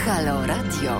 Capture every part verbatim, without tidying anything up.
Halo Radio.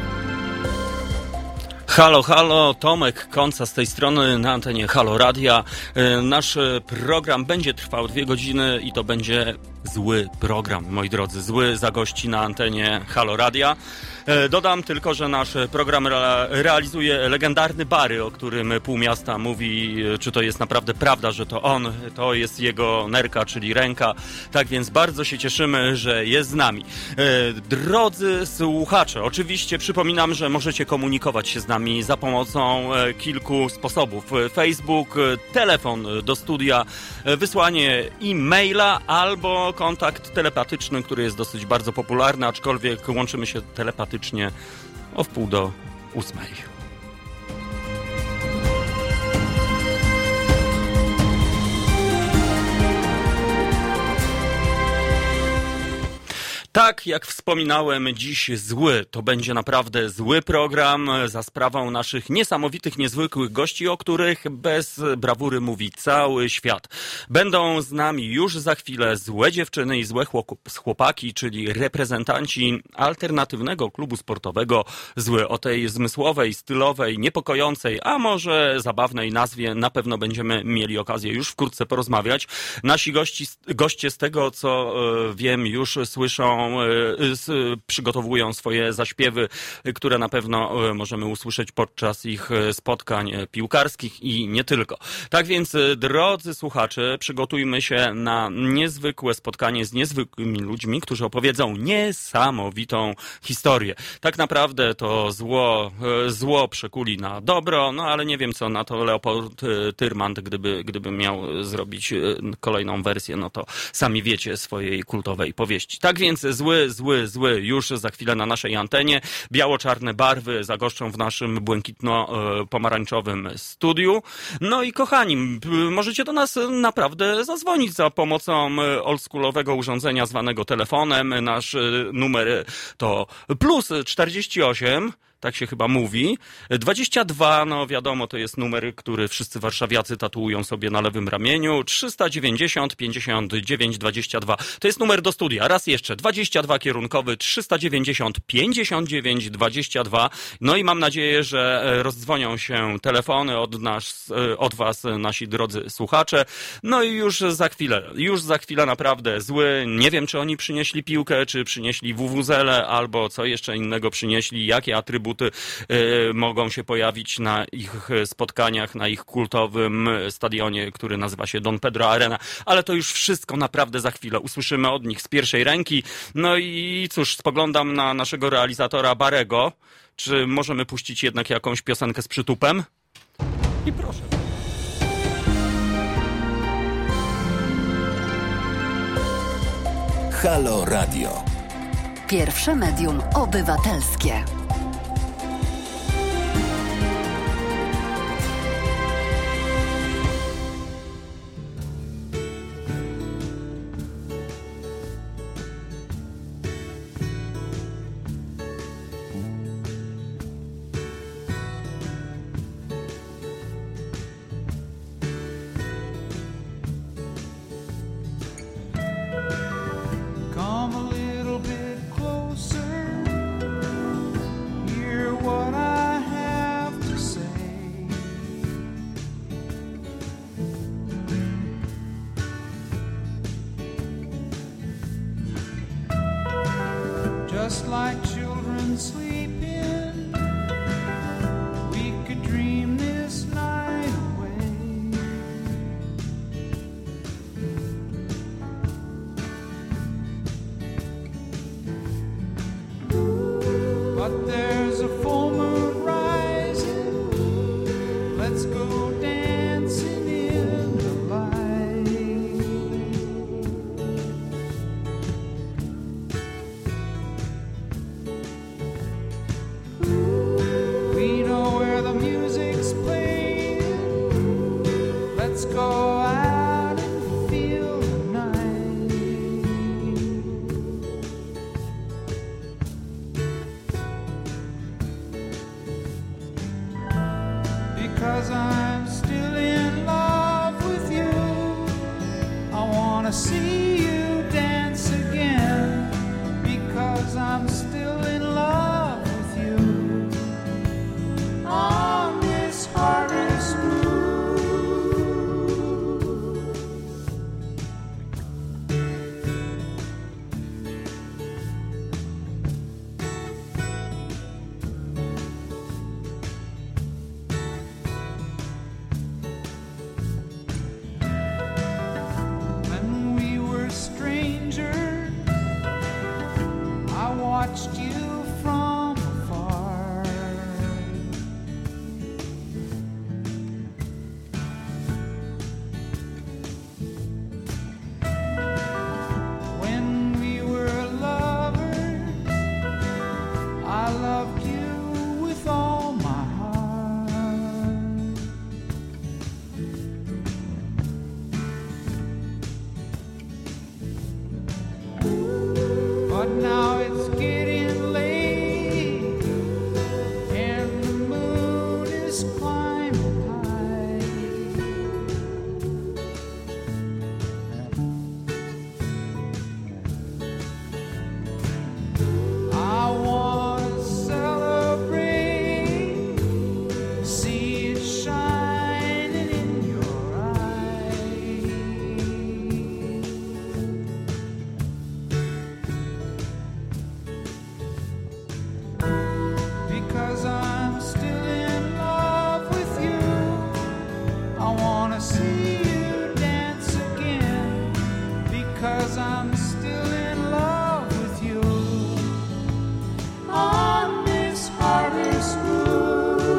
Halo, halo, Tomek Końca z tej strony na antenie Halo Radia. Nasz program będzie trwał dwie godziny i to będzie zły program, moi drodzy, zły zagości na antenie Halo Radia. Dodam tylko, że nasz program re- realizuje legendarny Bary, o którym pół miasta mówi, czy to jest naprawdę prawda, że to on, to jest jego nerka, czyli ręka. Tak więc bardzo się cieszymy, że jest z nami. Drodzy słuchacze, oczywiście przypominam, że możecie komunikować się z nami za pomocą kilku sposobów. Facebook, telefon do studia, wysłanie e-maila albo kontakt telepatyczny, który jest dosyć bardzo popularny, aczkolwiek łączymy się telepatycznie o wpół do ósmej. Tak, jak wspominałem, dziś zły. To będzie naprawdę zły program za sprawą naszych niesamowitych, niezwykłych gości, o których bez brawury mówi cały świat. Będą z nami już za chwilę złe dziewczyny i złe chłopaki, czyli reprezentanci alternatywnego klubu sportowego Zły. O tej zmysłowej, stylowej, niepokojącej, a może zabawnej nazwie na pewno będziemy mieli okazję już wkrótce porozmawiać. Nasi gości, goście z tego, co wiem, już słyszą, przygotowują swoje zaśpiewy, które na pewno możemy usłyszeć podczas ich spotkań piłkarskich i nie tylko. Tak więc, drodzy słuchacze, przygotujmy się na niezwykłe spotkanie z niezwykłymi ludźmi, którzy opowiedzą niesamowitą historię. Tak naprawdę to zło, zło przekuli na dobro, no ale nie wiem, co na to Leopold Tyrmand, gdyby, gdyby miał zrobić kolejną wersję, no to sami wiecie, swojej kultowej powieści. Tak więc zły, zły, zły już za chwilę na naszej antenie. Biało-czarne barwy zagoszczą w naszym błękitno-pomarańczowym studiu. No i kochani, możecie do nas naprawdę zadzwonić za pomocą oldschoolowego urządzenia zwanego telefonem. Nasz numer to plus czterdzieści osiem, tak się chyba mówi. dwadzieścia dwa, no wiadomo, to jest numer, który wszyscy warszawiacy tatuują sobie na lewym ramieniu. trzysta dziewięćdziesiąt pięćdziesiąt dziewięć dwadzieścia dwa. To jest numer do studia. Raz jeszcze, dwadzieścia dwa kierunkowy, trzysta dziewięćdziesiąt pięćdziesiąt dziewięć dwadzieścia dwa. No i mam nadzieję, że rozdzwonią się telefony od nas, od was, nasi drodzy słuchacze. No i już za chwilę, już za chwilę naprawdę zły. Nie wiem, czy oni przynieśli piłkę, czy przynieśli wuwuzelę, albo co jeszcze innego przynieśli, jakie atrybuty buty y, mogą się pojawić na ich spotkaniach, na ich kultowym stadionie, który nazywa się Don Pedro Arena, ale to już wszystko naprawdę za chwilę usłyszymy od nich z pierwszej ręki. No i cóż, spoglądam na naszego realizatora Barego. Czy możemy puścić jednak jakąś piosenkę z przytupem? I proszę. Halo Radio. Pierwsze medium obywatelskie. Just like children sleeping, we could dream this night away. But there's a full moon rising, let's go dancing in the light. but now it's getting late and the moon is climbing high. I wanna celebrate, see it shining in your eyes, because I'm still in love with you. I wanna see you dance again, because I'm still in love with you. On this harvest moon,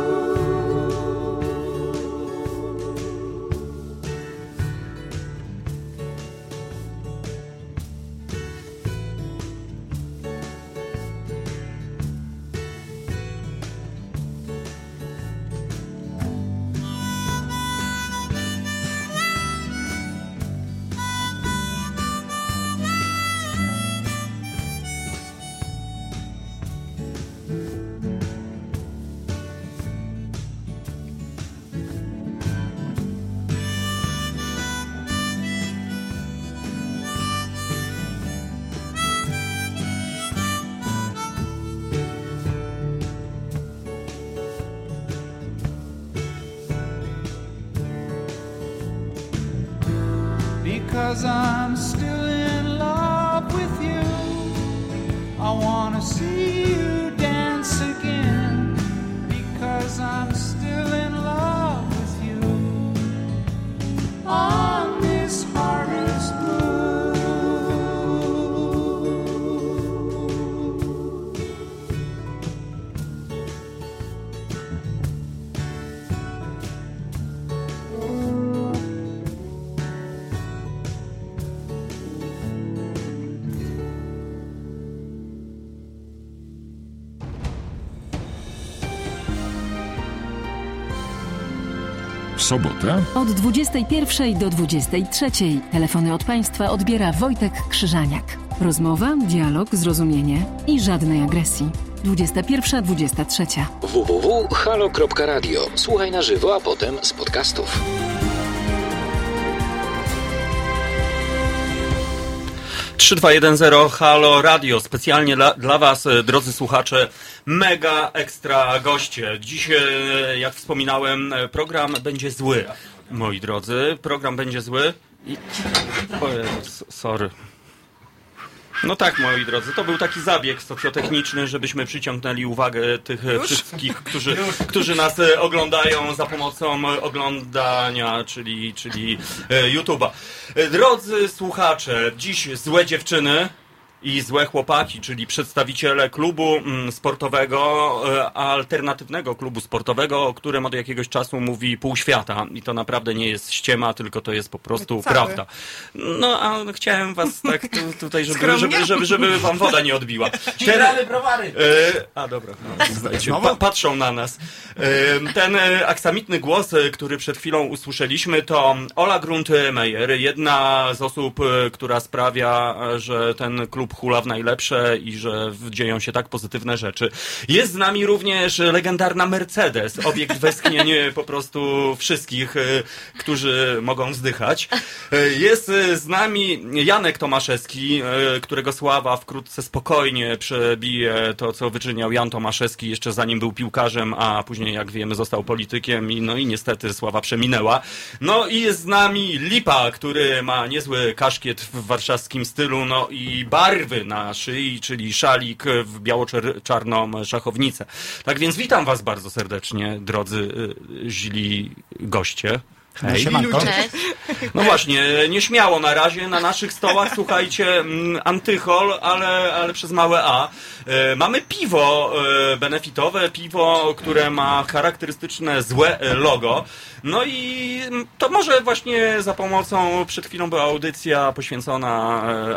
because I'm still in love with you. I wanna see you dance again, because I'm still in love with you. On this harvest moon. W sobotę Od dwudziestej pierwszej do dwudziestej trzeciej telefony od Państwa odbiera Wojtek Krzyżaniak. Rozmowa, dialog, zrozumienie i żadnej agresji. dwudziesta pierwsza dwudziesta trzecia. w w w kropka halo kropka radio. Słuchaj na żywo, a potem z podcastów. trzy dwa jeden zero Halo Radio. Specjalnie dla, dla Was, drodzy słuchacze, mega ekstra goście. Dziś, jak wspominałem, program będzie zły. Moi drodzy, program będzie zły. I... O Jezus, sorry. No tak, moi drodzy, to był taki zabieg socjotechniczny, żebyśmy przyciągnęli uwagę tych Już? wszystkich, którzy, którzy nas oglądają za pomocą oglądania, czyli, czyli YouTube'a. Drodzy słuchacze, dziś złe dziewczyny i złe chłopaki, czyli przedstawiciele klubu sportowego, alternatywnego klubu sportowego, o którym od jakiegoś czasu mówi pół świata. I to naprawdę nie jest ściema, tylko to jest po prostu Cały. prawda. No, a chciałem was tak tu, tutaj, żeby, żeby, żeby, żeby wam woda nie odbiła. Ten, browary. E, a dobra, no, pa, patrzą na nas. E, ten e, aksamitny głos, który przed chwilą usłyszeliśmy, to Ola Grunt-Meyer, jedna z osób, która sprawia, że ten klub hula w najlepsze i że dzieją się tak pozytywne rzeczy. Jest z nami również legendarna Mercedes, obiekt westchnień po prostu wszystkich, którzy mogą wzdychać. Jest z nami Janek Tomaszewski, którego sława wkrótce spokojnie przebije to, co wyczyniał Jan Tomaszewski jeszcze zanim był piłkarzem, a później, jak wiemy, został politykiem i no i niestety sława przeminęła. No i jest z nami Lipa, który ma niezły kaszkiet w warszawskim stylu, no i barwy na szyi, czyli szalik w biało-czarną szachownicę. Tak więc witam was bardzo serdecznie, drodzy y, źli goście. Hej. Cześć. No właśnie, nieśmiało na razie na naszych stołach, słuchajcie, antychol, ale, ale przez małe A. E, mamy piwo e, benefitowe, piwo, które ma charakterystyczne złe logo. No i to może właśnie za pomocą, przed chwilą była audycja poświęcona, e, ale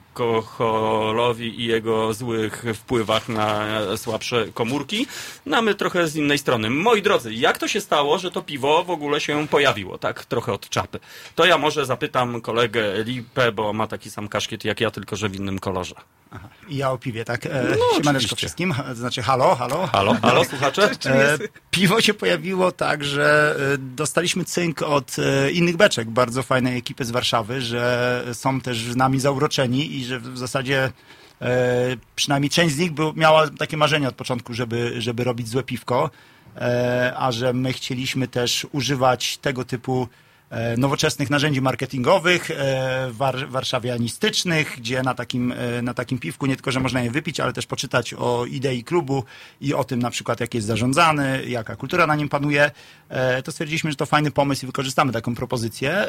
alkoholowi i jego złych wpływach na słabsze komórki. No a my trochę z innej strony. Moi drodzy, jak to się stało, że to piwo w ogóle się pojawiło? Tak trochę od czapy. To ja może zapytam kolegę Lipę, bo ma taki sam kaszkiet jak ja, tylko że w innym kolorze. Aha. I ja o piwie, tak? E, No, Siemaneczko wszystkim. To znaczy halo, halo. Halo, halo, słuchacze? E, piwo się pojawiło tak, że e, dostaliśmy cynk od e, innych beczek, bardzo fajnej ekipy z Warszawy, że są też z nami zauroczeni i że w zasadzie e, przynajmniej część z nich był, miała takie marzenie od początku, żeby, żeby robić złe piwko, e, a że my chcieliśmy też używać tego typu nowoczesnych narzędzi marketingowych, war, warszawianistycznych, gdzie na takim, na takim piwku nie tylko, że można je wypić, ale też poczytać o idei klubu i o tym na przykład, jak jest zarządzany, jaka kultura na nim panuje, to stwierdziliśmy, że to fajny pomysł i wykorzystamy taką propozycję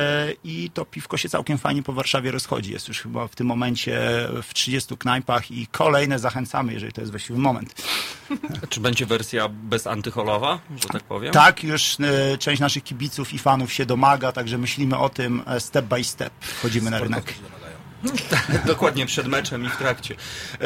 i to piwko się całkiem fajnie po Warszawie rozchodzi. Jest już chyba w tym momencie w trzydziestu knajpach i kolejne zachęcamy, jeżeli to jest właściwy moment. Czy będzie wersja bezantycholowa, że tak powiem? Tak, już część naszych kibiców i fanów się domaga, także myślimy o tym step by step. Wchodzimy na rynek. Dokładnie, przed meczem i w trakcie. E,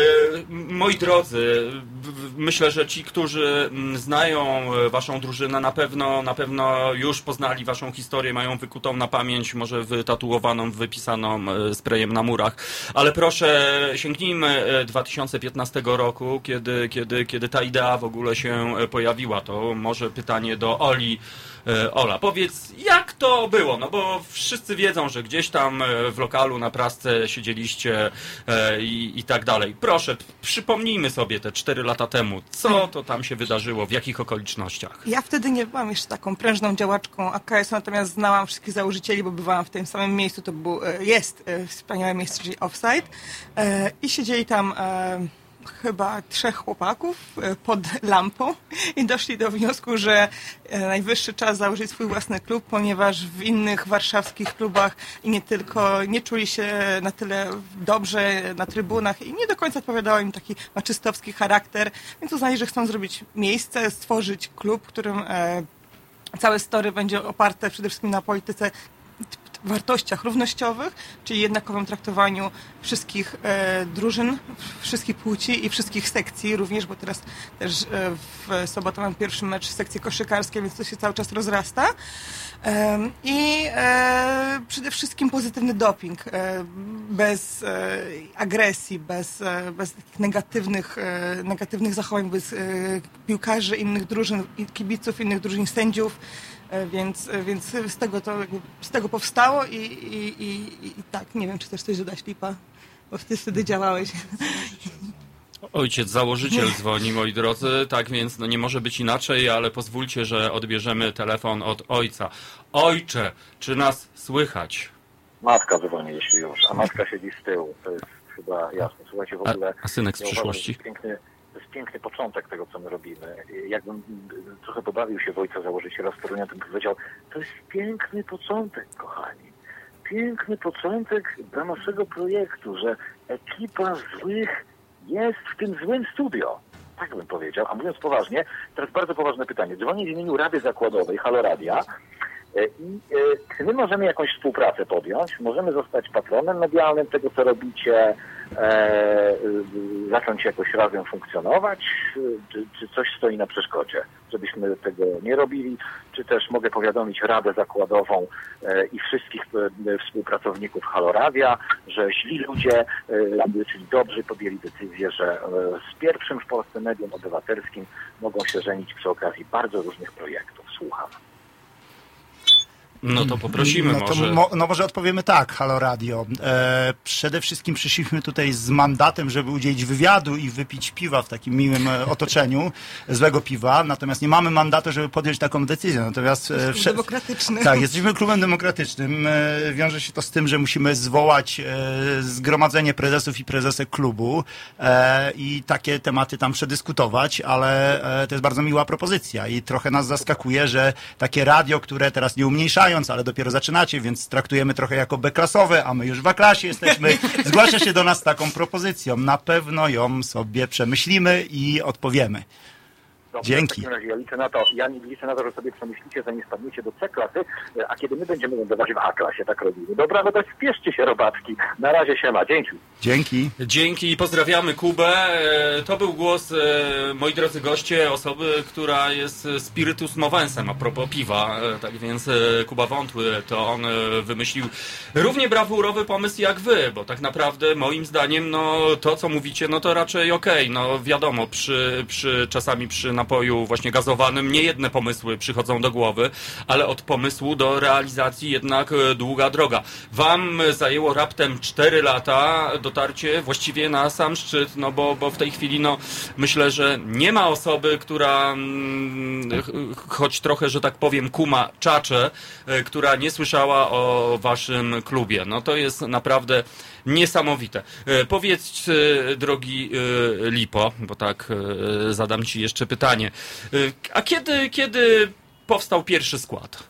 moi drodzy, myślę, że ci, którzy znają waszą drużynę, na pewno, na pewno już poznali waszą historię, mają wykutą na pamięć, może wytatuowaną, wypisaną sprayem na murach. Ale proszę, sięgnijmy dwa tysiące piętnastego roku, kiedy, kiedy, kiedy ta idea w ogóle się pojawiła. To może pytanie do Oli. Ola, powiedz, jak to było? No bo wszyscy wiedzą, że gdzieś tam w lokalu na prasce siedzieliście i, i tak dalej. Proszę, przypomnijmy sobie te cztery lata temu. Co to tam się wydarzyło? W jakich okolicznościach? Ja wtedy nie byłam jeszcze taką prężną działaczką A K S-u, natomiast znałam wszystkich założycieli, bo bywałam w tym samym miejscu. To był, jest wspaniałe miejsce, czyli Offside. I siedzieli tam chyba trzech chłopaków pod lampą i doszli do wniosku, że najwyższy czas założyć swój własny klub, ponieważ w innych warszawskich klubach i nie tylko nie czuli się na tyle dobrze na trybunach i nie do końca odpowiadał im taki maczystowski charakter, więc uznali, że chcą zrobić miejsce, stworzyć klub, w którym całe story będzie oparte przede wszystkim na polityce, wartościach równościowych, czyli jednakowym traktowaniu wszystkich e, drużyn, wszystkich płci i wszystkich sekcji również, bo teraz też e, w sobotę mam pierwszy mecz sekcji koszykarskiej, więc to się cały czas rozrasta. E, I e, przede wszystkim pozytywny doping, e, bez e, agresji, bez, e, bez takich negatywnych, e, negatywnych zachowań, bez e, piłkarzy innych drużyn, kibiców innych drużyn, sędziów. Więc, więc z tego to z tego powstało i, i, i, i tak, nie wiem, czy też coś dodać, Lipa, bo ty wtedy działałeś. Ojciec założyciel dzwoni, moi drodzy, tak więc no nie może być inaczej, ale pozwólcie, że odbierzemy telefon od ojca. Ojcze, czy nas słychać? Matka dzwoni, jeśli już, a matka siedzi z tyłu, to jest chyba jasne. Słuchajcie, w ogóle... A, a synek z ja przyszłości? Uważam, piękny, to jest piękny początek tego, co my robimy. Jakbym trochę pobawił się w ojca założyciela z Torunia, to bym powiedział, to jest piękny początek, kochani. Piękny początek dla naszego projektu, że ekipa złych jest w tym złym studio. Tak bym powiedział. A mówiąc poważnie, teraz bardzo poważne pytanie. Dzwonię w imieniu Rady Zakładowej Halo Radia i czy my możemy jakąś współpracę podjąć? Możemy zostać patronem medialnym tego, co robicie, e, zacząć jakoś razem funkcjonować? Czy, czy coś stoi na przeszkodzie, żebyśmy tego nie robili? Czy też mogę powiadomić Radę Zakładową e, i wszystkich e, współpracowników Halo Radia, że źli ludzie, e, czyli dobrzy, podjęli decyzję, że e, z pierwszym w Polsce medium obywatelskim mogą się żenić przy okazji bardzo różnych projektów. Słucham. No to poprosimy no to może. Mo, no może odpowiemy tak, Halo Radio. E, przede wszystkim przyszliśmy tutaj z mandatem, żeby udzielić wywiadu i wypić piwa w takim miłym otoczeniu, złego piwa, natomiast nie mamy mandatu, żeby podjąć taką decyzję. Natomiast e, wsze... demokratyczny. Tak, jesteśmy klubem demokratycznym. E, wiąże się to z tym, że musimy zwołać e, zgromadzenie prezesów i prezesek klubu e, i takie tematy tam przedyskutować, ale e, to jest bardzo miła propozycja i trochę nas zaskakuje, że takie radio, które teraz nie umniejszają, ale dopiero zaczynacie, więc traktujemy trochę jako B-klasowe, a my już w A-klasie jesteśmy. Zgłasza się do nas z taką propozycją. Na pewno ją sobie przemyślimy i odpowiemy. Dobrze, Dzięki. W takim razie ja liczę na to, ja liczę na to, że sobie przemyślicie, zanim spadniecie do C klasy, a kiedy my będziemy lądować w A klasie, tak robimy. Dobra, no to spieszcie się, robaczki. Na razie się ma. Dzięki. Dzięki. Dzięki i pozdrawiamy Kubę. E, To był głos, e, moi drodzy goście, osoby, która jest spiritus movensem a propos piwa. E, Tak więc e, Kuba Wątły to on e, wymyślił równie brawurowy pomysł jak wy, bo tak naprawdę moim zdaniem no to co mówicie, no to raczej okej, no wiadomo, przy, przy czasami przy napoju właśnie gazowanym nie jedne pomysły przychodzą do głowy, ale od pomysłu do realizacji jednak e, długa droga. Wam zajęło raptem cztery lata dotarcie właściwie na sam szczyt, no bo, bo w tej chwili no myślę, że nie ma osoby, która mm, ch- choć trochę, że tak powiem, kuma czacze, e, która nie słyszała o waszym klubie. No to jest naprawdę niesamowite. E, Powiedz, e, drogi e, Lipo, bo tak e, zadam ci jeszcze pytanie. E, A kiedy, kiedy powstał pierwszy skład?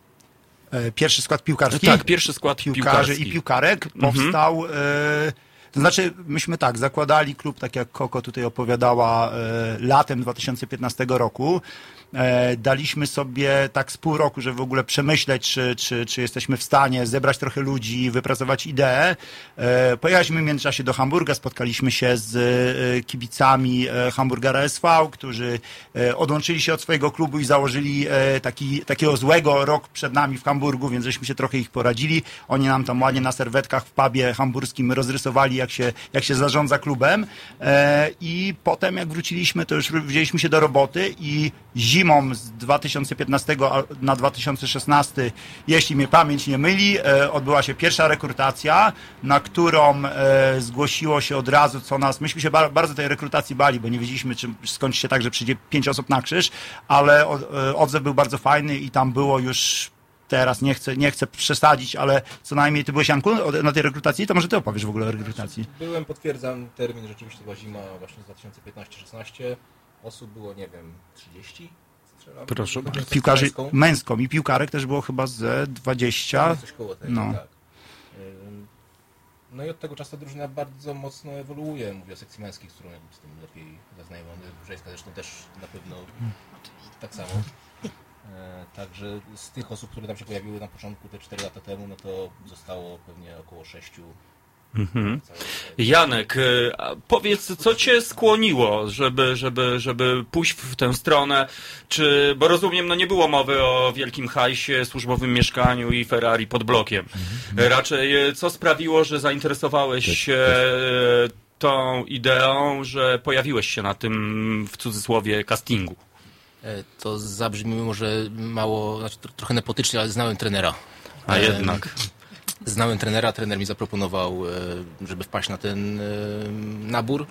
E, Pierwszy skład piłkarski. Tak, pierwszy skład Piłkarzy piłkarski. i piłkarek powstał... E, to znaczy, myśmy tak, zakładali klub, tak jak Koko tutaj opowiadała, e, latem dwa tysiące piętnastego roku. E, daliśmy sobie tak z pół roku, żeby w ogóle przemyśleć, czy, czy, czy jesteśmy w stanie zebrać trochę ludzi, wypracować ideę. E, pojechaliśmy w międzyczasie do Hamburga, spotkaliśmy się z e, kibicami e, Hamburgera S V, którzy e, odłączyli się od swojego klubu i założyli e, taki, takiego złego rok przed nami w Hamburgu, więc żeśmy się trochę ich poradzili. Oni nam tam ładnie na serwetkach w pubie hamburskim rozrysowali, jak się, jak się zarządza klubem. E, I potem jak wróciliśmy, to już wzięliśmy się do roboty i zimą z dwa tysiące piętnastego na dwa tysiące szesnasty, jeśli mnie pamięć nie myli, e, odbyła się pierwsza rekrutacja, na którą e, zgłosiło się od razu, co nas, myśmy się ba- bardzo tej rekrutacji bali, bo nie wiedzieliśmy, czy skończy się tak, że przyjdzie pięć osób na krzyż, ale od, e, odzew był bardzo fajny i tam było już teraz, nie chcę, nie chcę przesadzić, ale co najmniej ty byłeś, Janku, na tej rekrutacji, to może ty opowiesz w ogóle o rekrutacji. Byłem, potwierdzam termin, rzeczywiście była zima właśnie z dwa tysiące piętnaście szesnaście. Osób było, nie wiem, trzydzieści? Strzelam. Proszę. Piłkarzy Męską. męską i piłkarek też było chyba ze dwadzieścia. Coś koło tego, No. tak. Ym, No i od tego czasu ta drużyna bardzo mocno ewoluuje. Mówię o sekcji męskiej, z którą jestem lepiej zaznajomiony. Żeńska zresztą też na pewno tak samo. E, Także z tych osób, które tam się pojawiły na początku te cztery lata temu, no to zostało pewnie około sześciu. Mhm. Janek, e, a powiedz, co cię skłoniło, żeby, żeby, żeby pójść w tę stronę, czy, bo rozumiem, no nie było mowy o wielkim hajsie, służbowym mieszkaniu i Ferrari pod blokiem. E, Raczej, e, co sprawiło, że zainteresowałeś się e, tą ideą, że pojawiłeś się na tym, w cudzysłowie, castingu? E, To zabrzmi może mało, znaczy tro- trochę nepotycznie, ale znałem trenera. A E, jednak. Znałem trenera, trener mi zaproponował, e, żeby wpaść na ten e, nabór.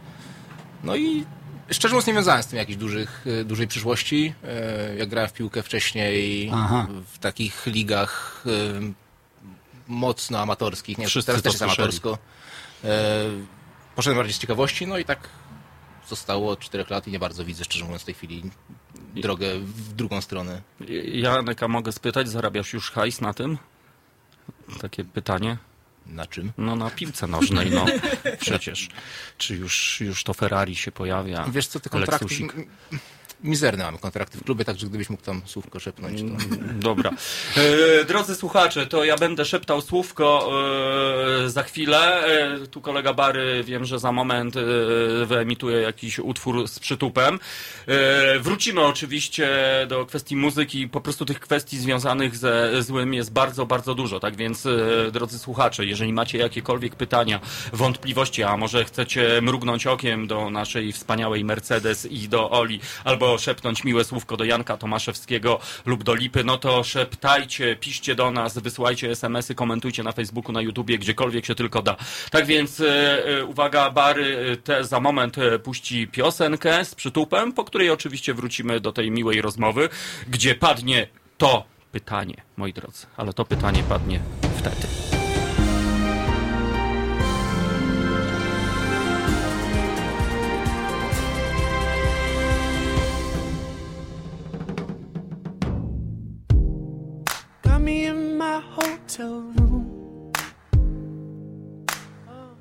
No i szczerze mówiąc nie wiązałem z tym jakiejś dużych, e, dużej przyszłości. E, Jak grałem w piłkę wcześniej Aha. w takich ligach e, mocno amatorskich, nie, Wszyscy teraz to też jest słyszeli. amatorsko. E, Poszedłem bardziej z ciekawości, no i tak zostało od czterech lat i nie bardzo widzę, szczerze mówiąc, w tej chwili drogę w drugą stronę. Janek, a mogę spytać, zarabiasz już hajs na tym? Takie pytanie. Na czym? No na piłce nożnej, no przecież. Czy już, już to Ferrari się pojawia? Wiesz co, te kontrakty... Lexusik. m- m- Mizerne mamy kontrakty w klubie, także gdybyś mógł tam słówko szepnąć, to... Dobra. E, drodzy słuchacze, to ja będę szeptał słówko e, za chwilę. E, tu kolega Bary, wiem, że za moment e, wyemituje jakiś utwór z przytupem. E, wrócimy oczywiście do kwestii muzyki. Po prostu tych kwestii związanych ze złym jest bardzo, bardzo dużo. Tak więc, e, drodzy słuchacze, jeżeli macie jakiekolwiek pytania, wątpliwości, a może chcecie mrugnąć okiem do naszej wspaniałej Mercedes i do Oli, albo szepnąć miłe słówko do Janka Tomaszewskiego lub do Lipy, no to szeptajcie, piszcie do nas, wysyłajcie es em esy, komentujcie na Facebooku, na YouTubie, gdziekolwiek się tylko da. Tak więc e, e, uwaga, Bary te za moment e, puści piosenkę z przytupem, po której oczywiście wrócimy do tej miłej rozmowy, gdzie padnie to pytanie, moi drodzy, ale to pytanie padnie wtedy. Got me in my hotel room.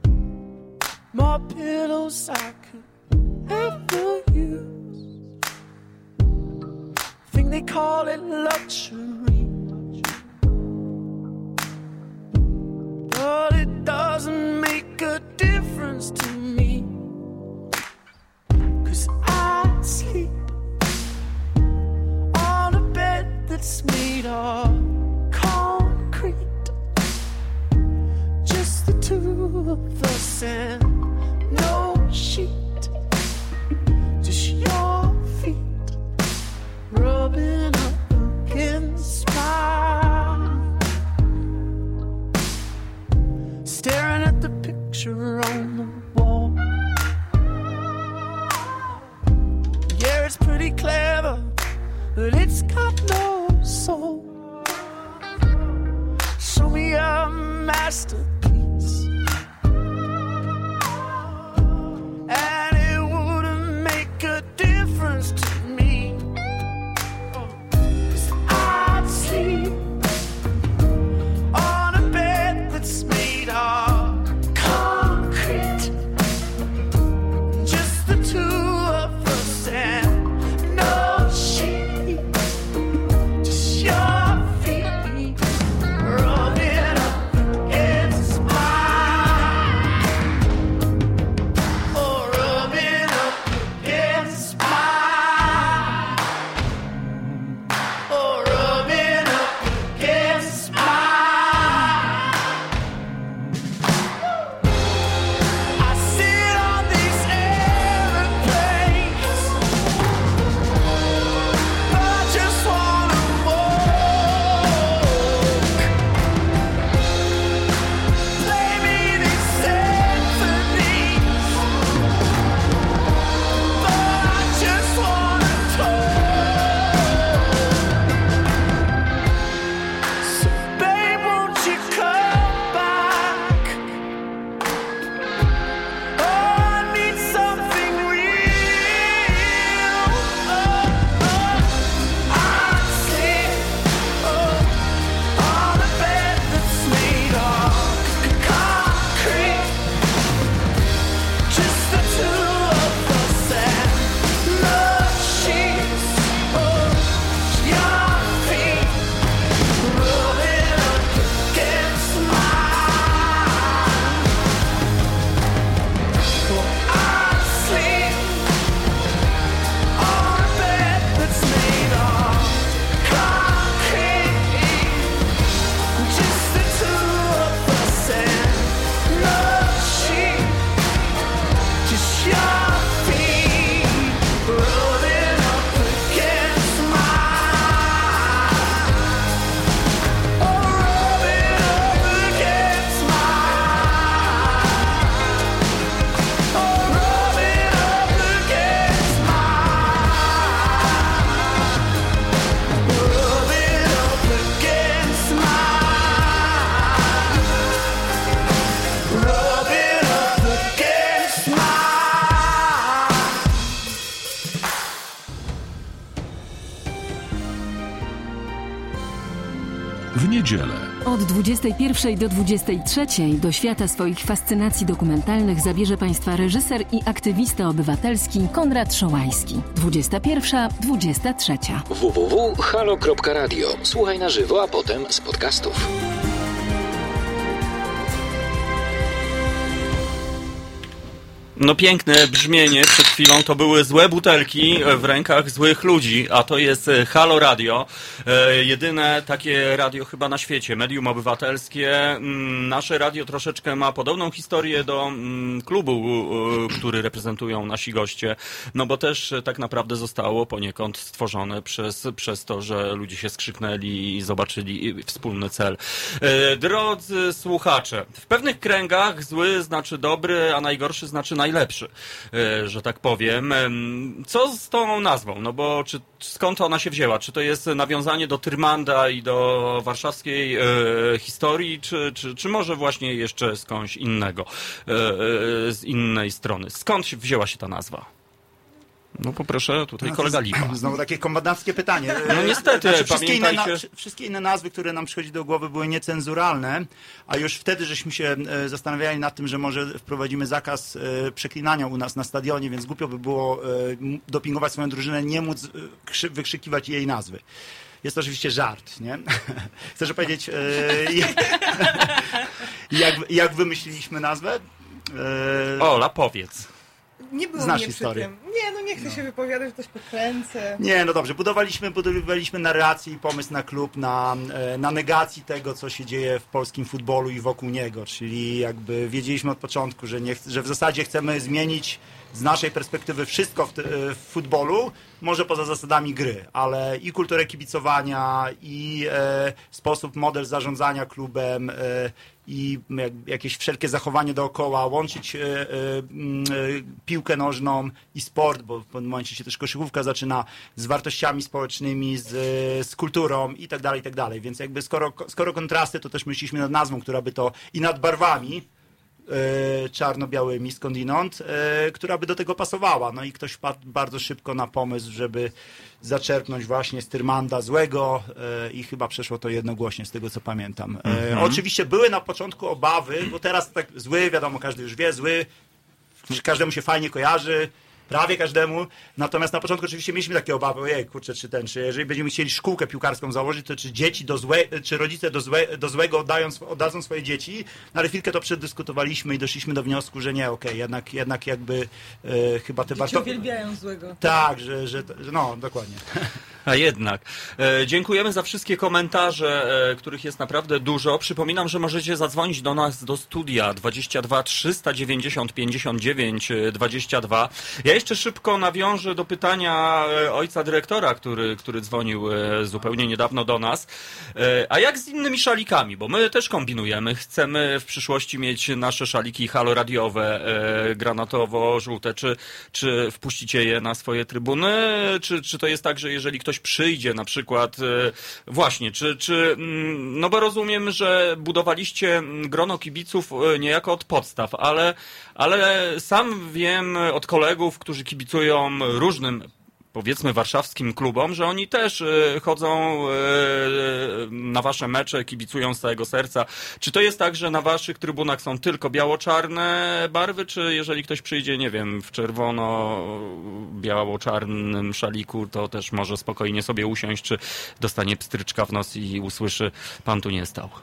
More pillows I could ever use. they call it luxury, but it doesn't make a difference to me, 'cause I sleep on a bed that's made of concrete, just the two of us and no sheet, just your feet rubbing up against mine, staring at the picture on the wall. Yeah, it's pretty clever, but it's got no soul. Show me a masterpiece, and it wouldn't make a difference to me, 'cause I'd sleep on a bed that's made of concrete, just the two of us and no sheet, just your feet rubbing up against mine, oh, rubbing up against mine, oh, rubbing up against mine. I sit on these airplanes, but I just wanna walk. Play me these symphonies, but I just wanna talk. So babe, won't you come back? Oh, I need something real. Oh, oh, I sleep oh, on a bed that's made of concrete, just the two of us and no sheets, oh, your feet rubbing up against mine. Oh, I sleep on a bed that's made of concrete, just the two of us and no sheet, just your feet rubbing up against mine, oh, rubbing up against mine, oh, rubbing up against mine, rubbing up against mine, rubbing up against mine. W niedzielę Od dwudziestej pierwszej do dwudziestej trzeciej do świata swoich fascynacji dokumentalnych zabierze Państwa reżyser i aktywista obywatelski Konrad Szołajski. dwudziesta pierwsza dwudziesta trzecia. w w w kropka halo kropka radio. Słuchaj na żywo, a potem z podcastów. No piękne brzmienie przed chwilą, to były złe butelki w rękach złych ludzi, a to jest Halo Radio, e, jedyne takie radio chyba na świecie, medium obywatelskie. Mm, nasze radio troszeczkę ma podobną historię do mm, klubu, e, który reprezentują nasi goście, no bo też e, tak naprawdę zostało poniekąd stworzone przez, przez to, że ludzie się skrzyknęli i zobaczyli wspólny cel. E, drodzy słuchacze, w pewnych kręgach zły znaczy dobry, a najgorszy znaczy najlepszy, że tak powiem. Co z tą nazwą? No bo czy, skąd ona się wzięła? Czy to jest nawiązanie do Tyrmanda i do warszawskiej e, historii, czy, czy, czy może właśnie jeszcze skądś innego, e, z innej strony? Skąd wzięła się ta nazwa? No poproszę, tutaj kolega Lipa. Znowu takie kombatanckie pytanie. No niestety, znaczy, wszystkie, inne na, pamiętajcie... wszystkie inne nazwy, które nam przychodzi do głowy, były niecenzuralne, a już wtedy żeśmy się e, zastanawiali nad tym, że może wprowadzimy zakaz e, przeklinania u nas na stadionie, więc głupio by było e, dopingować swoją drużynę, nie móc e, krzy, wykrzykiwać jej nazwy. Jest to oczywiście żart, nie? Chcesz powiedzieć, e, jak, jak wymyśliliśmy nazwę? E, Ola, powiedz. Nie było Znasz mnie historię. przy tym. Nie, no nie chcę no. się wypowiadać, coś pokręcę. Nie, no dobrze, budowaliśmy, budowaliśmy narrację i pomysł na klub, na, na negacji tego, co się dzieje w polskim futbolu i wokół niego, czyli jakby wiedzieliśmy od początku, że, nie, że w zasadzie chcemy zmienić z naszej perspektywy wszystko w, w futbolu, może poza zasadami gry, ale i kulturę kibicowania, i e, sposób, model zarządzania klubem, e, i jak, jakieś wszelkie zachowanie dookoła, łączyć e, e, piłkę nożną i sport, bo w pewnym momencie się też koszykówka zaczyna, z wartościami społecznymi, z, z kulturą i tak dalej, i tak dalej. Więc jakby skoro, skoro kontrasty, to też myśleliśmy nad nazwą, która by to i nad barwami, E, czarno-białymi skądinąd, e, która by do tego pasowała. No i ktoś wpadł bardzo szybko na pomysł, żeby zaczerpnąć właśnie z Tyrmanda złego e, i chyba przeszło to jednogłośnie z tego, co pamiętam. E, mhm. Oczywiście były na początku obawy, bo teraz tak zły, wiadomo, każdy już wie, zły, każdemu się fajnie kojarzy, prawie każdemu. Natomiast na początku oczywiście mieliśmy takie obawy, ojej, kurczę, czy ten, czy jeżeli będziemy chcieli szkółkę piłkarską założyć, to czy dzieci do złe, czy rodzice do, złe, do złego oddają, oddadzą swoje dzieci, no, ale chwilkę to przedyskutowaliśmy i doszliśmy do wniosku, że nie, okej, okay, jednak, jednak jakby e, chyba te dzieci warto... uwielbiają złego. Tak, że, że, że no, dokładnie. A jednak. E, dziękujemy za wszystkie komentarze, e, których jest naprawdę dużo. Przypominam, że możecie zadzwonić do nas do studia dwadzieścia dwa trzysta dziewięćdziesiąt pięćdziesiąt dziewięć dwadzieścia dwa. Ja jeszcze szybko nawiążę do pytania ojca dyrektora, który, który dzwonił e, zupełnie niedawno do nas. E, a jak z innymi szalikami? Bo my też kombinujemy. Chcemy w przyszłości mieć nasze szaliki haloradiowe, e, granatowo-żółte. Czy, czy wpuścicie je na swoje trybuny? Czy, czy to jest tak, że jeżeli ktoś przyjdzie na przykład, właśnie, czy, czy, no bo rozumiem, że budowaliście grono kibiców niejako od podstaw, ale, ale sam wiem od kolegów, którzy kibicują różnym, powiedzmy, warszawskim klubom, że oni też chodzą na wasze mecze, kibicują z całego serca. Czy to jest tak, że na waszych trybunach są tylko biało-czarne barwy, czy jeżeli ktoś przyjdzie, nie wiem, w czerwono-biało-czarnym szaliku, to też może spokojnie sobie usiąść, czy dostanie pstryczka w nos i usłyszy, pan tu nie stał?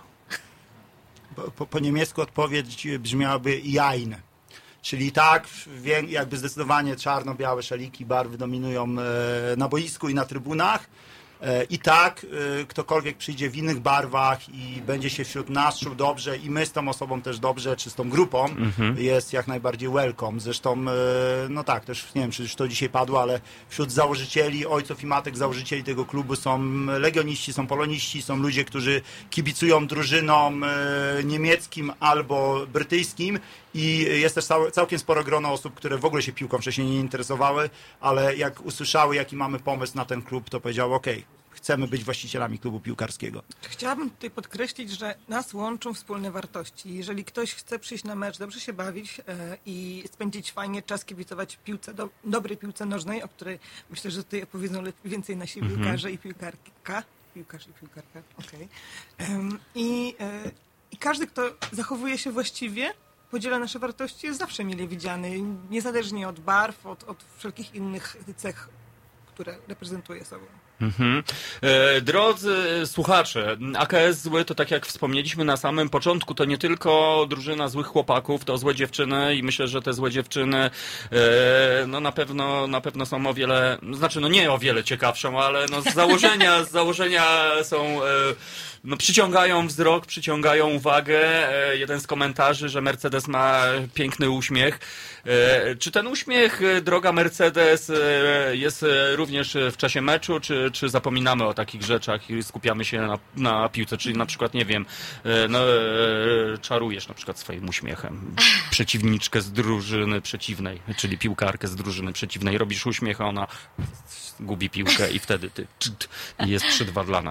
Po, po, po niemiecku odpowiedź brzmiałaby Jein. Czyli tak, jakby zdecydowanie czarno-białe szaliki, barwy dominują na boisku i na trybunach. I tak, ktokolwiek przyjdzie w innych barwach i będzie się wśród nas czuł dobrze i my z tą osobą też dobrze, czy z tą grupą, mhm. jest jak najbardziej welcome. Zresztą, no tak, też nie wiem, czy już to dzisiaj padło, ale wśród założycieli, ojców i matek założycieli tego klubu są legioniści, są poloniści, są ludzie, którzy kibicują drużynom niemieckim albo brytyjskim. I jest też całkiem sporo grono osób, które w ogóle się piłką wcześniej nie interesowały, ale jak usłyszały, jaki mamy pomysł na ten klub, to powiedziały, okej, okay, chcemy być właścicielami klubu piłkarskiego. Chciałabym tutaj podkreślić, że nas łączą wspólne wartości. Jeżeli ktoś chce przyjść na mecz, dobrze się bawić yy, i spędzić fajnie czas, kibicować piłce, do, dobrej piłce nożnej, o której myślę, że tutaj opowiedzą więcej nasi mm-hmm. piłkarze i piłkarka. Piłkarz i piłkarka, okej. Okay. Yy, I yy, i każdy, kto zachowuje się właściwie, podziela nasze wartości, jest zawsze mile widziany, niezależnie od barw, od, od wszelkich innych cech, które reprezentuje sobą. Mhm. E, drodzy słuchacze, A K S Zły to, tak jak wspomnieliśmy na samym początku, to nie tylko drużyna złych chłopaków, to złe dziewczyny i myślę, że te złe dziewczyny e, no na pewno na pewno są o wiele, znaczy no nie o wiele ciekawszą, ale no z założenia, z założenia są e, no przyciągają wzrok, przyciągają uwagę. E, jeden z komentarzy, że Mercedes ma piękny uśmiech. E, czy ten uśmiech, droga Mercedes, e, jest również w czasie meczu, czy czy zapominamy o takich rzeczach i skupiamy się na, na piłce, czyli na przykład, nie wiem, no, czarujesz na przykład swoim uśmiechem przeciwniczkę z drużyny przeciwnej, czyli piłkarkę z drużyny przeciwnej, robisz uśmiech, a ona gubi piłkę i wtedy ty i jest trzy dwa dla nas.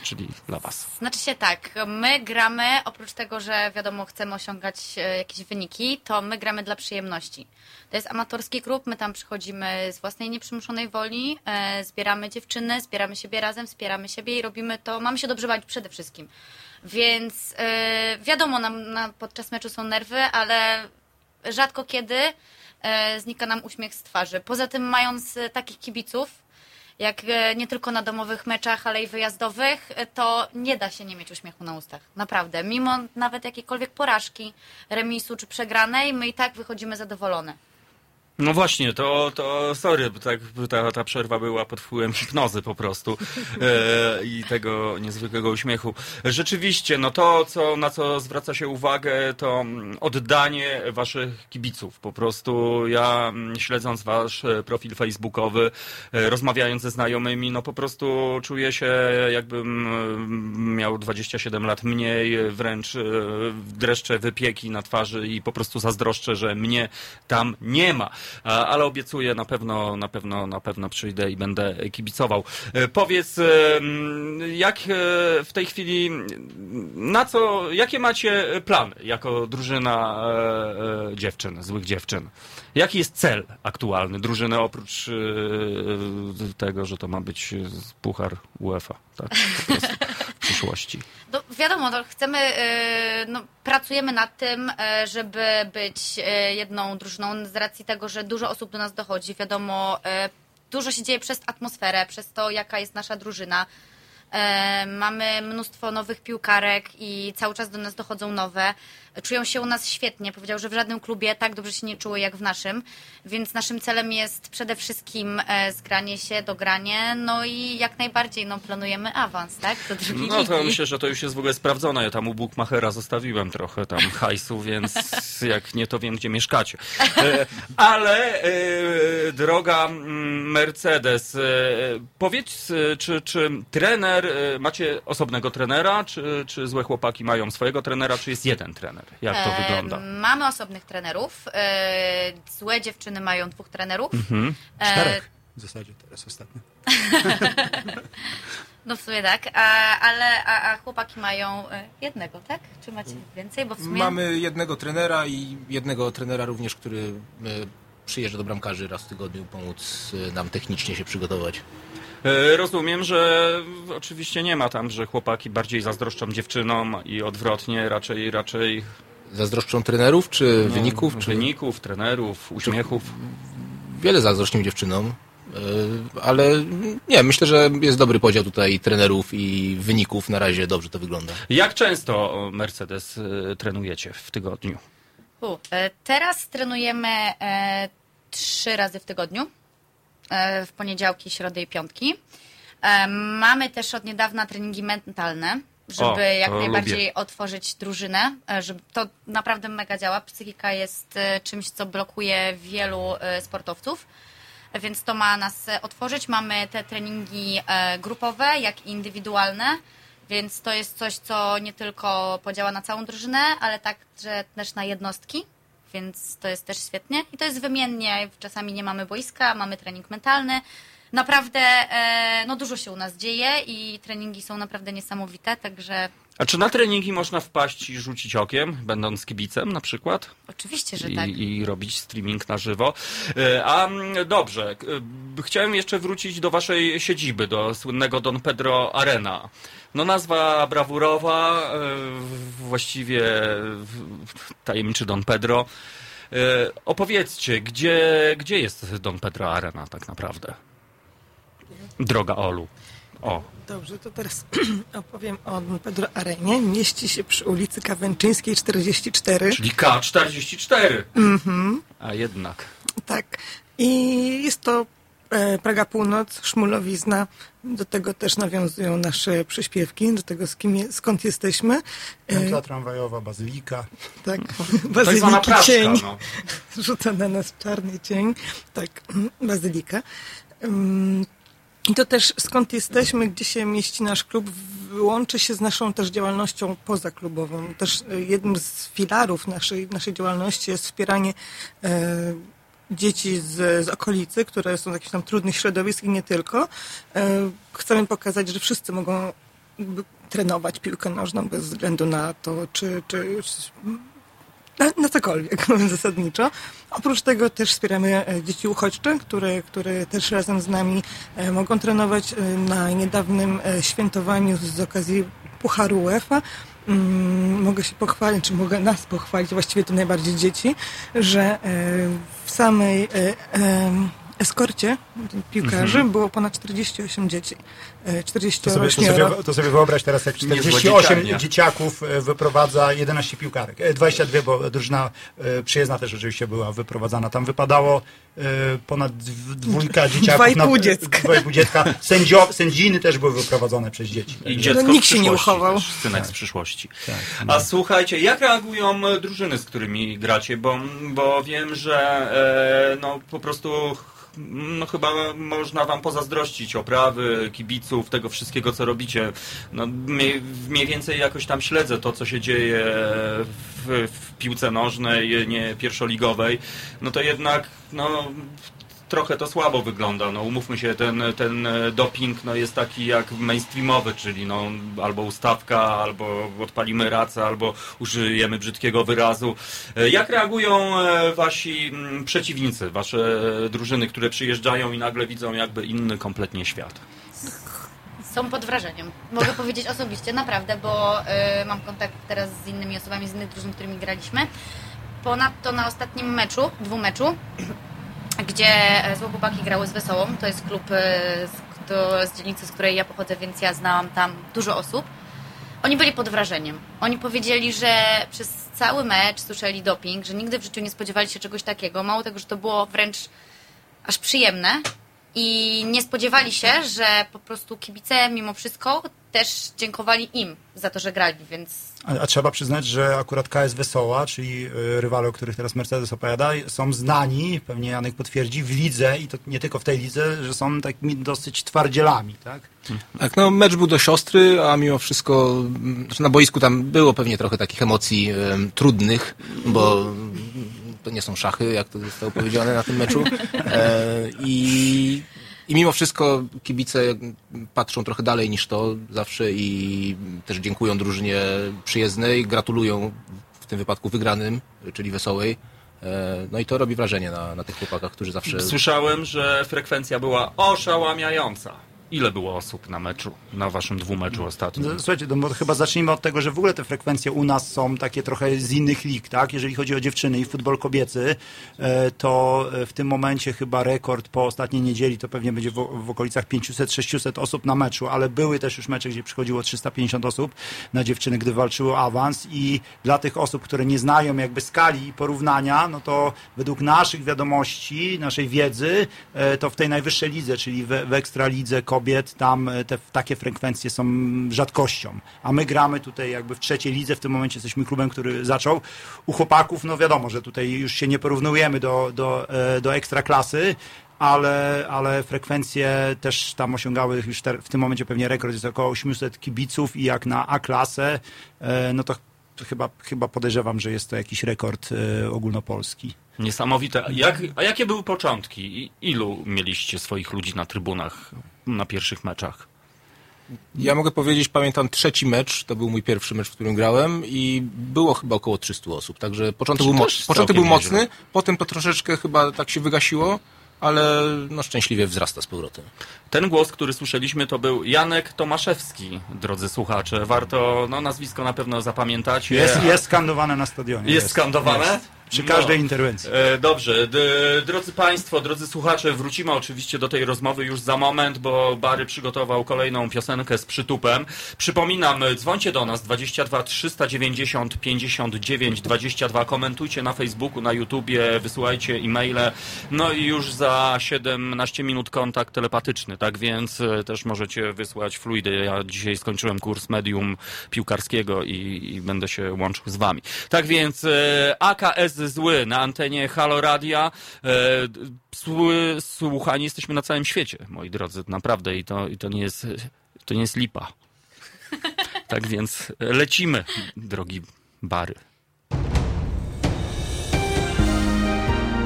czyli dla was? Znaczy się tak, my gramy, oprócz tego, że wiadomo, chcemy osiągać e, jakieś wyniki, to my gramy dla przyjemności. To jest amatorski klub, my tam przychodzimy z własnej nieprzymuszonej woli, e, zbieramy dziewczyny, zbieramy siebie razem, wspieramy siebie i robimy to, mamy się dobrze bawić przede wszystkim. Więc e, wiadomo, nam, na, podczas meczu są nerwy, ale rzadko kiedy e, znika nam uśmiech z twarzy. Poza tym mając e, takich kibiców, jak e, nie tylko na domowych meczach, ale i wyjazdowych, e, to nie da się nie mieć uśmiechu na ustach. Naprawdę. Mimo nawet jakiejkolwiek porażki, remisu czy przegranej, my i tak wychodzimy zadowolone. No właśnie, to, to sorry, bo tak, ta, ta przerwa była pod wpływem hipnozy po prostu e, i tego niezwykłego uśmiechu. Rzeczywiście, no to, co, na co zwraca się uwagę, to oddanie waszych kibiców. Po prostu ja, śledząc wasz profil facebookowy, e, rozmawiając ze znajomymi, no po prostu czuję się, jakbym miał dwadzieścia siedem lat mniej, wręcz e, dreszcze wypieki na twarzy i po prostu zazdroszczę, że mnie tam nie ma. Ale obiecuję, na pewno, na pewno, na pewno przyjdę i będę kibicował. Powiedz, jak w tej chwili, na co, jakie macie plany jako drużyna dziewczyn, złych dziewczyn? Jaki jest cel aktualny drużyny, oprócz tego, że to ma być puchar UEFA, tak? Po prostu w przyszłości. No, wiadomo, no, chcemy, no, pracujemy nad tym, żeby być jedną drużyną z racji tego, że dużo osób do nas dochodzi. Wiadomo, dużo się dzieje przez atmosferę, przez to, jaka jest nasza drużyna. Mamy mnóstwo nowych piłkarek i cały czas do nas dochodzą nowe. Czują się u nas świetnie. Powiedział, że w żadnym klubie tak dobrze się nie czuły jak w naszym. Więc naszym celem jest przede wszystkim zgranie się, dogranie. No i jak najbardziej no, planujemy awans, tak? Do drugiej No to ligi. myślę, że to już jest w ogóle sprawdzone. Ja tam u Bukmachera zostawiłem trochę tam hajsu, więc jak nie, to wiem, gdzie mieszkacie. Ale droga Mercedes, powiedz, czy, czy trener, macie osobnego trenera, czy, czy złe chłopaki mają swojego trenera, czy jest jeden trener? Jak to wygląda? Mamy osobnych trenerów. Złe dziewczyny mają dwóch trenerów. Mhm. Czterech w zasadzie teraz ostatnio. No w sumie tak, a, ale a, a chłopaki mają jednego, tak? Czy macie więcej? Bo w sumie... Mamy jednego trenera i jednego trenera również, który przyjeżdża do bramkarzy raz w tygodniu pomóc nam technicznie się przygotować. Rozumiem, że oczywiście nie ma tam, że chłopaki bardziej zazdroszczą dziewczynom i odwrotnie, raczej raczej zazdroszczą trenerów, czy no, wyników? Czy... Wyników, trenerów, uśmiechów. Wiele zazdroszczą dziewczynom, ale nie, myślę, że jest dobry podział tutaj trenerów i wyników. Na razie dobrze to wygląda. Jak często, Mercedes, trenujecie w tygodniu? U, teraz trenujemy e, trzy razy w tygodniu. W poniedziałki, środy i piątki. Mamy też od niedawna treningi mentalne, żeby o, jak najbardziej lubię. otworzyć drużynę, żeby to naprawdę mega działa. Psychika jest czymś, co blokuje wielu sportowców, więc to ma nas otworzyć. Mamy te treningi grupowe, jak i indywidualne, więc to jest coś, co nie tylko podziała na całą drużynę, ale także też na jednostki. Więc to jest też świetnie i to jest wymiennie. Czasami nie mamy boiska, mamy trening mentalny. Naprawdę e, no dużo się u nas dzieje i treningi są naprawdę niesamowite, także... A czy na treningi można wpaść i rzucić okiem, będąc kibicem na przykład? Oczywiście, że I, tak. I robić streaming na żywo. A dobrze, chciałem jeszcze wrócić do waszej siedziby, do słynnego Don Pedro Arena. No nazwa brawurowa, właściwie tajemniczy Don Pedro. Opowiedzcie, gdzie, gdzie jest Don Pedro Arena tak naprawdę? Droga Olu. O. Dobrze, to teraz opowiem o Don Pedro Arenie. Mieści się przy ulicy Kawęczyńskiej czterdzieści cztery. Czyli K czterdzieści cztery. Mhm. A jednak. Tak. I jest to e, Praga Północ, Szmulowizna. Do tego też nawiązują nasze przyśpiewki, do tego z kim je, skąd jesteśmy. Pętla tramwajowa, bazylika. Tak, bazyliki cień. No. Rzuca na nas czarny cień. Tak, bazylika. Um, I to też skąd jesteśmy, gdzie się mieści nasz klub, łączy się z naszą też działalnością pozaklubową. Też jednym z filarów naszej, naszej działalności jest wspieranie e, dzieci z, z okolicy, które są z jakichś tam trudnych środowisk i nie tylko. E, chcemy pokazać, że wszyscy mogą trenować piłkę nożną bez względu na to, czy, czy na, na cokolwiek zasadniczo. Oprócz tego też wspieramy dzieci uchodźcze, które, które też razem z nami mogą trenować. Na niedawnym świętowaniu z okazji Pucharu UEFA mogę się pochwalić, czy mogę nas pochwalić, właściwie to najbardziej dzieci, że w samej eskorcie piłkarzy mm-hmm. było ponad czterdzieści osiem dzieci. czterdzieści to, sobie, to, sobie, to sobie wyobraź teraz, jak czterdzieści osiem dzieciaków wyprowadza jedenaście piłkarek. dwadzieścia dwa, bo drużyna przyjezdna też oczywiście była wyprowadzana. Tam wypadało ponad dwójka dzieciaków. Dwa i pół dziecka. Dwa i pół dziecka. Sędzio, sędziny też były wyprowadzone przez dzieci. I dziecko no, nikt się nie uchował. Też, synek tak. z przyszłości. Tak, no. A słuchajcie, jak reagują drużyny, z którymi gracie? Bo, bo wiem, że e, no po prostu no chyba można wam pozazdrościć oprawy, kibiców, tego wszystkiego, co robicie. No, mniej, mniej więcej jakoś tam śledzę to, co się dzieje w, w piłce nożnej, nie pierwszoligowej. No to jednak, no... trochę to słabo wygląda, no umówmy się, ten, ten doping no, jest taki jak mainstreamowy, czyli no, albo ustawka, albo odpalimy racę, albo użyjemy brzydkiego wyrazu. Jak reagują wasi przeciwnicy, wasze drużyny, które przyjeżdżają i nagle widzą jakby inny kompletnie świat? Są pod wrażeniem. Mogę powiedzieć osobiście, naprawdę, bo y, mam kontakt teraz z innymi osobami z innych drużyn, z którymi graliśmy. Ponadto na ostatnim meczu, dwumeczu, gdzie złe chłopaki grały z Wesołą. To jest klub z, to, z dzielnicy, z której ja pochodzę, więc ja znałam tam dużo osób. Oni byli pod wrażeniem. Oni powiedzieli, że przez cały mecz słyszeli doping, że nigdy w życiu nie spodziewali się czegoś takiego. Mało tego, że to było wręcz aż przyjemne i nie spodziewali się, że po prostu kibice mimo wszystko też dziękowali im za to, że grali, więc... A, a trzeba przyznać, że akurat K S Wesoła, czyli y, rywale, o których teraz Mercedes opowiada, są znani, pewnie Janek potwierdzi, w lidze i to nie tylko w tej lidze, że są takimi dosyć twardzielami, tak? Tak, no mecz był dość ostry, a mimo wszystko, znaczy na boisku tam było pewnie trochę takich emocji y, trudnych, bo to nie są szachy, jak to zostało powiedziane na tym meczu. E, i, I mimo wszystko kibice patrzą trochę dalej niż to zawsze i też dziękują drużynie przyjezdnej, gratulują w tym wypadku wygranym, czyli Wesołej. E, no i to robi wrażenie na, na tych chłopakach, którzy zawsze... Słyszałem, że frekwencja była oszałamiająca. Ile było osób na meczu, na waszym dwumeczu ostatnim? No, słuchajcie, no, chyba zacznijmy od tego, że w ogóle te frekwencje u nas są takie trochę z innych lig, tak? Jeżeli chodzi o dziewczyny i futbol kobiecy, to w tym momencie chyba rekord po ostatniej niedzieli to pewnie będzie w, w okolicach pięćset sześćset osób na meczu, ale były też już mecze, gdzie przychodziło trzysta pięćdziesiąt osób na dziewczyny, gdy walczyły o awans i dla tych osób, które nie znają jakby skali i porównania, no to według naszych wiadomości, naszej wiedzy, to w tej najwyższej lidze, czyli w, w ekstralidze kobiet, tam te takie frekwencje są rzadkością. A my gramy tutaj jakby w trzeciej lidze, w tym momencie jesteśmy klubem, który zaczął. U chłopaków, no wiadomo, że tutaj już się nie porównujemy do, do, do ekstraklasy, ale, ale frekwencje też tam osiągały już te, w tym momencie pewnie rekord, jest około osiemset kibiców i jak na A-klasę, no to, to chyba, chyba podejrzewam, że jest to jakiś rekord ogólnopolski. Niesamowite. Jak, a jakie były początki? Ilu mieliście swoich ludzi na trybunach na pierwszych meczach? Ja mogę powiedzieć, pamiętam trzeci mecz, to był mój pierwszy mecz, w którym grałem i było chyba około trzysta osób, także początek, był, mo- początek był mocny, potem to troszeczkę chyba tak się wygasiło, ale no szczęśliwie wzrasta z powrotem. Ten głos, który słyszeliśmy, to był Janek Tomaszewski, drodzy słuchacze. Warto, no nazwisko na pewno zapamiętacie. Jest, jest skandowane na stadionie. Jest, jest skandowane? Jest. Przy każdej no, interwencji. E, dobrze. D, drodzy Państwo, drodzy słuchacze, wrócimy oczywiście do tej rozmowy już za moment, bo Bary przygotował kolejną piosenkę z przytupem. Przypominam, dzwońcie do nas dwadzieścia dwa trzysta dziewięćdziesiąt pięćdziesiąt dziewięć dwadzieścia dwa, komentujcie na Facebooku, na YouTubie, wysyłajcie e-maile. No i już za siedemnaście minut kontakt telepatyczny, tak więc też możecie wysłać fluidy. Ja dzisiaj skończyłem kurs medium piłkarskiego i, i będę się łączył z Wami. Tak więc A K S Zły na antenie Halo Radia. E, słuchani jesteśmy na całym świecie, moi drodzy, naprawdę i to, i to nie jest to nie jest lipa. Tak więc lecimy, drogi Bary.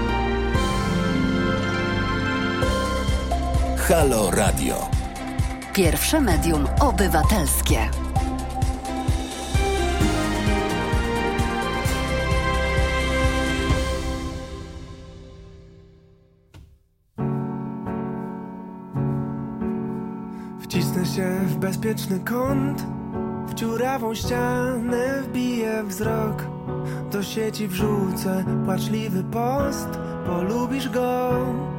Halo Radio. Pierwsze medium obywatelskie. Wcisnę się w bezpieczny kąt, w dziurawą ścianę wbiję wzrok. Do sieci wrzucę płaczliwy post, polubisz go.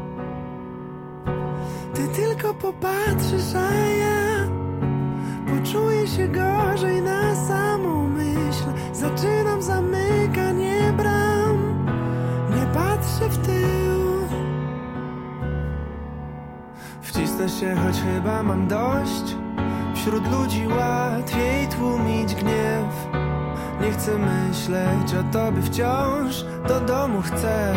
Ty tylko popatrzysz, a ja poczuję się gorzej na samą myśl. Zaczynam zamykanie bram, nie patrzę w tył. Wcisnę się, choć chyba mam dość. Wśród ludzi łatwiej tłumić gniew. Nie chcę myśleć o tobie wciąż, do domu chcę.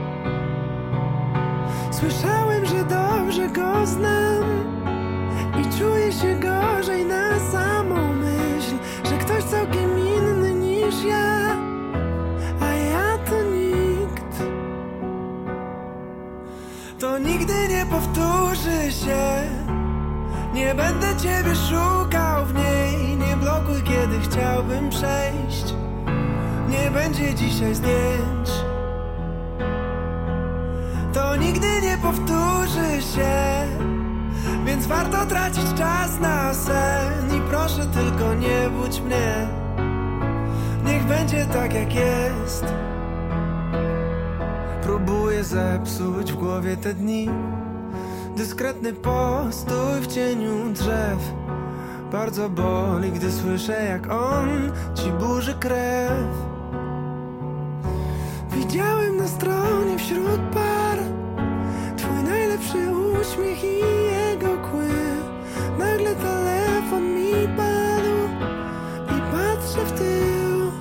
Słyszałem, że dobrze go znam i czuję się gorzej na samą myśl, że ktoś całkiem inny niż ja, a ja to nikt. To nigdy nie powtórzy się. Nie będę ciebie szukał w niej. Nie blokuj, kiedy chciałbym przejść. Nie będzie dzisiaj zdjęć. To nigdy nie powtórzy się. Więc warto tracić czas na sen. I proszę tylko nie budź mnie. Niech będzie tak jak jest. Próbuję zepsuć w głowie te dni. Dyskretny postój w cieniu drzew. Bardzo boli, gdy słyszę, jak on ci burzy krew. Widziałem na stronie wśród par twój najlepszy uśmiech i jego kły. Nagle telefon mi padł i patrzę w tył.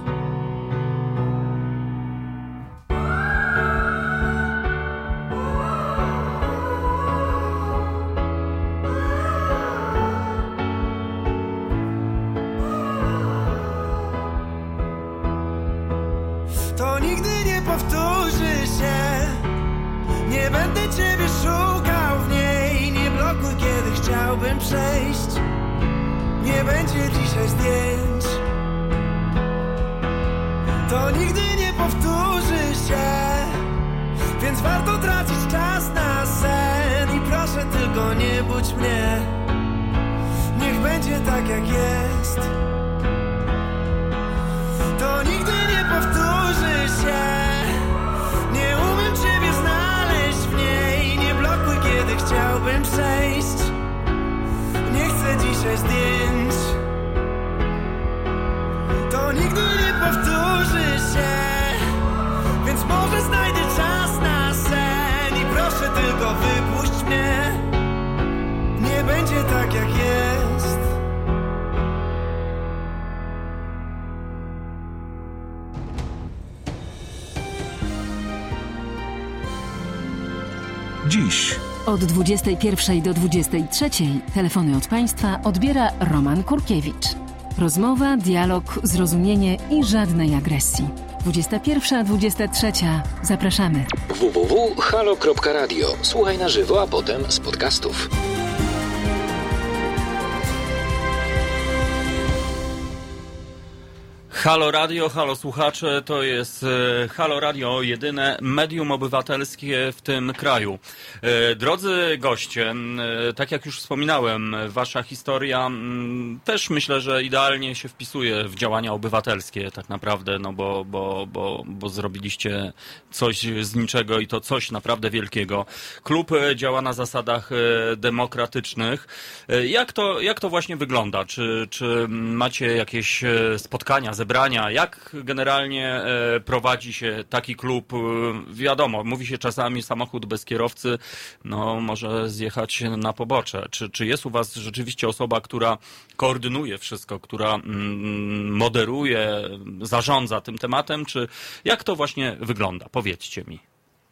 To nigdy nie powtórzy się. Nie będę ciebie szukał w niej. Nie blokuj, kiedy chciałbym przejść. Nie będzie dzisiaj zdjęć. To nigdy nie powtórzy się. Więc warto tracić czas na sen. I proszę tylko nie budź mnie. Niech będzie tak jak jest. To nigdy nie powtórzy się. Nie umiem ciebie znaleźć w niej. Nie blokuj, kiedy chciałbym przejść. Nie chcę dzisiaj zdjęć. To nigdy nie powtórzy się. Więc może znajdę czas na sen. I proszę tylko wypuść mnie. Nie będzie tak jak jest. Dziś Od dwudziestej pierwszej do dwudziestej trzeciej telefony od Państwa odbiera Roman Kurkiewicz. Rozmowa, dialog, zrozumienie i żadnej agresji. dwudziesta pierwsza, dwudziesta trzecia. Zapraszamy. w w w kropka halo kropka radio. Słuchaj na żywo, a potem z podcastów. Halo Radio, halo słuchacze, to jest Halo Radio, jedyne medium obywatelskie w tym kraju. Drodzy goście, tak jak już wspominałem, wasza historia też myślę, że idealnie się wpisuje w działania obywatelskie tak naprawdę, no bo, bo, bo, bo zrobiliście coś z niczego i to coś naprawdę wielkiego. Klub działa na zasadach demokratycznych. Jak to, jak to właśnie wygląda? Czy, czy macie jakieś spotkania, zebrania? Jak generalnie prowadzi się taki klub? Wiadomo, mówi się czasami samochód bez kierowcy, no może zjechać na pobocze. Czy, czy jest u was rzeczywiście osoba, która koordynuje wszystko, która moderuje, zarządza tym tematem? Czy jak to właśnie wygląda? Powiedzcie mi.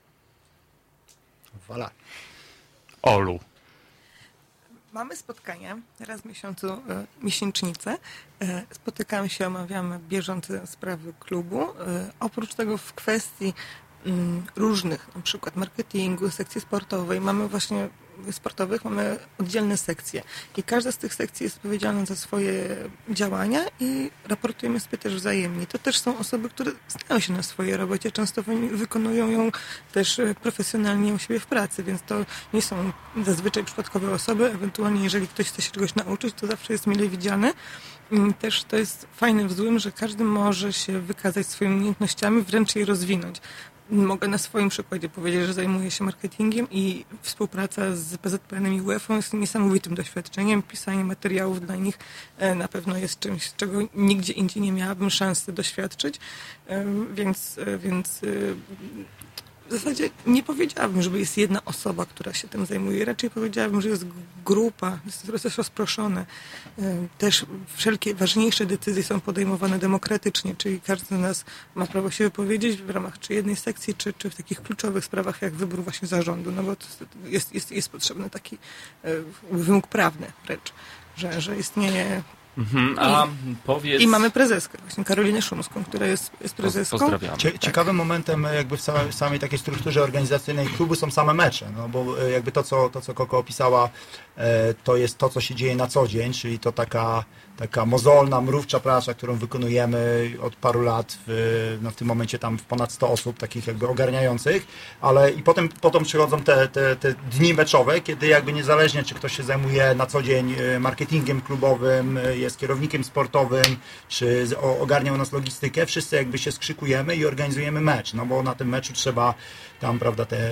Voilà. Olu. Mamy spotkania raz w miesiącu, e, miesięcznice. E, spotykamy się, omawiamy bieżące sprawy klubu. E, oprócz tego w kwestii m, różnych, na przykład marketingu, sekcji sportowej, mamy właśnie sportowych mamy oddzielne sekcje i każda z tych sekcji jest odpowiedzialna za swoje działania i raportujemy sobie też wzajemnie. To też są osoby, które znają się na swojej robocie, często wykonują ją też profesjonalnie u siebie w pracy, więc to nie są zazwyczaj przypadkowe osoby, ewentualnie jeżeli ktoś chce się czegoś nauczyć, to zawsze jest mile widziany. Też to jest fajne w złym, że każdy może się wykazać swoimi umiejętnościami, wręcz je rozwinąć. Mogę na swoim przykładzie powiedzieć, że zajmuję się marketingiem i współpraca z P Z P N-em i UEFA jest niesamowitym doświadczeniem. Pisanie materiałów dla nich na pewno jest czymś, czego nigdzie indziej nie miałabym szansy doświadczyć, więc, więc w zasadzie nie powiedziałabym, żeby jest jedna osoba, która się tym zajmuje. Raczej powiedziałabym, że jest grupa, jest proces rozproszony. Też wszelkie ważniejsze decyzje są podejmowane demokratycznie, czyli każdy z nas ma prawo się wypowiedzieć w ramach czy jednej sekcji, czy, czy w takich kluczowych sprawach jak wybór właśnie zarządu, no bo to jest, jest, jest potrzebny taki wymóg prawny wręcz, że, że istnieje... Mhm, a I, powiedz... I mamy prezeskę, właśnie Karolinę Szumską, która jest, jest prezeską. Pozdrawiamy. Cie, ciekawym momentem jakby w całej, samej takiej strukturze organizacyjnej klubu są same mecze, no bo jakby to, co, to, co Koko opisała, to jest to, co się dzieje na co dzień, czyli to taka, taka mozolna, mrówcza praca, którą wykonujemy od paru lat, w, no w tym momencie tam w ponad sto osób, takich jakby ogarniających, ale i potem, potem przychodzą te, te, te dni meczowe, kiedy jakby niezależnie, czy ktoś się zajmuje na co dzień marketingiem klubowym, jest kierownikiem sportowym, czy ogarniał nas logistykę, wszyscy jakby się skrzykujemy i organizujemy mecz, no bo na tym meczu trzeba tam, prawda, te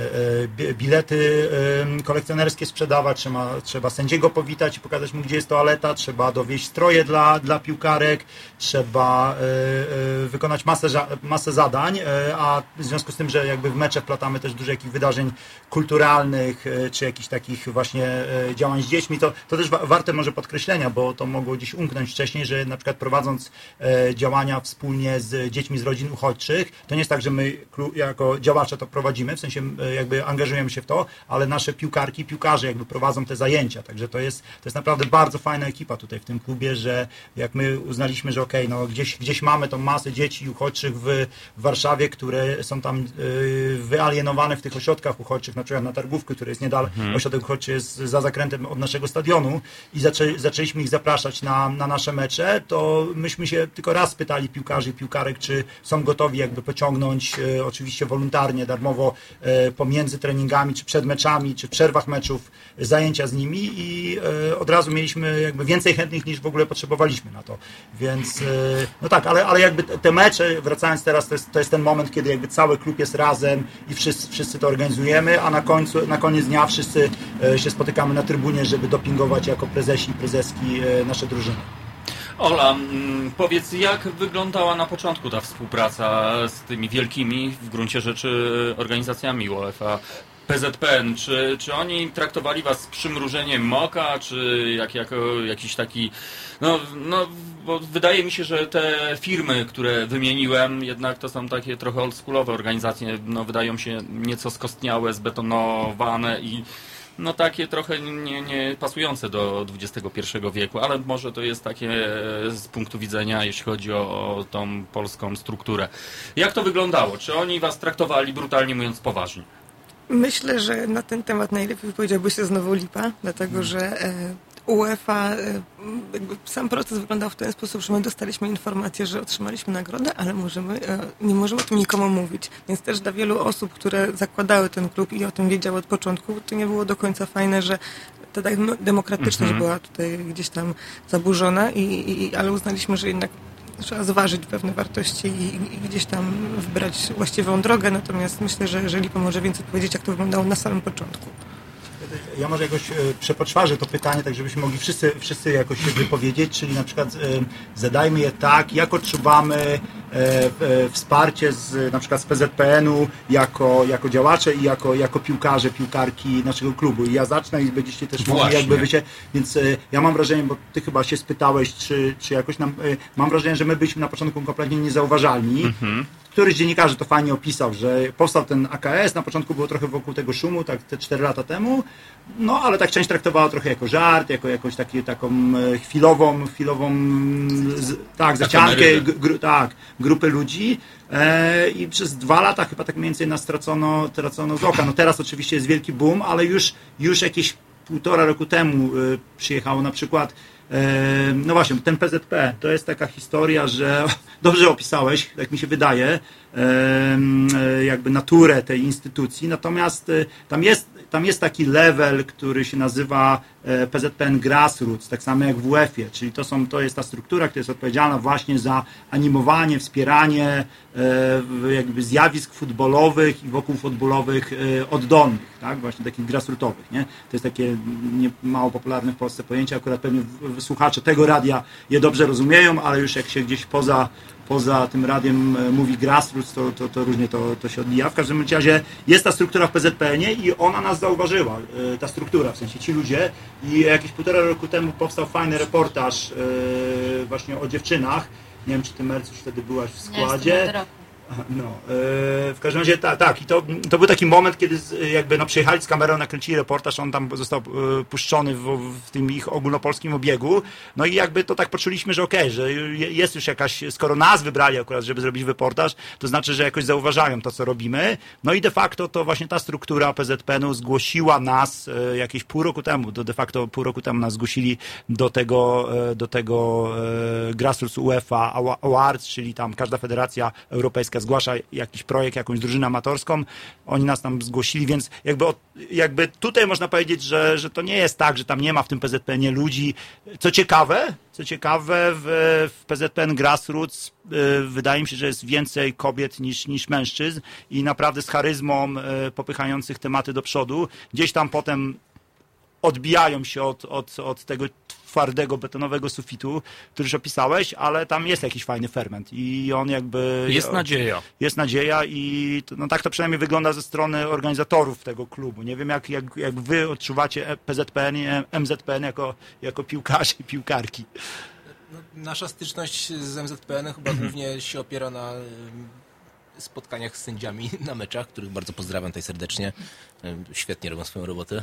bilety kolekcjonerskie sprzedawać, trzeba, trzeba sędziego powitać i pokazać mu, gdzie jest toaleta, trzeba dowieść stroje dla, dla piłkarek, trzeba wykonać masę, masę zadań, a w związku z tym, że jakby w mecze wplatamy też dużo jakichś wydarzeń kulturalnych, czy jakichś takich właśnie działań z dziećmi, to, to też warte może podkreślenia, bo to mogło gdzieś umknąć wcześniej, że na przykład prowadząc działania wspólnie z dziećmi z rodzin uchodźczych, to nie jest tak, że my jako działacze to prowadzimy, w sensie jakby angażujemy się w to, ale nasze piłkarki, piłkarze jakby prowadzą te zajęcia, także to jest, to jest naprawdę bardzo fajna ekipa tutaj w tym klubie, że jak my uznaliśmy, że okej, okay, no gdzieś, gdzieś mamy tą masę dzieci uchodźczych w, w Warszawie, które są tam y, wyalienowane w tych ośrodkach uchodźczych, na przykład na Targówku, który jest niedaleko, hmm. ośrodek uchodźczy jest za zakrętem od naszego stadionu i zaczę, zaczęliśmy ich zapraszać na, na nasze mecze, to myśmy się tylko raz pytali piłkarzy i piłkarek, czy są gotowi jakby pociągnąć, y, oczywiście wolontarnie, darmowo y, pomiędzy treningami, czy przed meczami, czy w przerwach meczów zajęcia z nimi i y, od razu mieliśmy jakby więcej chętnych niż w ogóle potrzebowaliśmy na to, więc y, no tak, ale, ale jakby te mecze, wracając teraz, to jest, to jest ten moment, kiedy jakby cały klub jest razem i wszyscy, wszyscy to organizujemy, a na końcu, na koniec dnia wszyscy y, się spotykamy na trybunie, żeby dopingować jako prezesi i prezeski y, nasze drużyny. Ola, powiedz, jak wyglądała na początku ta współpraca z tymi wielkimi w gruncie rzeczy organizacjami UEFA, P Z P N? Czy, czy oni traktowali was z przymrużeniem oka, czy jak, jako jakiś taki... No, no, bo wydaje mi się, że te firmy, które wymieniłem, jednak to są takie trochę oldschoolowe organizacje, no wydają się nieco skostniałe, zbetonowane i no takie trochę nie, nie pasujące do dwudziestego pierwszego wieku, ale może to jest takie z punktu widzenia, jeśli chodzi o, o tą polską strukturę. Jak to wyglądało? Czy oni was traktowali, brutalnie mówiąc, poważnie? Myślę, że na ten temat najlepiej wypowiedziałby się znowu Lipa, dlatego że UEFA, jakby sam proces wyglądał w ten sposób, że my dostaliśmy informację, że otrzymaliśmy nagrodę, ale możemy, nie możemy o tym nikomu mówić. Więc też dla wielu osób, które zakładały ten klub i o tym wiedziały od początku, to nie było do końca fajne, że ta demokratyczność mhm. była tutaj gdzieś tam zaburzona, i, i, ale uznaliśmy, że jednak trzeba zważyć pewne wartości i, i gdzieś tam wybrać właściwą drogę, natomiast myślę, że, że Lipa może więcej powiedzieć, jak to wyglądało na samym początku. Ja może jakoś przepoczwarzę to pytanie, tak żebyśmy mogli wszyscy, wszyscy jakoś się wypowiedzieć, czyli na przykład zadajmy je tak, jak odczuwamy wsparcie z, na przykład z P Z P N-u jako, jako działacze i jako, jako piłkarze, piłkarki naszego klubu. I ja zacznę i będziecie też mogli jakby wycie, więc ja mam wrażenie, bo ty chyba się spytałeś, czy, czy jakoś nam, mam wrażenie, że my byliśmy na początku kompletnie niezauważalni. Mhm. któryś dziennikarzy to fajnie opisał, że powstał ten A K S, na początku było trochę wokół tego szumu, tak te cztery lata temu, no ale tak część traktowała trochę jako żart, jako jakąś taki, taką chwilową, chwilową z, tak, zaciankę, gru, tak, grupy ludzi e, i przez dwa lata chyba tak mniej więcej nas tracono, tracono z oka. No teraz oczywiście jest wielki boom, ale już, już jakieś półtora roku temu y, przyjechało na przykład no właśnie, ten P Z P to jest taka historia, że dobrze opisałeś, jak mi się wydaje, jakby naturę tej instytucji, natomiast tam jest, tam jest taki level, który się nazywa P Z P N Grassroots, tak samo jak w U E F ie, czyli to, są, to jest ta struktura, która jest odpowiedzialna właśnie za animowanie, wspieranie jakby zjawisk futbolowych i wokół futbolowych oddolnych, tak? Właśnie takich grassrootowych, nie? To jest takie nie, mało popularne w Polsce pojęcie, akurat pewnie słuchacze tego radia je dobrze rozumieją, ale już jak się gdzieś poza, poza tym radiem mówi grassroots, to, to, to różnie to, to się odbija. W każdym razie jest ta struktura w P Z P N ie i ona nas zauważyła, ta struktura, w sensie ci ludzie, i jakieś półtora roku temu powstał fajny reportaż właśnie o dziewczynach. Nie wiem, czy ty, Merc, już wtedy byłaś w składzie. No, e, w każdym razie tak, tak. I to, to był taki moment, kiedy z, jakby no, przyjechali z kamerą, nakręcili reportaż, on tam został e, puszczony w, w tym ich ogólnopolskim obiegu. No i jakby to tak poczuliśmy, że okej, okay, że jest już jakaś, skoro nas wybrali akurat, żeby zrobić reportaż, to znaczy, że jakoś zauważają to, co robimy. No i de facto to właśnie ta struktura P Z P N u zgłosiła nas e, jakieś pół roku temu, do de facto pół roku temu nas zgłosili do tego, e, do tego e, Grassroots UEFA Awards, czyli tam każda federacja europejska zgłasza jakiś projekt, jakąś drużynę amatorską, oni nas tam zgłosili, więc jakby, jakby tutaj można powiedzieć, że, że to nie jest tak, że tam nie ma w tym P Z P N ie ludzi. Co ciekawe, co ciekawe w, w P Z P N Grassroots yy, wydaje mi się, że jest więcej kobiet niż, niż mężczyzn i naprawdę z charyzmą yy, popychających tematy do przodu. Gdzieś tam potem odbijają się od, od, od tego twardego, betonowego sufitu, który już opisałeś, ale tam jest jakiś fajny ferment i on jakby... Jest nadzieja. Jest nadzieja i to, no tak to przynajmniej wygląda ze strony organizatorów tego klubu. Nie wiem, jak, jak, jak wy odczuwacie P Z P N i M Z P N jako, jako piłkarze i piłkarki. No, nasza styczność z M Z P N chyba głównie się opiera na spotkaniach z sędziami na meczach, których bardzo pozdrawiam tutaj serdecznie. Świetnie robią swoją robotę.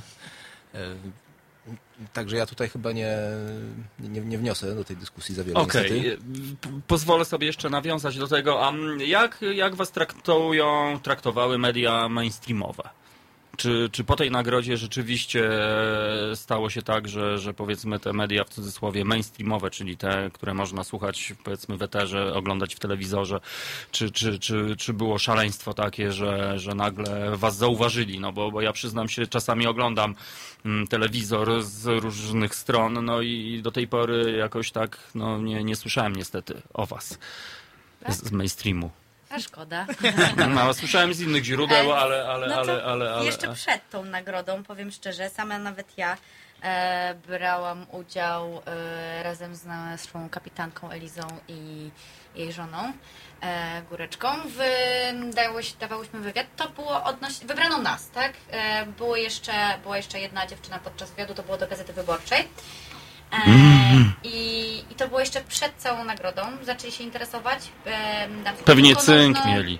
Także ja tutaj chyba nie, nie, nie wniosę do tej dyskusji za wiele. Okej, okay. Pozwolę sobie jeszcze nawiązać do tego, a jak, jak was traktują, traktowały media mainstreamowe? Czy, czy po tej nagrodzie rzeczywiście stało się tak, że, że powiedzmy te media w cudzysłowie mainstreamowe, czyli te, które można słuchać powiedzmy w eterze, oglądać w telewizorze, czy, czy, czy, czy było szaleństwo takie, że, że nagle was zauważyli? No bo, bo ja przyznam się, czasami oglądam telewizor z różnych stron, no i do tej pory jakoś tak no, nie, nie słyszałem niestety o was tak? z, z mainstreamu. A szkoda. No, słyszałem z innych źródeł, ale... ale, no ale, ale, ale jeszcze przed tą nagrodą, powiem szczerze, sama nawet ja e, brałam udział e, razem z naszą kapitanką Elizą i jej żoną e, Góreczką. W, dało się, dawałyśmy wywiad. To było odnośnie... Wybrano nas, tak? E, było jeszcze, była jeszcze jedna dziewczyna podczas wywiadu, to było do Gazety Wyborczej. E, mm. i, I to było jeszcze przed całą nagrodą. Zaczęli się interesować. E, Pewnie cynk nożną. Mieli.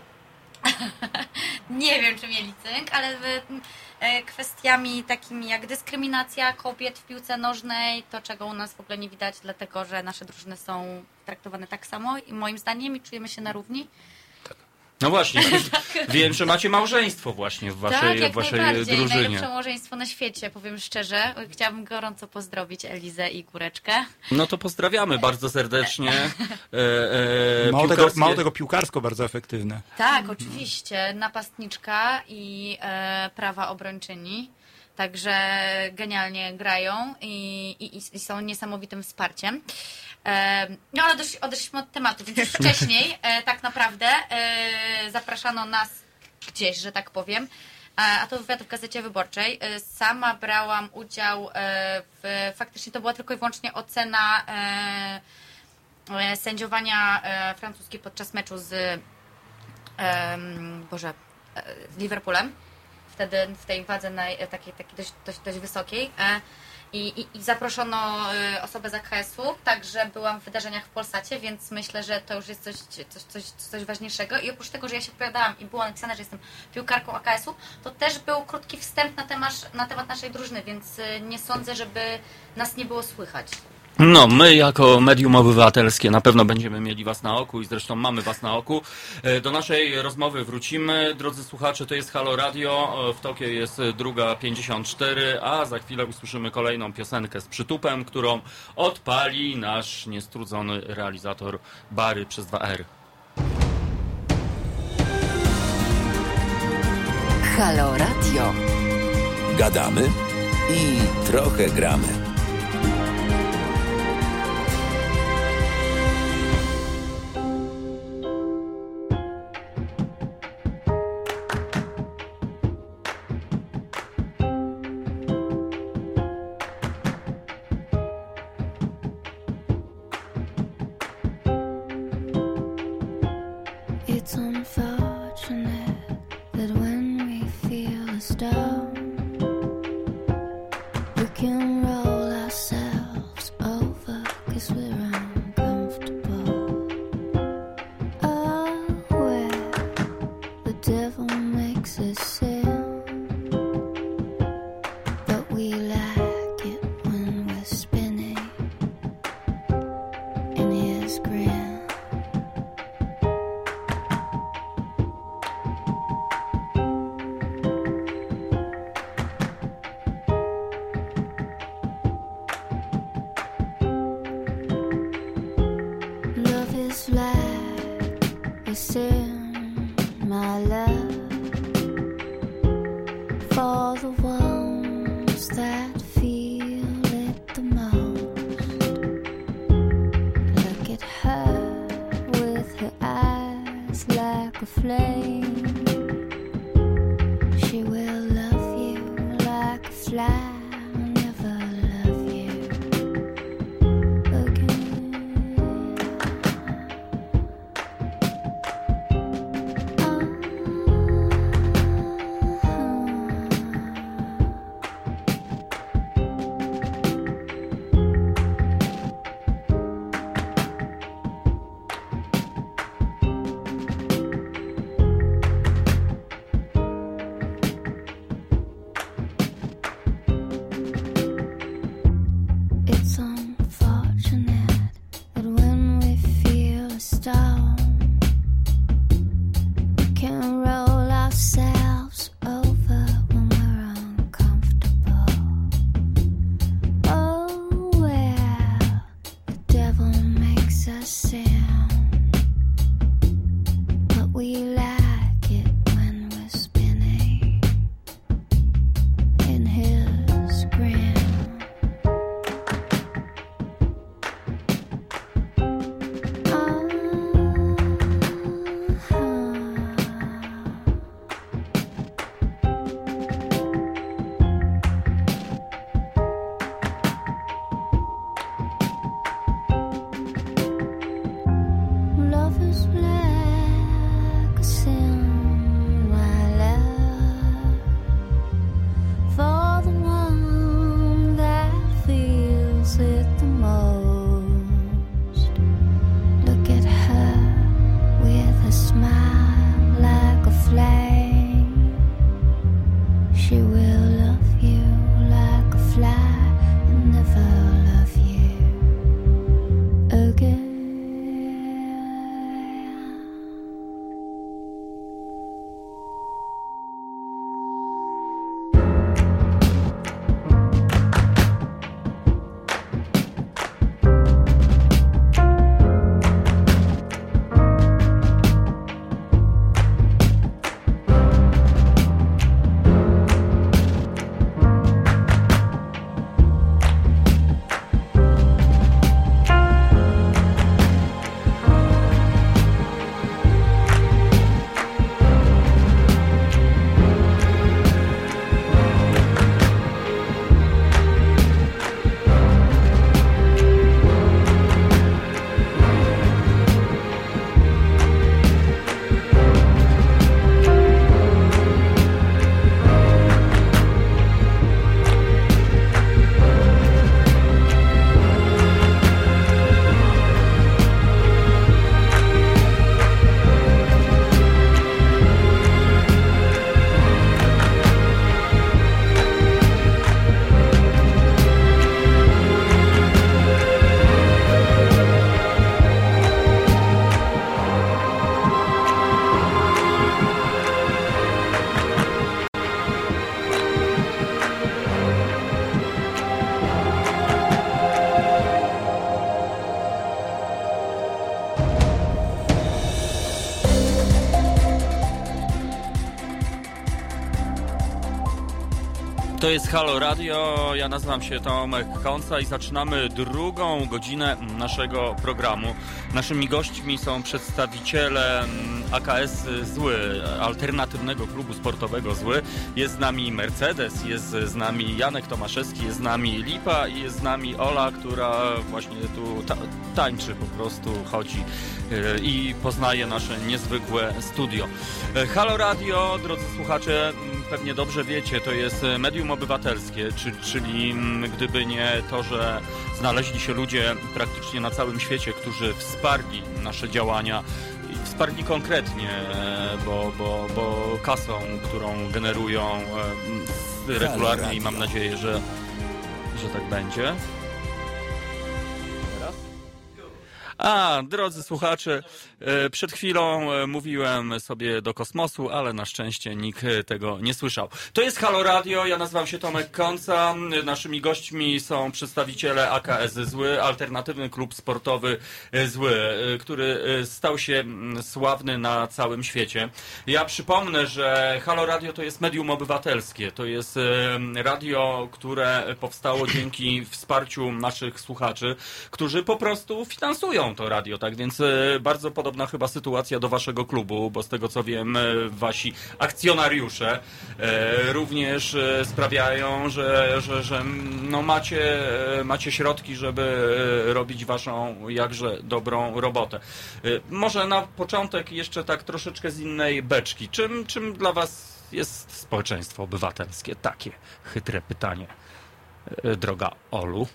Nie wiem, czy mieli cynk, ale w, e, kwestiami takimi jak dyskryminacja kobiet w piłce nożnej, to czego u nas w ogóle nie widać, dlatego że nasze drużyny są traktowane tak samo i moim zdaniem i czujemy się na równi. No właśnie, wiem, że macie małżeństwo właśnie w waszej, tak, jak w waszej najbardziej. drużynie. Najlepsze małżeństwo na świecie, powiem szczerze. Chciałabym gorąco pozdrowić Elizę i Góreczkę. No to pozdrawiamy bardzo serdecznie. E, e, mało, tego, mało tego piłkarsko bardzo efektywne. Tak, oczywiście. Napastniczka i e, prawa obrończyni. Także genialnie grają i, i, i są niesamowitym wsparciem. No ale dość, odeszliśmy od tematu, więc już wcześniej e, tak naprawdę e, zapraszano nas gdzieś, że tak powiem, a to wywiad w Gazecie Wyborczej. E, sama brałam udział e, w, faktycznie to była tylko i wyłącznie ocena e, e, sędziowania e, francuskiej podczas meczu z e, Boże, e, z Liverpoolem. wtedy w tej wadze naj, takiej, takiej dość, dość, dość wysokiej. I, i, I zaproszono osobę z A K S-u, także byłam w wydarzeniach w Polsacie, więc myślę, że to już jest coś, coś, coś, coś ważniejszego. I oprócz tego, że ja się odpowiadałam i było napisane, że jestem piłkarką A K S-u, to też był krótki wstęp na temat, na temat naszej drużyny, więc nie sądzę, żeby nas nie było słychać. No, my jako medium obywatelskie na pewno będziemy mieli was na oku i zresztą mamy was na oku. Do naszej rozmowy wrócimy. Drodzy słuchacze, to jest Halo Radio, w Tokio jest druga pięćdziesiąt cztery, a za chwilę usłyszymy kolejną piosenkę z przytupem, którą odpali nasz niestrudzony realizator Bary przez dwa R. Halo Radio. Gadamy i trochę gramy. To jest Halo Radio, ja nazywam się Tomek Konca i zaczynamy drugą godzinę naszego programu. Naszymi gośćmi są przedstawiciele A K S Zły, alternatywnego klubu sportowego Zły. Jest z nami Mercedes, jest z nami Janek Tomaszewski, jest z nami Lipa i jest z nami Ola, która właśnie tu ta tańczy, po prostu chodzi i poznaje nasze niezwykłe studio. Halo Radio, drodzy słuchacze, pewnie dobrze wiecie, to jest medium obywatelskie, czyli gdyby nie to, że znaleźli się ludzie praktycznie na całym świecie, którzy wsparli nasze działania, i wsparli konkretnie, bo, bo, bo kasą, którą generują regularnie i mam nadzieję, że, że tak będzie. A, drodzy słuchacze, przed chwilą mówiłem sobie do kosmosu, ale na szczęście nikt tego nie słyszał. To jest Halo Radio, ja nazywam się Tomek Konca. Naszymi gośćmi są przedstawiciele A K S Zły, alternatywny klub sportowy Zły, który stał się sławny na całym świecie. Ja przypomnę, że Halo Radio to jest medium obywatelskie. To jest radio, które powstało dzięki wsparciu naszych słuchaczy, którzy po prostu finansują to radio, tak więc bardzo podobna chyba sytuacja do waszego klubu, bo z tego co wiem, wasi akcjonariusze również sprawiają, że, że, że no macie, macie środki, żeby robić waszą jakże dobrą robotę. Może na początek jeszcze tak troszeczkę z innej beczki. Czym, czym dla was jest społeczeństwo obywatelskie? Takie chytre pytanie, droga Olu.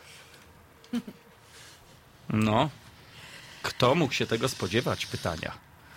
No, kto mógł się tego spodziewać? Pytania.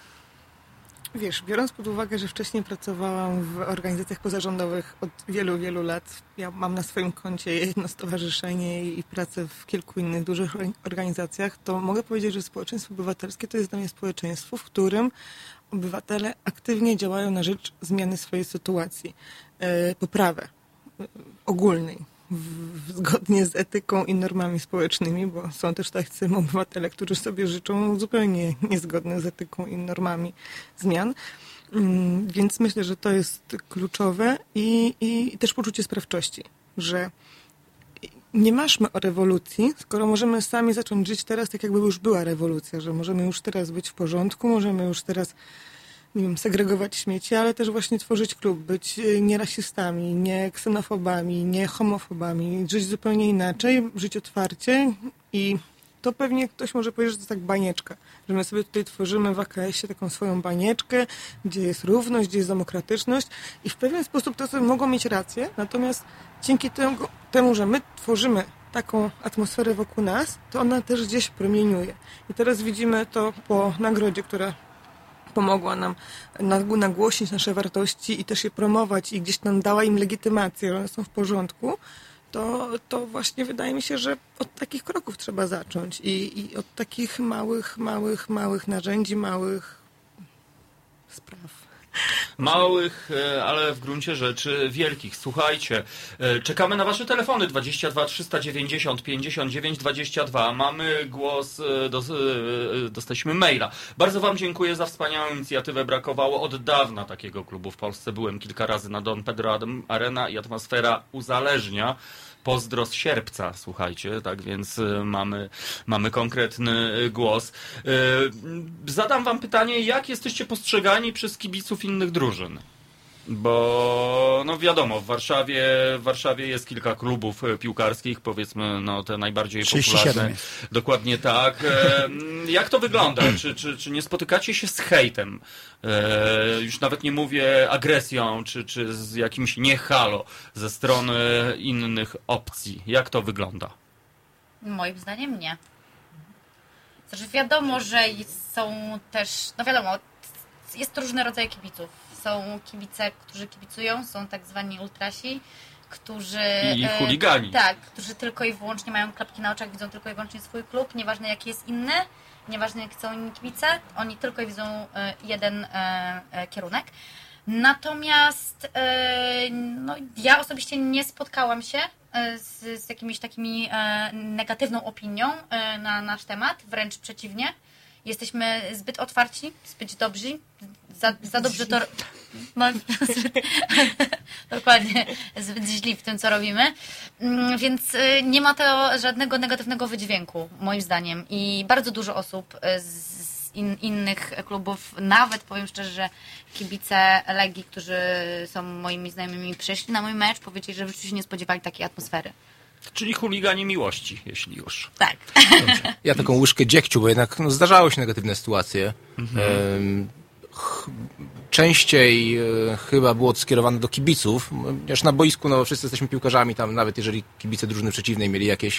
Wiesz, biorąc pod uwagę, że wcześniej pracowałam w organizacjach pozarządowych od wielu, wielu lat, ja mam na swoim koncie jedno stowarzyszenie i pracę w kilku innych dużych organizacjach, to mogę powiedzieć, że społeczeństwo obywatelskie to jest dla mnie społeczeństwo, w którym obywatele aktywnie działają na rzecz zmiany swojej sytuacji, yy, poprawy yy, ogólnej. W, zgodnie z etyką i normami społecznymi, bo są też tacy obywatele, którzy sobie życzą zupełnie niezgodne z etyką i normami zmian. Więc myślę, że to jest kluczowe i, i też poczucie sprawczości, że nie maszmy o rewolucji, skoro możemy sami zacząć żyć teraz tak, jakby już była rewolucja, że możemy już teraz być w porządku, możemy już teraz nie wiem, segregować śmieci, ale też właśnie tworzyć klub, być nie rasistami, nie ksenofobami, nie homofobami, żyć zupełnie inaczej, żyć otwarcie i to pewnie ktoś może powiedzieć, że to jest tak banieczka, że my sobie tutaj tworzymy w A K S-ie taką swoją banieczkę, gdzie jest równość, gdzie jest demokratyczność i w pewien sposób to sobie mogą mieć rację, natomiast dzięki temu, temu, że my tworzymy taką atmosferę wokół nas, to ona też gdzieś promieniuje. I teraz widzimy to po nagrodzie, która pomogła nam nagłośnić nasze wartości i też je promować i gdzieś nam dała im legitymację, że one są w porządku, to, to właśnie wydaje mi się, że od takich kroków trzeba zacząć i, i od takich małych, małych, małych narzędzi, małych spraw. Małych, ale w gruncie rzeczy wielkich. Słuchajcie, czekamy na wasze telefony dwadzieścia dwa trzysta dziewięćdziesiąt pięćdziesiąt dziewięć dwadzieścia dwa. Mamy głos, dostaliśmy maila. Bardzo wam dziękuję za wspaniałą inicjatywę. Brakowało od dawna takiego klubu w Polsce. Byłem kilka razy na Don Pedro Arena i atmosfera uzależnia. Pozdro z sierpca, słuchajcie, tak więc mamy, mamy konkretny głos. Zadam wam pytanie, jak jesteście postrzegani przez kibiców innych drużyn? Bo no wiadomo, w Warszawie, w Warszawie jest kilka klubów piłkarskich, powiedzmy no te najbardziej popularne. Jest. Dokładnie tak. Jak to wygląda? Czy, czy, czy nie spotykacie się z hejtem? Już nawet nie mówię agresją, czy, czy z jakimś niehalo ze strony innych opcji. Jak to wygląda? Moim zdaniem nie. Znaczy wiadomo, że są też, no wiadomo, jest różne rodzaje kibiców. Są kibice, którzy kibicują, są tak zwani ultrasi, którzy... I chuligani. E, tak, którzy tylko i wyłącznie mają klapki na oczach, widzą tylko i wyłącznie swój klub, nieważne jaki jest inny, nieważne jakie są inni kibice, oni tylko i widzą e, jeden e, e, kierunek. Natomiast e, no, ja osobiście nie spotkałam się e, z, z jakimiś takimi e, negatywną opinią e, na nasz temat, wręcz przeciwnie. Jesteśmy zbyt otwarci, zbyt dobrzy, za, za dobrze to... No, dokładnie zbyt źli w tym, co robimy. Więc nie ma to żadnego negatywnego wydźwięku, moim zdaniem. I bardzo dużo osób z In, innych klubów, nawet powiem szczerze, że kibice Legii, którzy są moimi znajomymi, przyszli na mój mecz, powiedzieli, że w życiu się nie spodziewali takiej atmosfery. Czyli chuligani miłości, jeśli już. Tak. Dobrze. Ja taką łyżkę dziegciu, bo jednak no, zdarzały się negatywne sytuacje. Mhm. Ch- częściej e, chyba było to skierowane do kibiców, ponieważ na boisku no, wszyscy jesteśmy piłkarzami, tam nawet jeżeli kibice drużyny przeciwnej mieli jakieś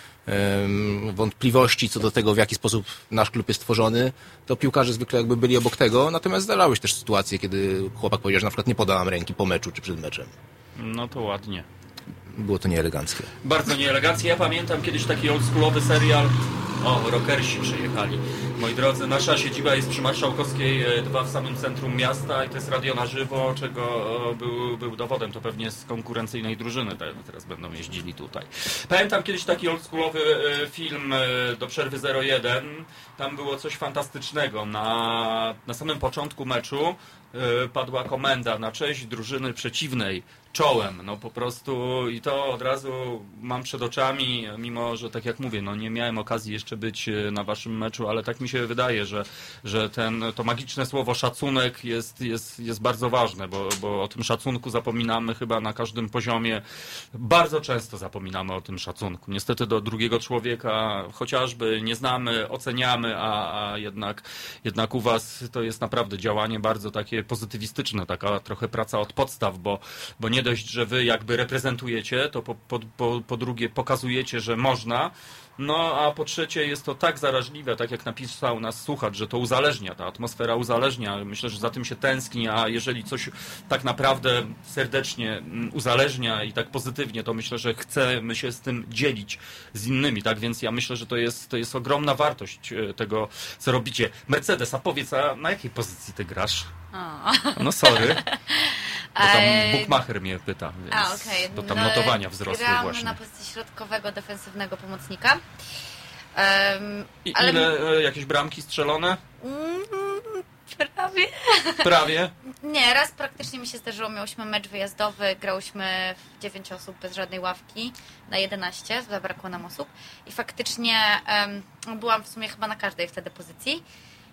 wątpliwości co do tego, w jaki sposób nasz klub jest tworzony, to piłkarze zwykle jakby byli obok tego, natomiast zdarzały się też sytuacje, kiedy chłopak powiedział, że na przykład nie podałam ręki po meczu czy przed meczem. No to ładnie. Było to nieeleganckie. Bardzo nieeleganckie. Ja pamiętam kiedyś taki oldschoolowy serial. O, rockersi przyjechali. Moi drodzy, nasza siedziba jest przy Marszałkowskiej dwa w samym centrum miasta i to jest radio na żywo, czego był, był dowodem. To pewnie z konkurencyjnej drużyny teraz będą jeździli tutaj. Pamiętam kiedyś taki oldschoolowy film do przerwy zero jeden. Tam było coś fantastycznego. Na, na samym początku meczu padła komenda na cześć drużyny przeciwnej. Czołem, no po prostu i to od razu mam przed oczami, mimo że tak jak mówię, no nie miałem okazji jeszcze być na waszym meczu, ale tak mi się wydaje, że, że ten, to magiczne słowo szacunek jest, jest, jest bardzo ważne, bo, bo o tym szacunku zapominamy chyba na każdym poziomie. Bardzo często zapominamy o tym szacunku. Niestety do drugiego człowieka chociażby nie znamy, oceniamy, a, a jednak, jednak u was to jest naprawdę działanie bardzo takie pozytywistyczne, taka trochę praca od podstaw, bo, bo nie dość, że wy jakby reprezentujecie, to po, po, po, po drugie pokazujecie, że można, no a po trzecie jest to tak zaraźliwe, tak jak napisał nas słuchacz, że to uzależnia, ta atmosfera uzależnia. Myślę, że za tym się tęskni, a jeżeli coś tak naprawdę serdecznie uzależnia i tak pozytywnie, to myślę, że chcemy się z tym dzielić z innymi, tak? Więc ja myślę, że to jest, to jest ogromna wartość tego, co robicie. Mercedes, a powiedz, a na jakiej pozycji ty grasz? O. No sorry. Bo tam Bookmacher mnie pyta, więc A, okay. bo tam notowania wzrosły Gram właśnie. na pozycji środkowego, defensywnego pomocnika. Um, I ale... ile e, jakieś bramki strzelone? Mm, prawie. Prawie? Nie, raz praktycznie mi się zdarzyło, miałyśmy mecz wyjazdowy, grałyśmy w dziewięć osób bez żadnej ławki na jedenaście, zabrakło nam osób i faktycznie um, byłam w sumie chyba na każdej wtedy pozycji.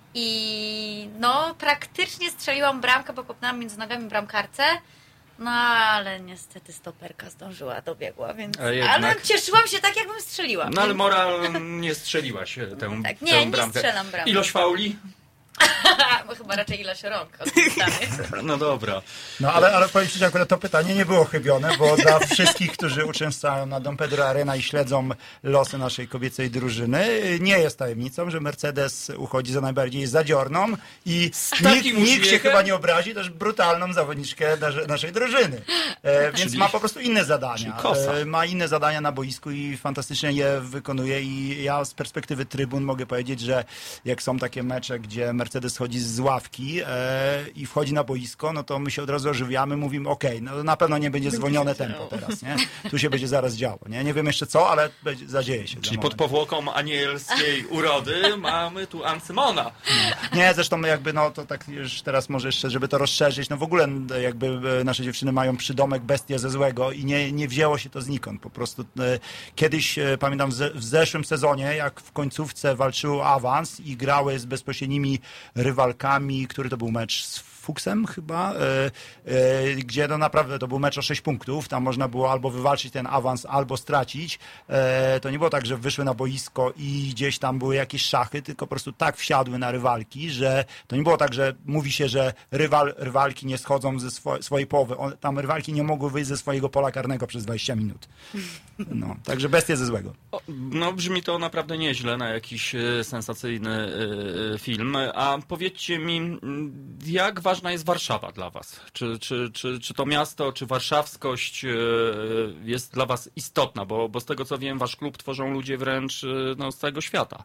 I no praktycznie strzeliłam bramkę, bo kopnęłam między nogami bramkarce, no ale niestety stoperka zdążyła, dobiegła, więc jednak... ale cieszyłam się tak, jakbym strzeliła. No więc... ale moral nie strzeliłaś tę, tak, nie, tę nie bramkę. strzelam bramkę. Ilość fauli? Bo chyba raczej ilość rąk. No dobra. No ale, ale powiem ci, że akurat to pytanie nie było chybione, bo dla wszystkich, którzy uczęszczają na Dom Pedro Arena i śledzą losy naszej kobiecej drużyny, nie jest tajemnicą, że Mercedes uchodzi za najbardziej zadziorną i nikt, nikt się chyba nie obrazi, też brutalną zawodniczkę naszej drużyny. E, więc ma po prostu inne zadania. E, ma inne zadania na boisku i fantastycznie je wykonuje i ja z perspektywy trybun mogę powiedzieć, że jak są takie mecze, gdzie Mercedes chodzi z ławki e, i wchodzi na boisko, no to my się od razu ożywiamy, mówimy okej, okay, no na pewno nie będzie zwolnione tempo teraz, nie? Tu się będzie zaraz działo, nie? Nie wiem jeszcze co, ale będzie, zadzieje się. Czyli pod powłoką anielskiej urody mamy tu Ancymona. No. Nie, zresztą jakby, no to tak już teraz może jeszcze, żeby to rozszerzyć, no w ogóle jakby nasze dziewczyny mają przydomek bestia ze złego i nie, nie wzięło się to znikąd. Po prostu e, kiedyś, e, pamiętam w, ze, w zeszłym sezonie, jak w końcówce walczyły o awans i grały z bezpośrednimi rywalkami, który to był mecz z Fuksem chyba, e, e, gdzie no naprawdę to był mecz o sześć punktów, tam można było albo wywalczyć ten awans, albo stracić. E, to nie było tak, że wyszły na boisko i gdzieś tam były jakieś szachy, tylko po prostu tak wsiadły na rywalki, że to nie było tak, że mówi się, że rywal, rywalki nie schodzą ze swo- swojej połowy. On, tam rywalki nie mogły wyjść ze swojego pola karnego przez dwadzieścia minut. No, także bestia ze złego. O, no brzmi to naprawdę nieźle na jakiś e, sensacyjny e, film. A powiedzcie mi, jak ważne ważna jest Warszawa dla was? Czy, czy, czy, czy to miasto, czy warszawskość jest dla was istotna? Bo, bo z tego co wiem, wasz klub tworzą ludzie wręcz no, z całego świata.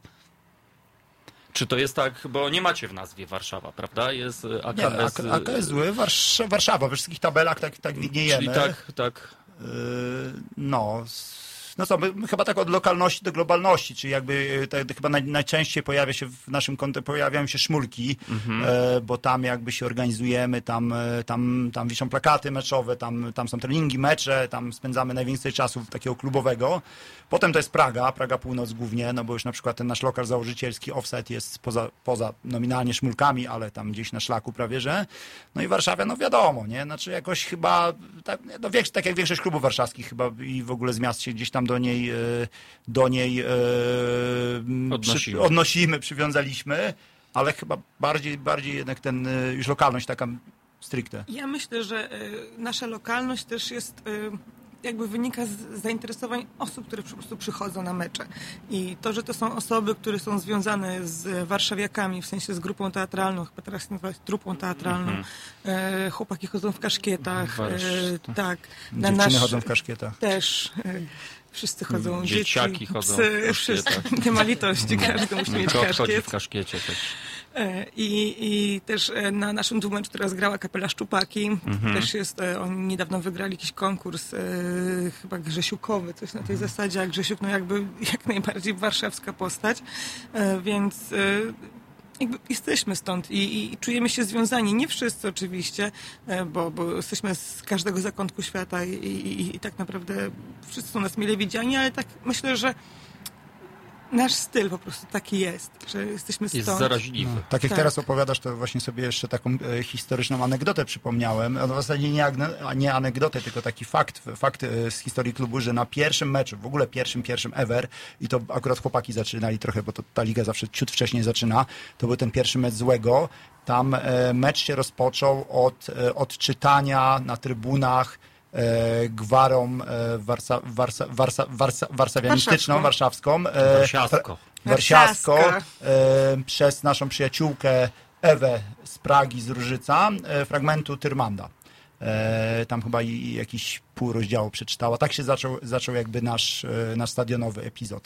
Czy to jest tak, bo nie macie w nazwie Warszawa, prawda? Jest A K S... Nie, A K S zły, Warsz- Warszawa, we wszystkich tabelach tak, tak widniejemy. Czyli tak, tak. Yy, no... No co, my, my chyba tak od lokalności do globalności, czyli jakby tak, chyba naj, najczęściej pojawia się w naszym kontekście, pojawiają się szmulki, mhm. e, bo tam jakby się organizujemy, tam, tam, tam wiszą plakaty meczowe, tam, tam są treningi, mecze, tam spędzamy najwięcej czasu takiego klubowego. Potem to jest Praga, Praga Północ głównie, no bo już na przykład ten nasz lokal założycielski Offside jest poza, poza nominalnie szmulkami, ale tam gdzieś na szlaku prawie, że. No i Warszawa, no wiadomo, nie? Znaczy jakoś chyba, tak, no, wiek, tak jak większość klubów warszawskich chyba i w ogóle z miast się gdzieś tam do niej, do niej odnosimy. Przy, odnosimy, przywiązaliśmy, ale chyba bardziej, bardziej jednak ten, już lokalność taka stricte. Ja myślę, że nasza lokalność też jest, jakby wynika z zainteresowań osób, które po prostu przychodzą na mecze. I to, że to są osoby, które są związane z warszawiakami, w sensie z grupą teatralną, chyba teraz nazywać trupą teatralną. Mm-hmm. Chłopaki chodzą w kaszkietach. Warsz- tak. Na Dziewczyny nasz... chodzą w kaszkietach. Też. Wszyscy chodzą, dzieciaki dzieci, chodzą psy, wszyscy. Nie ma litości, każdy musi mieć kaszkiet. Chodzi w kaszkiecie też. I, I też na naszym dwumeczu teraz grała kapela Szczupaki. Mhm. Też jest, oni niedawno wygrali jakiś konkurs, e, chyba grzesiukowy, coś na tej zasadzie, a Grzesiuk no jakby jak najbardziej warszawska postać, e, więc e, jakby jesteśmy stąd i, i czujemy się związani. Nie wszyscy oczywiście, e, bo, bo jesteśmy z każdego zakątku świata i, i, i tak naprawdę wszyscy są nas mile widziani, ale tak myślę, że nasz styl po prostu taki jest, że jesteśmy stąd. Jest zaraźliwy. No, tak jak tak. Teraz opowiadasz, to właśnie sobie jeszcze taką e, historyczną anegdotę przypomniałem. No, w zasadzie nie, nie anegdotę, tylko taki fakt, fakt e, z historii klubu, że na pierwszym meczu, w ogóle pierwszym, pierwszym ever, i to akurat chłopaki zaczynali trochę, bo to, ta liga zawsze ciut wcześniej zaczyna, to był ten pierwszy mecz złego. Tam e, mecz się rozpoczął od e, odczytania na trybunach E, gwarą e, warsa, warsa, warsa, warsa, warsawianistyczną, warszawską, e, warsiawsko, warsiawsko e, przez naszą przyjaciółkę Ewę z Pragi, z Różyca, e, fragmentu Tyrmanda. E, tam chyba i, jakiś pół rozdziału przeczytała. Tak się zaczął, zaczął jakby nasz, e, nasz stadionowy epizod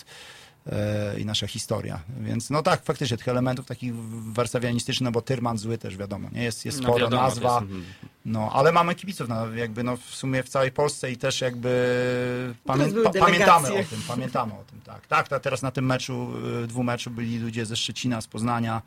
i nasza historia. Więc no tak, faktycznie tych elementów takich warszawianistycznych, no bo Tyrman zły też wiadomo, nie? Jest, jest sporo, no wiadomo, nazwa, jest... no ale mamy kibiców, no, jakby no w sumie w całej Polsce i też jakby pamię- pa- pamiętamy o tym, pamiętamy o tym, tak. Tak, to teraz na tym meczu, dwumeczu byli ludzie ze Szczecina, z Poznania,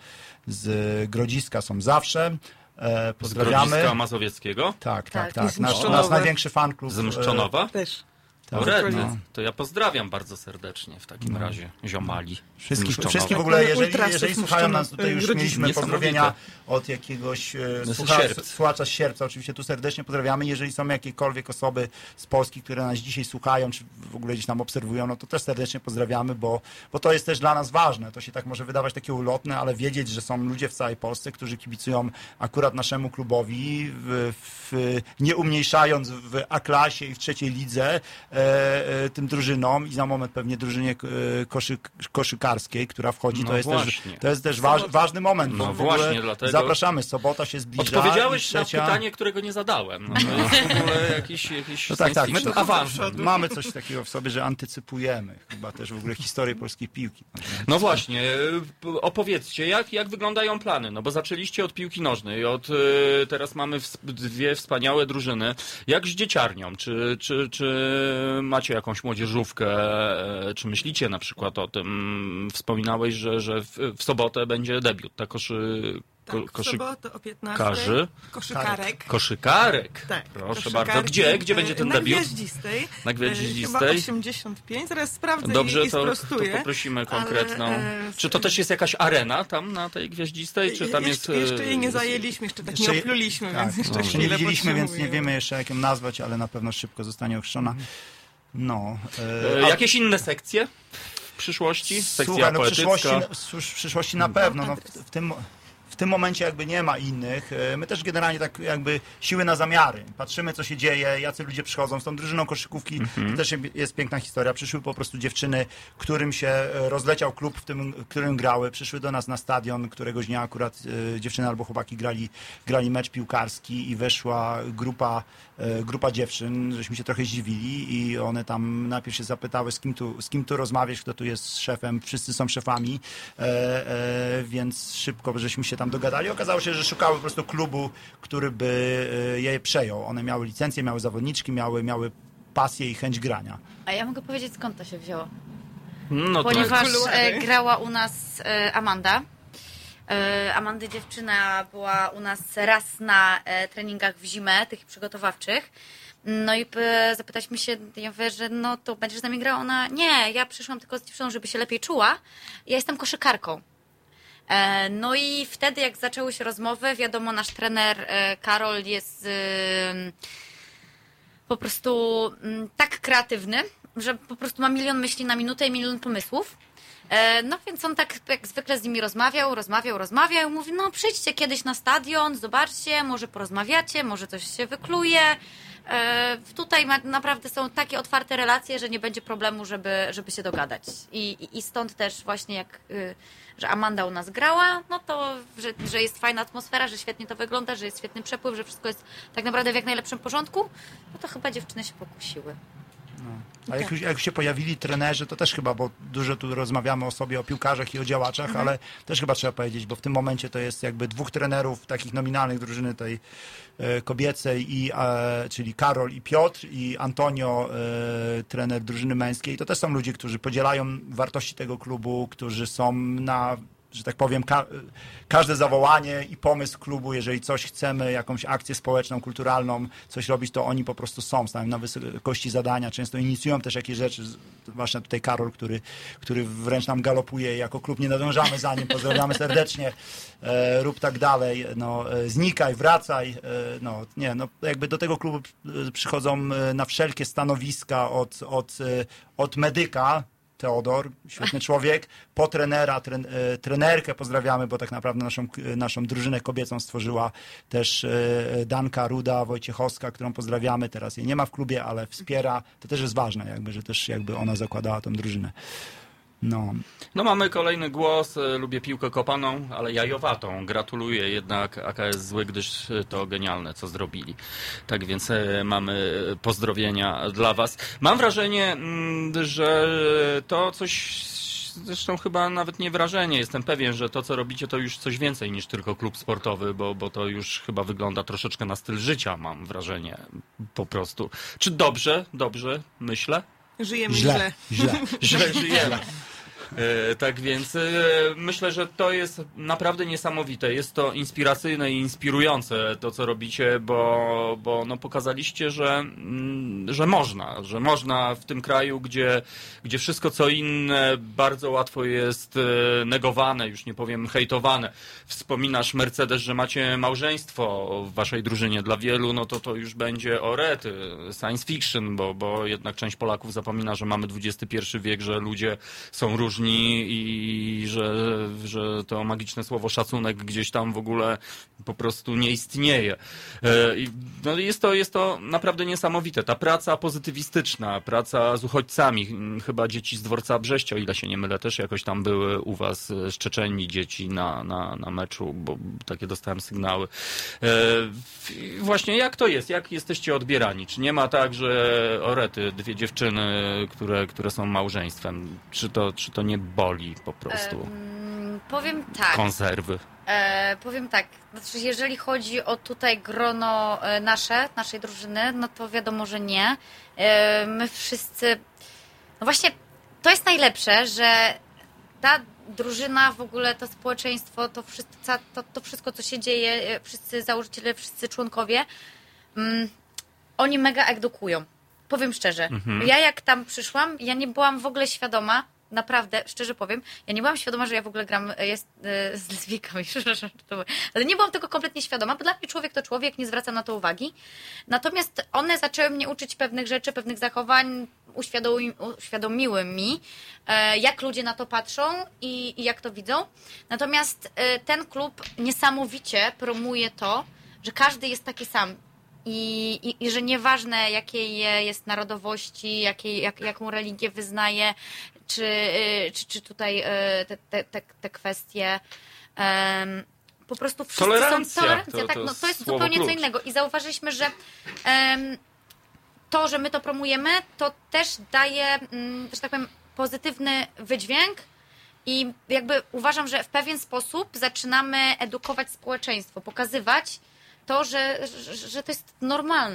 z Grodziska są zawsze. E, pozdrawiamy. Z Grodziska Mazowieckiego? Tak, tak, tak. tak. Nasz, nasz największy fan klub. Z Mszczonowa? Też. Tak, no, to ja pozdrawiam bardzo serdecznie w takim no. razie ziomali. Wszystkich, wszystkich w ogóle, jeżeli, jeżeli słuchają nas, tutaj już mieliśmy pozdrowienia od jakiegoś e, słucha, słuchacza z Sierpca, oczywiście tu serdecznie pozdrawiamy. Jeżeli są jakiekolwiek osoby z Polski, które nas dzisiaj słuchają, czy w ogóle gdzieś tam obserwują, no to też serdecznie pozdrawiamy, bo, bo to jest też dla nas ważne. To się tak może wydawać takie ulotne, ale wiedzieć, że są ludzie w całej Polsce, którzy kibicują akurat naszemu klubowi, w, w, nie umniejszając w A-klasie i w trzeciej lidze, tym drużynom i za moment pewnie drużynie koszy, koszykarskiej, która wchodzi, no to, jest też, to jest też waż, ważny moment. No właśnie, dlatego... Zapraszamy, sobota się zbliża. Odpowiedziałeś trzecia... na pytanie, którego nie zadałem. No, to jest w ogóle jakiś, jakiś no tak, tak. My to awans. Mamy coś takiego w sobie, że antycypujemy chyba też w ogóle historię polskiej piłki. No właśnie, opowiedzcie, jak, jak wyglądają plany, no bo zaczęliście od piłki nożnej, od, teraz mamy dwie wspaniałe drużyny. Jak z dzieciarnią? Czy, czy, czy macie jakąś młodzieżówkę, czy myślicie na przykład o tym? Wspominałeś, że, że w, w sobotę będzie debiut, tak? Koszy, ko, tak, koszy... w sobotę o piętnastej. Karzy? Koszykarek. Koszykarek? Tak. Proszę bardzo. Gdzie? Gdzie będzie ten na debiut? Gwiaździstej. Na Gwiaździstej? Chyba osiemdziesiąt pięć, zaraz sprawdzę. Dobrze, i, i to, sprostuję. to poprosimy konkretną. Ale, e, czy to też jest jakaś arena tam na tej Gwiaździstej? Czy tam jeszcze, jest... Jeszcze jej nie zajęliśmy, jeszcze tak jeszcze nie opluliśmy, tak, więc jeszcze no, chwilę nie widzieliśmy, więc nie potrzebujemy. wiemy jeszcze jak ją nazwać, ale na pewno szybko zostanie ochrzczona. No. E, jakieś inne sekcje w przyszłości? Sekcja Słuchaj, no w poetycka? przyszłości, w przyszłości na pewno. No, w, w tym... W tym momencie jakby nie ma innych. My też generalnie tak jakby siły na zamiary. Patrzymy, co się dzieje, jacy ludzie przychodzą. Z tą drużyną koszykówki mm-hmm. to też jest piękna historia. Przyszły po prostu dziewczyny, którym się rozleciał klub, w tym, w którym grały. Przyszły do nas na stadion, któregoś dnia akurat e, dziewczyny albo chłopaki grali, grali mecz piłkarski i weszła grupa, e, grupa dziewczyn, żeśmy się trochę zdziwili i one tam najpierw się zapytały, z kim tu, z kim tu rozmawiać, kto tu jest szefem. Wszyscy są szefami, e, e, więc szybko żeśmy się tam dogadali. Okazało się, że szukały po prostu klubu, który by je przejął. One miały licencję, miały zawodniczki, miały, miały pasję i chęć grania. A ja mogę powiedzieć, skąd to się wzięło. No Ponieważ to... e, grała u nas e, Amanda. E, Amandy dziewczyna była u nas raz na e, treningach w zimę, tych przygotowawczych. No i e, zapytaliśmy się, ja mówię, że no to będziesz z nami grała? Ona, nie, ja przyszłam tylko z dziewczyną, żeby się lepiej czuła. Ja jestem koszykarką. E, no i wtedy, jak zaczęły się rozmowy, wiadomo, nasz trener e, Karol jest e, po prostu m, tak kreatywny, że po prostu ma milion myśli na minutę i milion pomysłów. E, no więc on tak jak zwykle z nimi rozmawiał, rozmawiał, rozmawiał. Mówi, no przyjdźcie kiedyś na stadion, zobaczcie, może porozmawiacie, może coś się wykluje. E, tutaj ma, naprawdę są takie otwarte relacje, że nie będzie problemu, żeby, żeby się dogadać. I, i, i stąd też właśnie jak, y, że Amanda u nas grała, no to, że, że jest fajna atmosfera, że świetnie to wygląda, że jest świetny przepływ, że wszystko jest tak naprawdę w jak najlepszym porządku, no to chyba dziewczyny się pokusiły. No. A jak, już, jak się pojawili trenerzy, to też chyba, bo dużo tu rozmawiamy o sobie, o piłkarzach i o działaczach, mhm. ale też chyba trzeba powiedzieć, bo w tym momencie to jest jakby dwóch trenerów takich nominalnych drużyny tej e, kobiecej, i, e, czyli Karol i Piotr, i Antonio, e, trener drużyny męskiej. To też są ludzie, którzy podzielają wartości tego klubu, którzy są na, że tak powiem, ka- każde zawołanie i pomysł klubu, jeżeli coś chcemy, jakąś akcję społeczną, kulturalną, coś robić, to oni po prostu są, stają na wysokości zadania, często inicjują też jakieś rzeczy, właśnie tutaj Karol, który, który wręcz nam galopuje, jako klub nie nadążamy za nim, pozdrawiamy serdecznie, e, rób tak dalej, no, e, znikaj, wracaj, e, no, nie, no, jakby do tego klubu przychodzą na wszelkie stanowiska od, od, od medyka, Teodor, świetny człowiek, po trenera, tren, e, trenerkę pozdrawiamy, bo tak naprawdę naszą, naszą drużynę kobiecą stworzyła też e, Danka Ruda Wojciechowska, którą pozdrawiamy, teraz jej nie ma w klubie, ale wspiera, to też jest ważne, jakby, że też jakby ona zakładała tą drużynę. No. no mamy kolejny głos, lubię piłkę kopaną, ale jajowatą. Gratuluję jednak A K S Zły, gdyż to genialne, co zrobili. Tak więc mamy pozdrowienia dla was. Mam wrażenie, że to coś, zresztą chyba nawet nie wrażenie, jestem pewien, że to, co robicie, to już coś więcej niż tylko klub sportowy, bo, bo to już chyba wygląda troszeczkę na styl życia, mam wrażenie, po prostu. Czy dobrze, dobrze myślę? Żyjemy źle. Źle, źle. źle żyjemy. E, tak więc e, myślę, że to jest naprawdę niesamowite. Jest to inspiracyjne i inspirujące to, co robicie, bo, bo no pokazaliście, że, mm, że można, że można w tym kraju, gdzie, gdzie wszystko co inne bardzo łatwo jest e, negowane, już nie powiem hejtowane. Wspominasz, Mercedes, że macie małżeństwo w waszej drużynie. Dla wielu no to to już będzie o rety, science fiction, bo, bo jednak część Polaków zapomina, że mamy dwudziesty pierwszy wiek, że ludzie są różni i że, że to magiczne słowo szacunek gdzieś tam w ogóle po prostu nie istnieje. I no jest to, jest to naprawdę niesamowite. Ta praca pozytywistyczna, praca z uchodźcami, chyba dzieci z dworca Brześcia, o ile się nie mylę, też jakoś tam były u was z Czeczenii dzieci na, na, na meczu, bo takie dostałem sygnały. Właśnie jak to jest? Jak jesteście odbierani? Czy nie ma tak, że orety, dwie dziewczyny, które, które są małżeństwem, czy to, czy to nie boli po prostu? Um, powiem tak. Konserwy. E, powiem tak, znaczy jeżeli chodzi o tutaj grono nasze, naszej drużyny, no to wiadomo, że nie. E, my wszyscy, no właśnie to jest najlepsze, że ta drużyna, w ogóle to społeczeństwo, to wszystko, to, to wszystko co się dzieje, wszyscy założyciele, wszyscy członkowie, mm, oni mega edukują. Powiem szczerze, mhm. ja jak tam przyszłam, ja nie byłam w ogóle świadoma, naprawdę, szczerze powiem, ja nie byłam świadoma, że ja w ogóle gram jest, y, z lesbijkami, ale nie byłam tego kompletnie świadoma, bo dla mnie człowiek to człowiek, nie zwracam na to uwagi. Natomiast one zaczęły mnie uczyć pewnych rzeczy, pewnych zachowań, uświadomi, uświadomiły mi, y, jak ludzie na to patrzą i, i jak to widzą. Natomiast y, ten klub niesamowicie promuje to, że każdy jest taki sam. I, i, I że nieważne jakiej jest narodowości, jakiej, jak, jaką religię wyznaje, czy, czy, czy tutaj te, te, te, te kwestie. Um, po prostu wszyscy tolerancja, są tolerancja. To, tak, to no, to jest słowo zupełnie klucz. co innego. I zauważyliśmy, że um, to, że my to promujemy, to też daje, um, że tak powiem, pozytywny wydźwięk. I jakby uważam, że w pewien sposób zaczynamy edukować społeczeństwo, pokazywać to, że, że, że to jest normalne.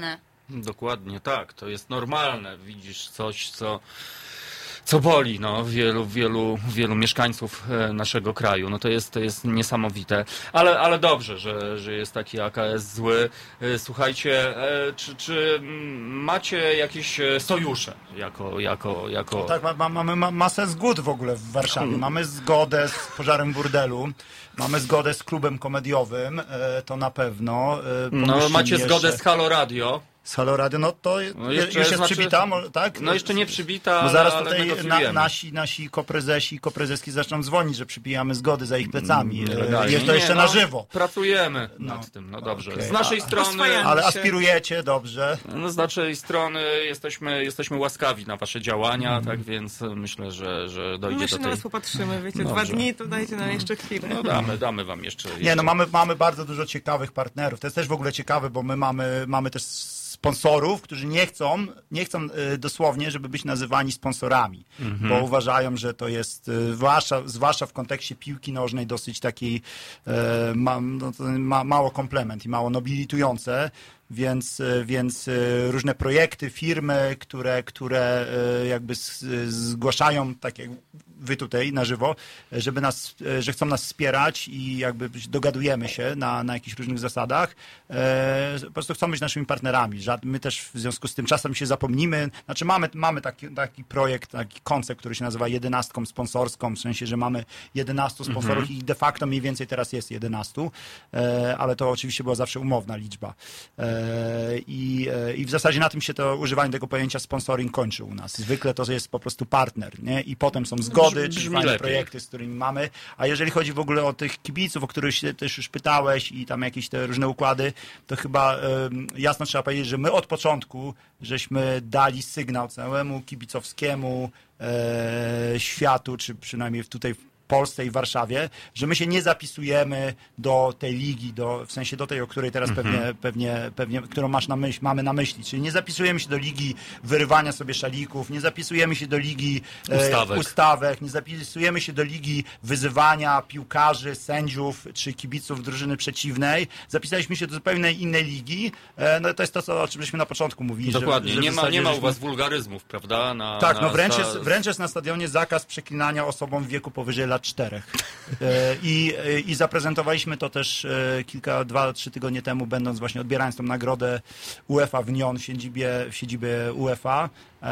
Dokładnie tak, to jest normalne. Widzisz coś, co... Co boli, no, wielu, wielu, wielu mieszkańców naszego kraju. No to jest, to jest niesamowite. Ale, ale dobrze, że, że jest taki A K S zły. Słuchajcie, czy, czy macie jakieś sojusze jako, jako, jako... No tak, ma, mamy ma, masę zgód w ogóle w Warszawie. Mamy zgodę z Pożarem Burdelu, mamy zgodę z klubem komediowym, to na pewno. No macie jeszcze... zgodę z Halo Radio. Z Halo Radio, no to no jeszcze, już jest znaczy, przybita, tak? No jeszcze nie przybita, no zaraz ale tutaj na, nasi, nasi koprezesi i koprezeski zaczną dzwonić, że przypijamy zgody za ich plecami. Mm, jest to jeszcze nie, na no, żywo. Pracujemy no. nad tym, no dobrze. Okay. Z naszej A, strony... Ale aspirujecie, dobrze. No, z naszej strony jesteśmy, jesteśmy łaskawi na wasze działania, mm. tak więc myślę, że, że dojdzie My do tej... My się na was popatrzymy, wiecie, dobrze. Dwa dni, to dajcie nam jeszcze chwilę. No damy, damy wam jeszcze... Nie, jeszcze. no mamy, mamy bardzo dużo ciekawych partnerów. To jest też w ogóle ciekawe, bo my mamy, mamy też sponsorów, którzy nie chcą, nie chcą y, dosłownie, żeby być nazywani sponsorami, mm-hmm. bo uważają, że to jest, y, zwłaszcza, zwłaszcza w kontekście piłki nożnej, dosyć taki y, ma, no, ma, mało komplement i mało nobilitujące, więc, więc różne projekty, firmy, które, które jakby zgłaszają, tak jak wy tutaj na żywo, żeby nas, że chcą nas wspierać i jakby dogadujemy się na, na jakichś różnych zasadach. Po prostu chcą być naszymi partnerami. My też w związku z tym czasem się zapomnimy. Znaczy mamy, mamy taki, taki projekt, taki koncept, który się nazywa jedenastką sponsorską, w sensie, że mamy jedenastu sponsorów mhm. i de facto mniej więcej teraz jest jedenastu, ale to oczywiście była zawsze umowna liczba. I, I w zasadzie na tym się to używanie tego pojęcia sponsoring kończy u nas. Zwykle to jest po prostu partner, nie? I potem są zgody, czy fajne projekty, z którymi mamy. A jeżeli chodzi w ogóle o tych kibiców, o których się też już pytałeś i tam jakieś te różne układy, to chyba um, jasno trzeba powiedzieć, że my od początku żeśmy dali sygnał całemu kibicowskiemu e, światu, czy przynajmniej tutaj w Polsce i Warszawie, że my się nie zapisujemy do tej ligi, do, w sensie do tej, o której teraz pewnie, mhm. pewnie, pewnie którą masz na myśl, mamy na myśli. Czyli nie zapisujemy się do ligi wyrywania sobie szalików, nie zapisujemy się do ligi ustawek, e, ustawek nie zapisujemy się do ligi wyzywania piłkarzy, sędziów czy kibiców drużyny przeciwnej. Zapisaliśmy się do zupełnie innej ligi. E, no to jest to, co, o czym żeśmy na początku mówili. Dokładnie. Że, że nie, ma, nie ma żeśmy... u was wulgaryzmów, prawda? Na, tak, na no wręcz, sta... jest, wręcz jest na stadionie zakaz przeklinania osobom w wieku powyżej lat czterech. I, I zaprezentowaliśmy to też kilka, dwa, trzy tygodnie temu, będąc właśnie odbierając tą nagrodę UEFA w Nyon, w siedzibie, w siedzibie UEFA.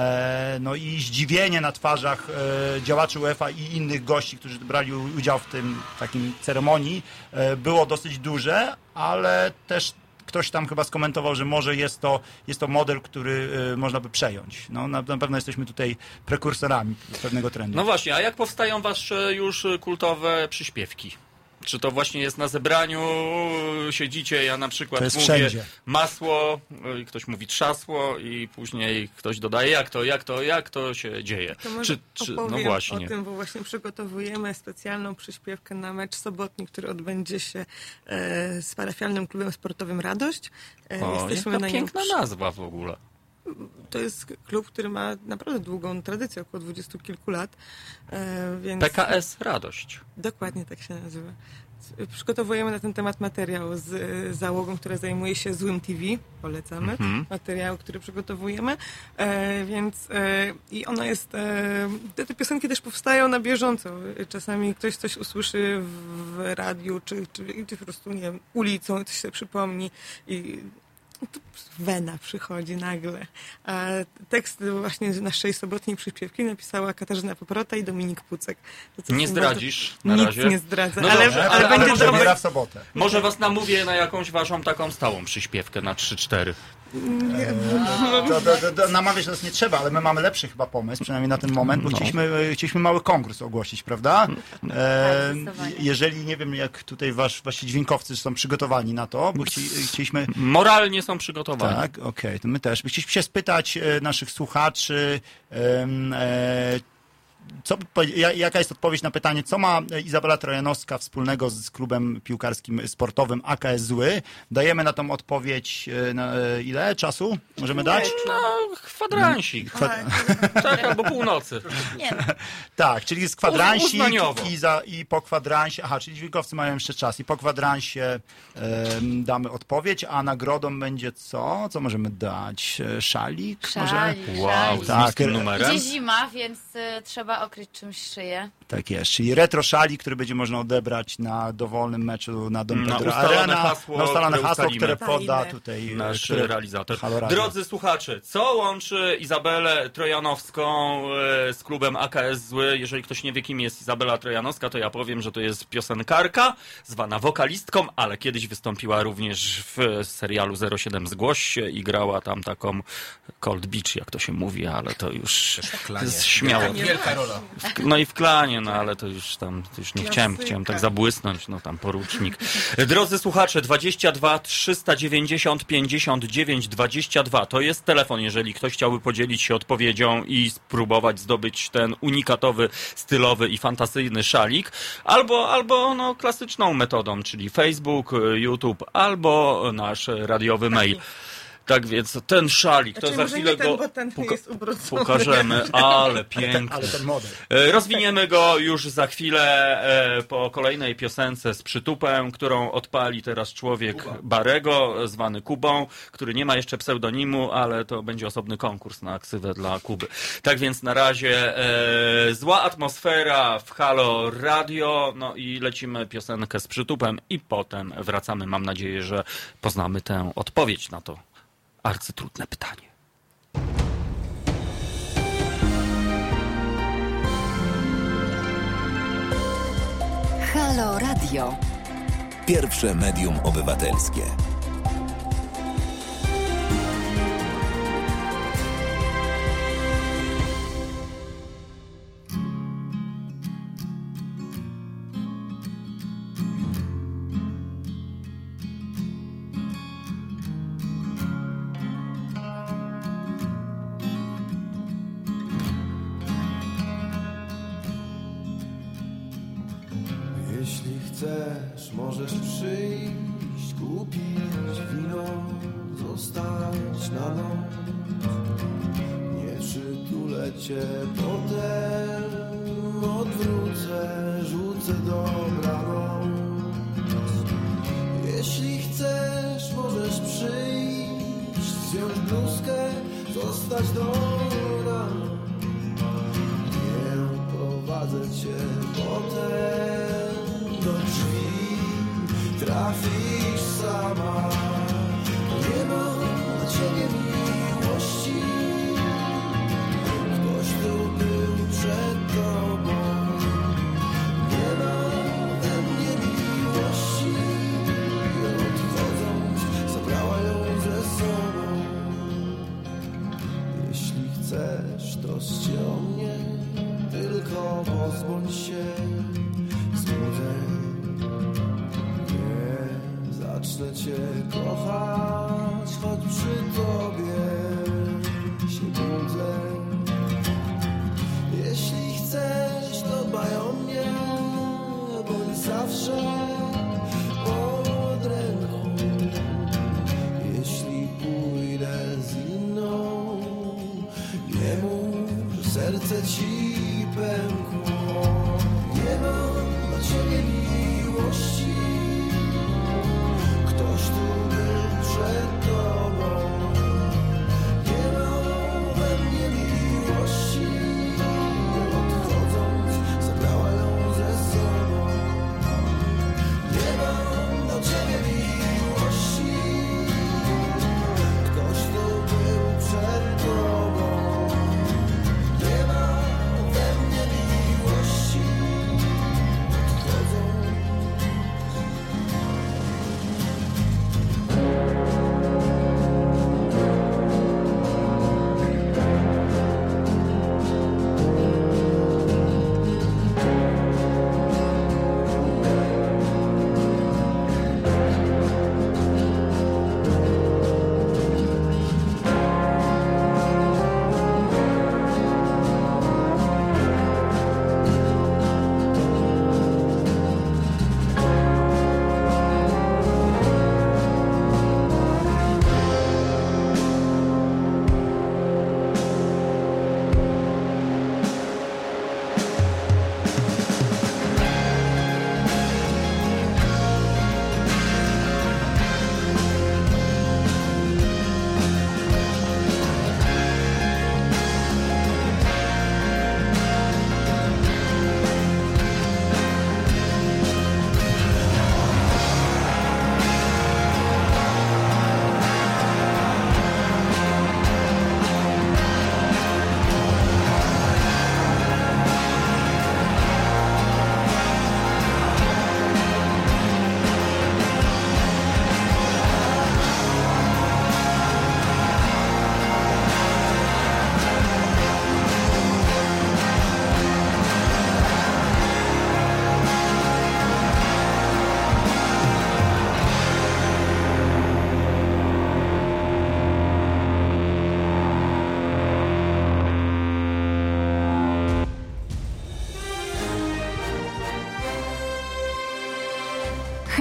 No i zdziwienie na twarzach działaczy UEFA i innych gości, którzy brali udział w tym takim ceremonii, było dosyć duże, ale też ktoś tam chyba skomentował, że może jest to, jest to model, który y, można by przejąć. No, na, na pewno jesteśmy tutaj prekursorami pewnego trendu. No właśnie, a jak powstają wasze już kultowe przyśpiewki? Czy to właśnie jest na zebraniu, siedzicie, ja na przykład to jest mówię wszędzie. Masło, i ktoś mówi trzasło i później ktoś dodaje, jak to, jak to, jak to się dzieje. To może czy, czy, opowiem no właśnie. o tym, bo właśnie przygotowujemy specjalną przyśpiewkę na mecz sobotni, który odbędzie się e, z parafialnym klubem sportowym Radość. E, o, jesteśmy jaka na piękna przy... nazwa w ogóle. To jest klub, który ma naprawdę długą tradycję, około dwudziestu kilku lat. E, więc... P K S Radość. Dokładnie tak się nazywa. Przygotowujemy na ten temat materiał z załogą, która zajmuje się Złym T V. Polecamy. Mhm. Materiał, który przygotowujemy. E, więc e, i ona jest... E, te, te piosenki też powstają na bieżąco. Czasami ktoś coś usłyszy w radiu, czy, czy, czy po prostu, nie wiem, ulicą, coś sobie przypomni i tu wena przychodzi nagle. A tekst właśnie z naszej sobotniej przyśpiewki napisała Katarzyna Poprota i Dominik Pucek. To, nie zdradzisz bardzo... na Nic razie? nie zdradzę, no ale, dobrze, ale, ale będzie to premiera w sobotę. Może was namówię na jakąś waszą taką stałą przyśpiewkę na trzy cztery. Nie, to, to, to, to namawiać nas nie trzeba, ale my mamy lepszy chyba pomysł, przynajmniej na ten moment, bo no. chcieliśmy, chcieliśmy mały konkurs ogłosić, prawda? E, jeżeli, nie wiem, jak tutaj wasz, wasi dźwiękowcy są przygotowani na to, bo chci, chcieliśmy... Moralnie są przygotowani. Tak, okej, okay, to my też. Chcieliśmy się spytać e, naszych słuchaczy, e, e, co, jaka jest odpowiedź na pytanie, co ma Izabela Trojanowska wspólnego z klubem piłkarskim sportowym A K S Zły? Dajemy na tą odpowiedź na ile czasu możemy dać? No, kwadransik. Kwa... Tak, albo północy. Nie. Tak, czyli jest kwadransik i, za, i po kwadransie, aha, czyli dźwigowcy mają jeszcze czas i po kwadransie um, damy odpowiedź, a nagrodą będzie co? Co możemy dać? Szalik? Szalik, może? Wow, szalik. z niskim numerem. Gdzie zima, więc y, trzeba okryć czymś szyję. Tak jest, czyli retro szalik, który będzie można odebrać na dowolnym meczu na Dom na Pedro ustalone Arena, hasło, na ustalone które hasło, ustalimy. które poda tutaj nasz które... realizator. Halo, Drodzy słuchacze, co łączy Izabelę Trojanowską e, z klubem A K S Zły? Jeżeli ktoś nie wie, kim jest Izabela Trojanowska, to ja powiem, że to jest piosenkarka, zwana wokalistką, ale kiedyś wystąpiła również w serialu zero siedem Zgłoś się i grała tam taką Cold Beach, jak to się mówi, ale to już jest śmiało. Wielka rola. No i w klanie, no ale to już tam, to już nie chciałem, chciałem tak zabłysnąć, no tam porucznik. Drodzy słuchacze, dwadzieścia dwa trzysta dziewięćdziesiąt pięćdziesiąt dziewięć dwadzieścia dwa to jest telefon, jeżeli ktoś chciałby podzielić się odpowiedzią i spróbować zdobyć ten unikatowy, stylowy i fantazyjny szalik, albo, albo no, klasyczną metodą, czyli Facebook, YouTube, albo nasz radiowy mail. Tak więc ten szalik, znaczy, to za chwilę ten, go bo ten puka- jest ubrudzony. pokażemy, ale piękny. Ale ten model. Rozwiniemy go już za chwilę e, po kolejnej piosence z przytupem, którą odpali teraz człowiek Kuba. Barego, zwany Kubą, który nie ma jeszcze pseudonimu, ale to będzie osobny konkurs na ksywę dla Kuby. Tak więc na razie e, zła atmosfera w Halo Radio, no i lecimy piosenkę z przytupem i potem wracamy. Mam nadzieję, że poznamy tę odpowiedź na to arcytrudne pytanie. Halo Radio. Pierwsze medium obywatelskie. Jeśli chcesz, możesz przyjść, kupić wino, zostać na noc. Nie przytulę cię, potem odwrócę, rzucę dobranoc. Jeśli chcesz, możesz przyjść, zdjąć bluzkę, zostać do rana. Nie prowadzę cię potem do drzwi, trafisz sama. Nie ma dla ciebie miłości, ktoś tu był przed tobą. Nie ma we mnie miłości, odchodząc zabrała ją ze sobą. Jeśli chcesz, troszcz się o mnie, tylko pozbądź się złudzeń. Nie zacznę cię kochać, choć przy tobie się budzę. Jeśli chcesz, to dbaj o mnie, bądź zawsze pod ręką. Jeśli pójdę z inną, nie mów, że serce ci pękło. Nie ma dla ciebie miłości, ktoś tu był przed tobą. Nie ma we mnie miłości, odchodząc zabrała ją ze sobą. Nie ma dla ciebie miłości, ktoś tu był przed tobą. Nie ma we mnie miłości, odchodząc.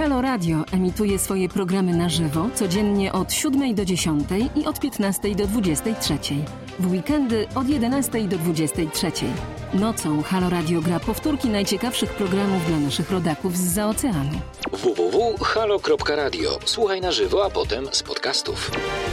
Halo Radio emituje swoje programy na żywo codziennie od siódmej do dziesiątej i od piętnastej do dwudziestej trzeciej. W weekendy od jedenastej do dwudziestej trzeciej. Nocą Halo Radio gra powtórki najciekawszych programów dla naszych rodaków zza oceanu. w w w kropka halo kropka radio. Słuchaj na żywo, a potem z podcastów.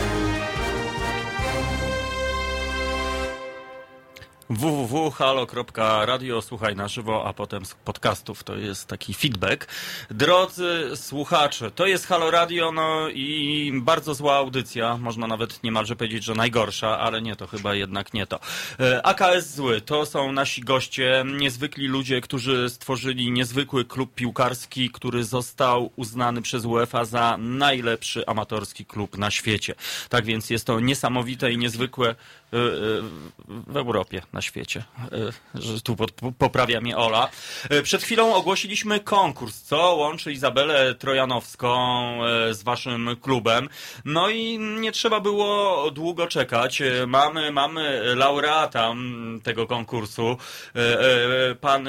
w w w kropka halo kropka radio, słuchaj na żywo, a potem z podcastów. To jest taki feedback. Drodzy słuchacze, to jest Halo Radio, no i bardzo zła audycja, można nawet niemalże powiedzieć, że najgorsza, ale nie, to chyba jednak nie to. A K S Zły, to są nasi goście, niezwykli ludzie, którzy stworzyli niezwykły klub piłkarski, który został uznany przez UEFA za najlepszy amatorski klub na świecie. Tak więc jest to niesamowite i niezwykłe w Europie, na świecie, że tu poprawia mnie Ola. Przed chwilą ogłosiliśmy konkurs, co łączy Izabelę Trojanowską z waszym klubem. No i nie trzeba było długo czekać. Mamy, mamy laureata tego konkursu. Pan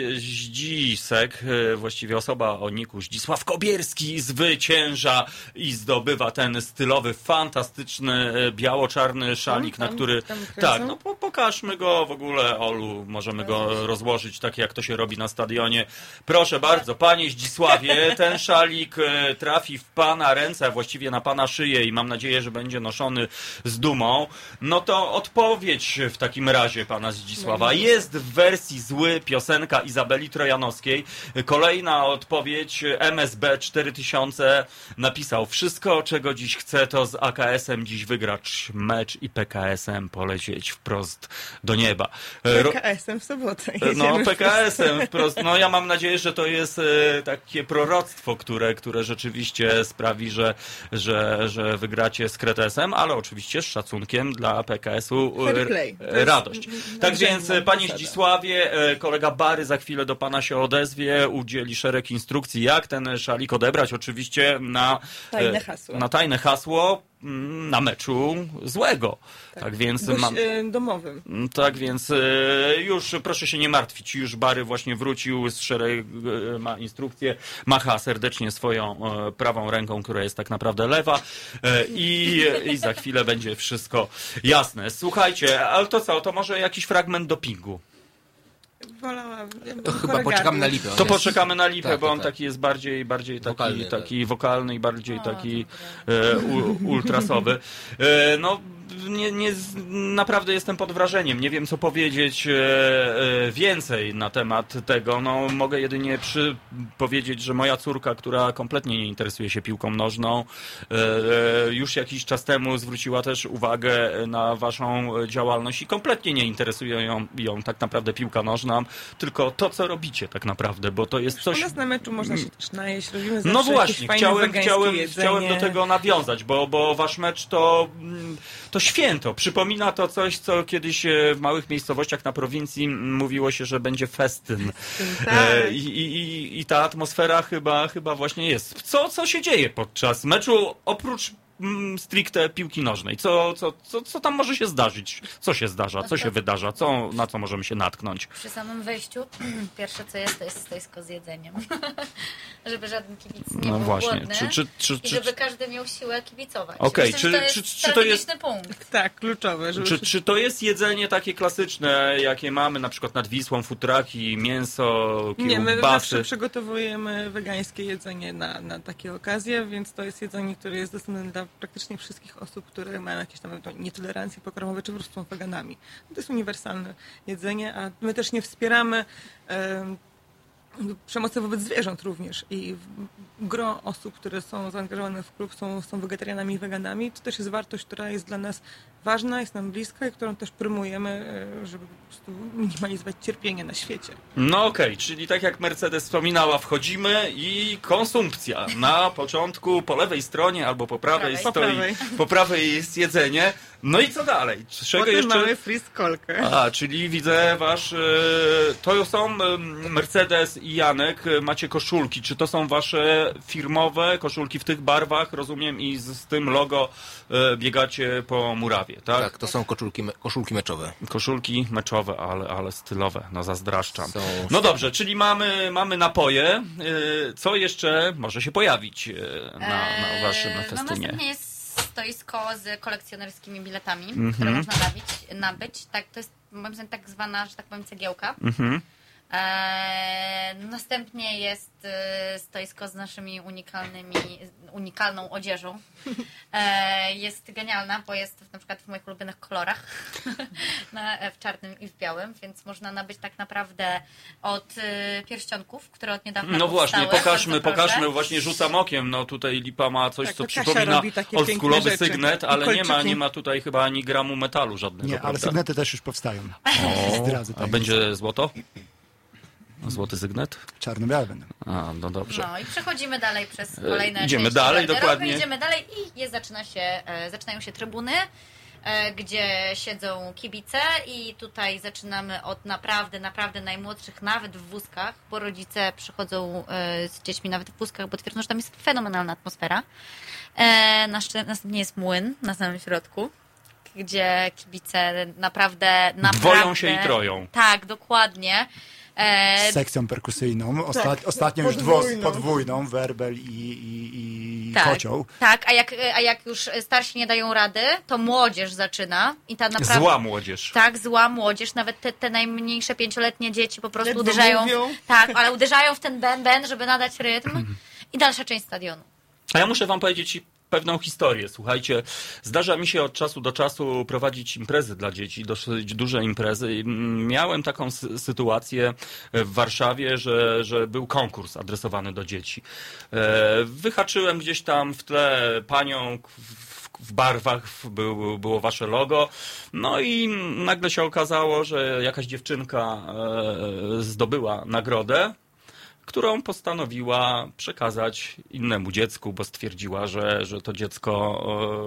Zdzisek, właściwie osoba o niku Zdzisław Kobierski, zwycięża i zdobywa ten stylowy, fantastyczny, biało-czarny szalik, na który tak, no po, pokażmy go w ogóle, Olu, możemy go rozłożyć tak, jak to się robi na stadionie. Proszę bardzo, panie Zdzisławie, ten szalik trafi w pana ręce, a właściwie na pana szyję i mam nadzieję, że będzie noszony z dumą. No to odpowiedź w takim razie pana Zdzisława. Jest w wersji Zły piosenka Izabeli Trojanowskiej. Kolejna odpowiedź, M S B cztery tysiące napisał: wszystko, czego dziś chcę, to z A K S-em dziś wygrać mecz i P K S-em polecieć wprost do nieba. P K S-em w sobotę. No, P K S-em wprost. No, ja mam nadzieję, że to jest e, takie proroctwo, które, które rzeczywiście sprawi, że, że, że wygracie z Kretesem, ale oczywiście z szacunkiem dla P K S-u e, radość. Tak więc, panie Zdzisławie, e, kolega Bary za chwilę do pana się odezwie, udzieli szereg instrukcji, jak ten szalik odebrać. Oczywiście na tajne hasło. Na tajne hasło na meczu złego. Tak, tak więc Dość, mam... e, domowym. Tak więc e, już proszę się nie martwić. Już Bary właśnie wrócił z szereg, e, ma instrukcję, macha serdecznie swoją e, prawą ręką, która jest tak naprawdę lewa e, i, i za chwilę będzie wszystko jasne. Słuchajcie, ale to co? To może jakiś fragment dopingu? Wolałam, to chyba poczekamy na lipę. To poczekamy na lipę, tak, bo on tak. taki jest bardziej, bardziej taki, wokalny, taki tak. wokalny i bardziej A, taki e, u, ultrasowy. E, no, nie, nie, naprawdę jestem pod wrażeniem. Nie wiem, co powiedzieć e, e, więcej na temat tego. No, mogę jedynie przy, powiedzieć, że moja córka, która kompletnie nie interesuje się piłką nożną, e, e, już jakiś czas temu zwróciła też uwagę na waszą działalność i kompletnie nie interesuje ją, ją tak naprawdę piłka nożna, tylko to, co robicie tak naprawdę, bo to jest coś... U nas na meczu można się też najeść, robimy zawsze No właśnie, jakieś chciałem, fajne chciałem, jedzenie. chciałem do tego nawiązać, bo, bo wasz mecz to, to święto. Przypomina to coś, co kiedyś w małych miejscowościach na prowincji mówiło się, że będzie festyn. Tak. I, i, i ta atmosfera chyba, chyba właśnie jest. Co, co się dzieje podczas meczu, oprócz stricte piłki nożnej? Co, co, co, co tam może się zdarzyć? Co się zdarza? Co się wydarza? Co, na co możemy się natknąć? Przy samym wejściu pierwsze co jest, to jest stoisko z jedzeniem. Żeby żaden kibic nie no był właśnie. głodny Czy, czy, czy, i żeby każdy miał siłę kibicować. Okej, Myślę, czy, że to jest czy, czy to jest punkt. Tak, kluczowe. Żeby... Czy, czy to jest jedzenie takie klasyczne, jakie mamy na przykład nad Wisłą, futraki, mięso, kiełbasy? Nie, my zawsze przygotowujemy wegańskie jedzenie na, na takie okazje, więc to jest jedzenie, które jest dostępne dla praktycznie wszystkich osób, które mają jakieś tam nietolerancje pokarmowe, czy po prostu są weganami. To jest uniwersalne jedzenie, a my też nie wspieramy e, przemocy wobec zwierząt również. I gro osób, które są zaangażowane w klub, są, są wegetarianami i weganami. To też jest wartość, która jest dla nas ważna, jest nam bliska i którą też promujemy, żeby po prostu minimalizować cierpienie na świecie. No okej, okay, czyli tak jak Mercedes wspominała, wchodzimy i konsumpcja. Na początku po lewej stronie albo po prawej, prawej. stoi, po prawej. po prawej jest jedzenie. No i co dalej? Czego Potem jeszcze? mamy freeze-kolkę. A, czyli widzę wasz... To są Mercedes i Janek, macie koszulki. Czy to są wasze firmowe koszulki w tych barwach, rozumiem, i z, z tym logo biegacie po murawie, tak? Tak, to są koszulki, me, koszulki meczowe. Koszulki meczowe, ale, ale stylowe, no zazdraszczam. Są no dobrze, czyli mamy, mamy napoje. Co jeszcze może się pojawić na, na waszym No festynie? następnie jest stoisko z kolekcjonerskimi biletami, Mhm. które można nabić, nabyć. Tak, to jest moim zdaniem tak zwana, że tak powiem, cegiełka. Mhm. Eee, następnie jest e, stoisko z naszymi unikalnymi, unikalną odzieżą. Eee, jest genialna, bo jest na przykład w moich ulubionych kolorach, na, w czarnym i w białym, więc można nabyć tak naprawdę od e, pierścionków, które od niedawna No powstały. właśnie, pokażmy, Bardzo pokażmy, proszę. właśnie rzucam okiem, no tutaj Lipa ma coś, Tak, co to Kasia przypomina robi takie oldschoolowy piękne rzeczy. sygnet, I ale nie ma, kolczyki. nie ma tutaj chyba ani gramu metalu żadnego, Nie, ale prawda? sygnety też już powstają. O, Zdradzę a tak. będzie złoto? Złoty sygnet? Czarno-białe będą. A, no dobrze. No i przechodzimy dalej przez E, kolejne idziemy części dalej, garderoby, dokładnie. Idziemy dalej i jest, zaczyna się, e, zaczynają się trybuny, e, gdzie siedzą kibice i tutaj zaczynamy od naprawdę, naprawdę najmłodszych, nawet w wózkach, bo rodzice przychodzą e, z dziećmi nawet w wózkach, bo twierdzą, że tam jest fenomenalna atmosfera. E, następnie jest młyn na samym środku, gdzie kibice naprawdę, naprawdę... Dwoją się i troją. Tak, dokładnie. E, Z sekcją perkusyjną. Osta- Tak, ostatnio już podwójną. dwos podwójną, werbel i, i, i tak, kocioł. tak, a jak, a jak już starsi nie dają rady, to młodzież zaczyna i ta naprawdę... Zła młodzież. Tak, zła młodzież, nawet te, te najmniejsze pięcioletnie dzieci po prostu Ledwo uderzają, mówią. tak, ale uderzają w ten bęben, żeby nadać rytm i dalsza część stadionu. A ja muszę wam powiedzieć pewną historię. Słuchajcie, zdarza mi się od czasu do czasu prowadzić imprezy dla dzieci, dosyć duże imprezy. I miałem taką sy- sytuację w Warszawie, że, że był konkurs adresowany do dzieci. E, wyhaczyłem gdzieś tam w tle panią w, w barwach, był, było wasze logo. No i nagle się okazało, że jakaś dziewczynka e, zdobyła nagrodę, którą postanowiła przekazać innemu dziecku, bo stwierdziła, że, że to dziecko,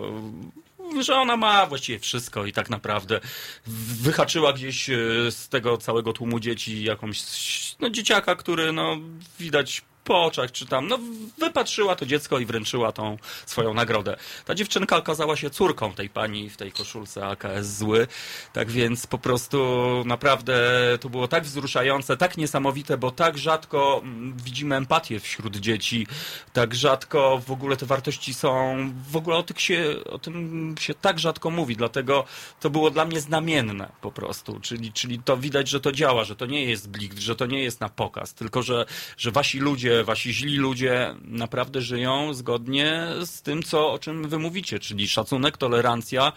e, że ona ma właściwie wszystko i tak naprawdę wyhaczyła gdzieś z tego całego tłumu dzieci jakąś, no, dzieciaka, który, no, widać po oczach, czy tam, no, wypatrzyła to dziecko i wręczyła tą swoją nagrodę. Ta dziewczynka okazała się córką tej pani w tej koszulce A K S Zły, tak więc po prostu naprawdę to było tak wzruszające, tak niesamowite, bo tak rzadko widzimy empatię wśród dzieci, tak rzadko w ogóle te wartości są, w ogóle o, tych się, o tym się tak rzadko mówi, dlatego to było dla mnie znamienne po prostu, czyli, czyli to widać, że to działa, że to nie jest blikt, że to nie jest na pokaz, tylko że, że wasi ludzie, wasi źli ludzie naprawdę żyją zgodnie z tym, co, o czym wy mówicie, czyli szacunek, tolerancja,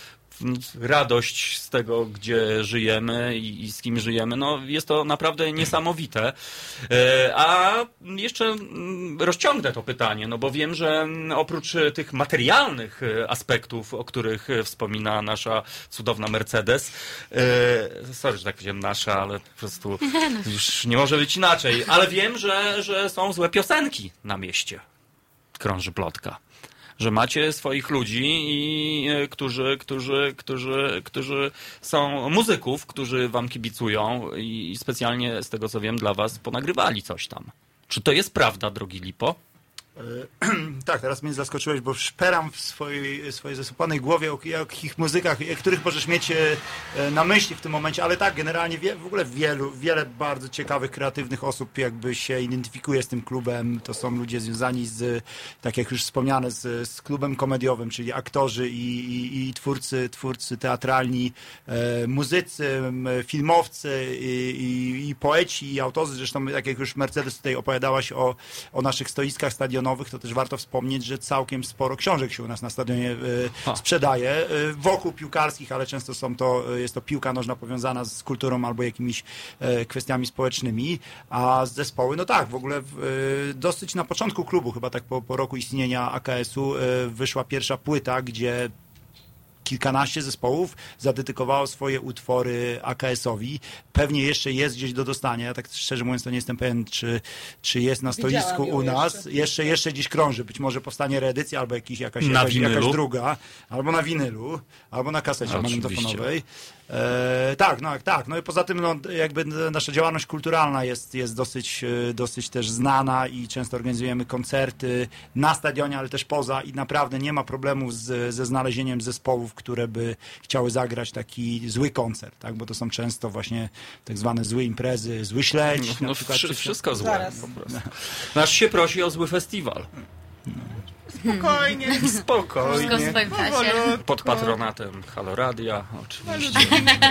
radość z tego, gdzie żyjemy i, i z kim żyjemy. No, jest to naprawdę niesamowite. E, a jeszcze rozciągnę to pytanie, no bo wiem, że oprócz tych materialnych aspektów, o których wspomina nasza cudowna Mercedes, e, sorry, że tak powiedziałem nasza, ale po prostu już nie może być inaczej, ale wiem, że, że są złe piosenki na mieście. Krąży plotka. Że macie swoich ludzi, i, y, którzy, którzy, którzy, którzy są muzyków, którzy wam kibicują i specjalnie z tego co wiem dla was ponagrywali coś tam. Czy to jest prawda, drogi Lipo? Tak, teraz mnie zaskoczyłeś, bo szperam w swojej, swojej zasypanej głowie, o jakich muzykach, których możesz mieć na myśli w tym momencie, ale tak, generalnie wie, w ogóle wielu, wiele bardzo ciekawych, kreatywnych osób jakby się identyfikuje z tym klubem. To są ludzie związani z, tak jak już wspomniane, z, z klubem komediowym, czyli aktorzy i, i, i twórcy, twórcy teatralni, e, muzycy, filmowcy i, i, i poeci, i autorzy. Zresztą, tak jak już Mercedes tutaj opowiadałaś o, o naszych stoiskach stadionowych, to też warto wspomnieć, że całkiem sporo książek się u nas na stadionie y, sprzedaje y, wokół piłkarskich, ale często są to, y, jest to piłka nożna powiązana z kulturą albo jakimiś y, kwestiami społecznymi, a z zespoły, no tak, w ogóle y, dosyć na początku klubu, chyba tak po, po roku istnienia A K S-u y, wyszła pierwsza płyta, gdzie kilkanaście zespołów zadedykowało swoje utwory A K S-owi. Pewnie jeszcze jest gdzieś do dostania. Ja tak szczerze mówiąc to nie jestem pewien, czy, czy jest na stoisku u nas. Jeszcze. jeszcze jeszcze gdzieś krąży. Być może powstanie reedycja albo jakiś, jakaś, jakaś, jakaś druga. Albo na winylu, albo na kasecie magnetofonowej. E, tak, no tak. No i poza tym no, jakby nasza działalność kulturalna jest, jest dosyć, dosyć też znana i często organizujemy koncerty na stadionie, ale też poza i naprawdę nie ma problemów z, ze znalezieniem zespołów, które by chciały zagrać taki zły koncert, tak? Bo to są często właśnie tak zwane złe imprezy, zły śledź. No, no przykład, wszy, wszystko złe zaraz. Po prostu. Nasz się prosi o zły festiwal. Spokojnie. Spokojnie. Wszystko w swoim czasie. Pod patronatem Halo Radia, oczywiście.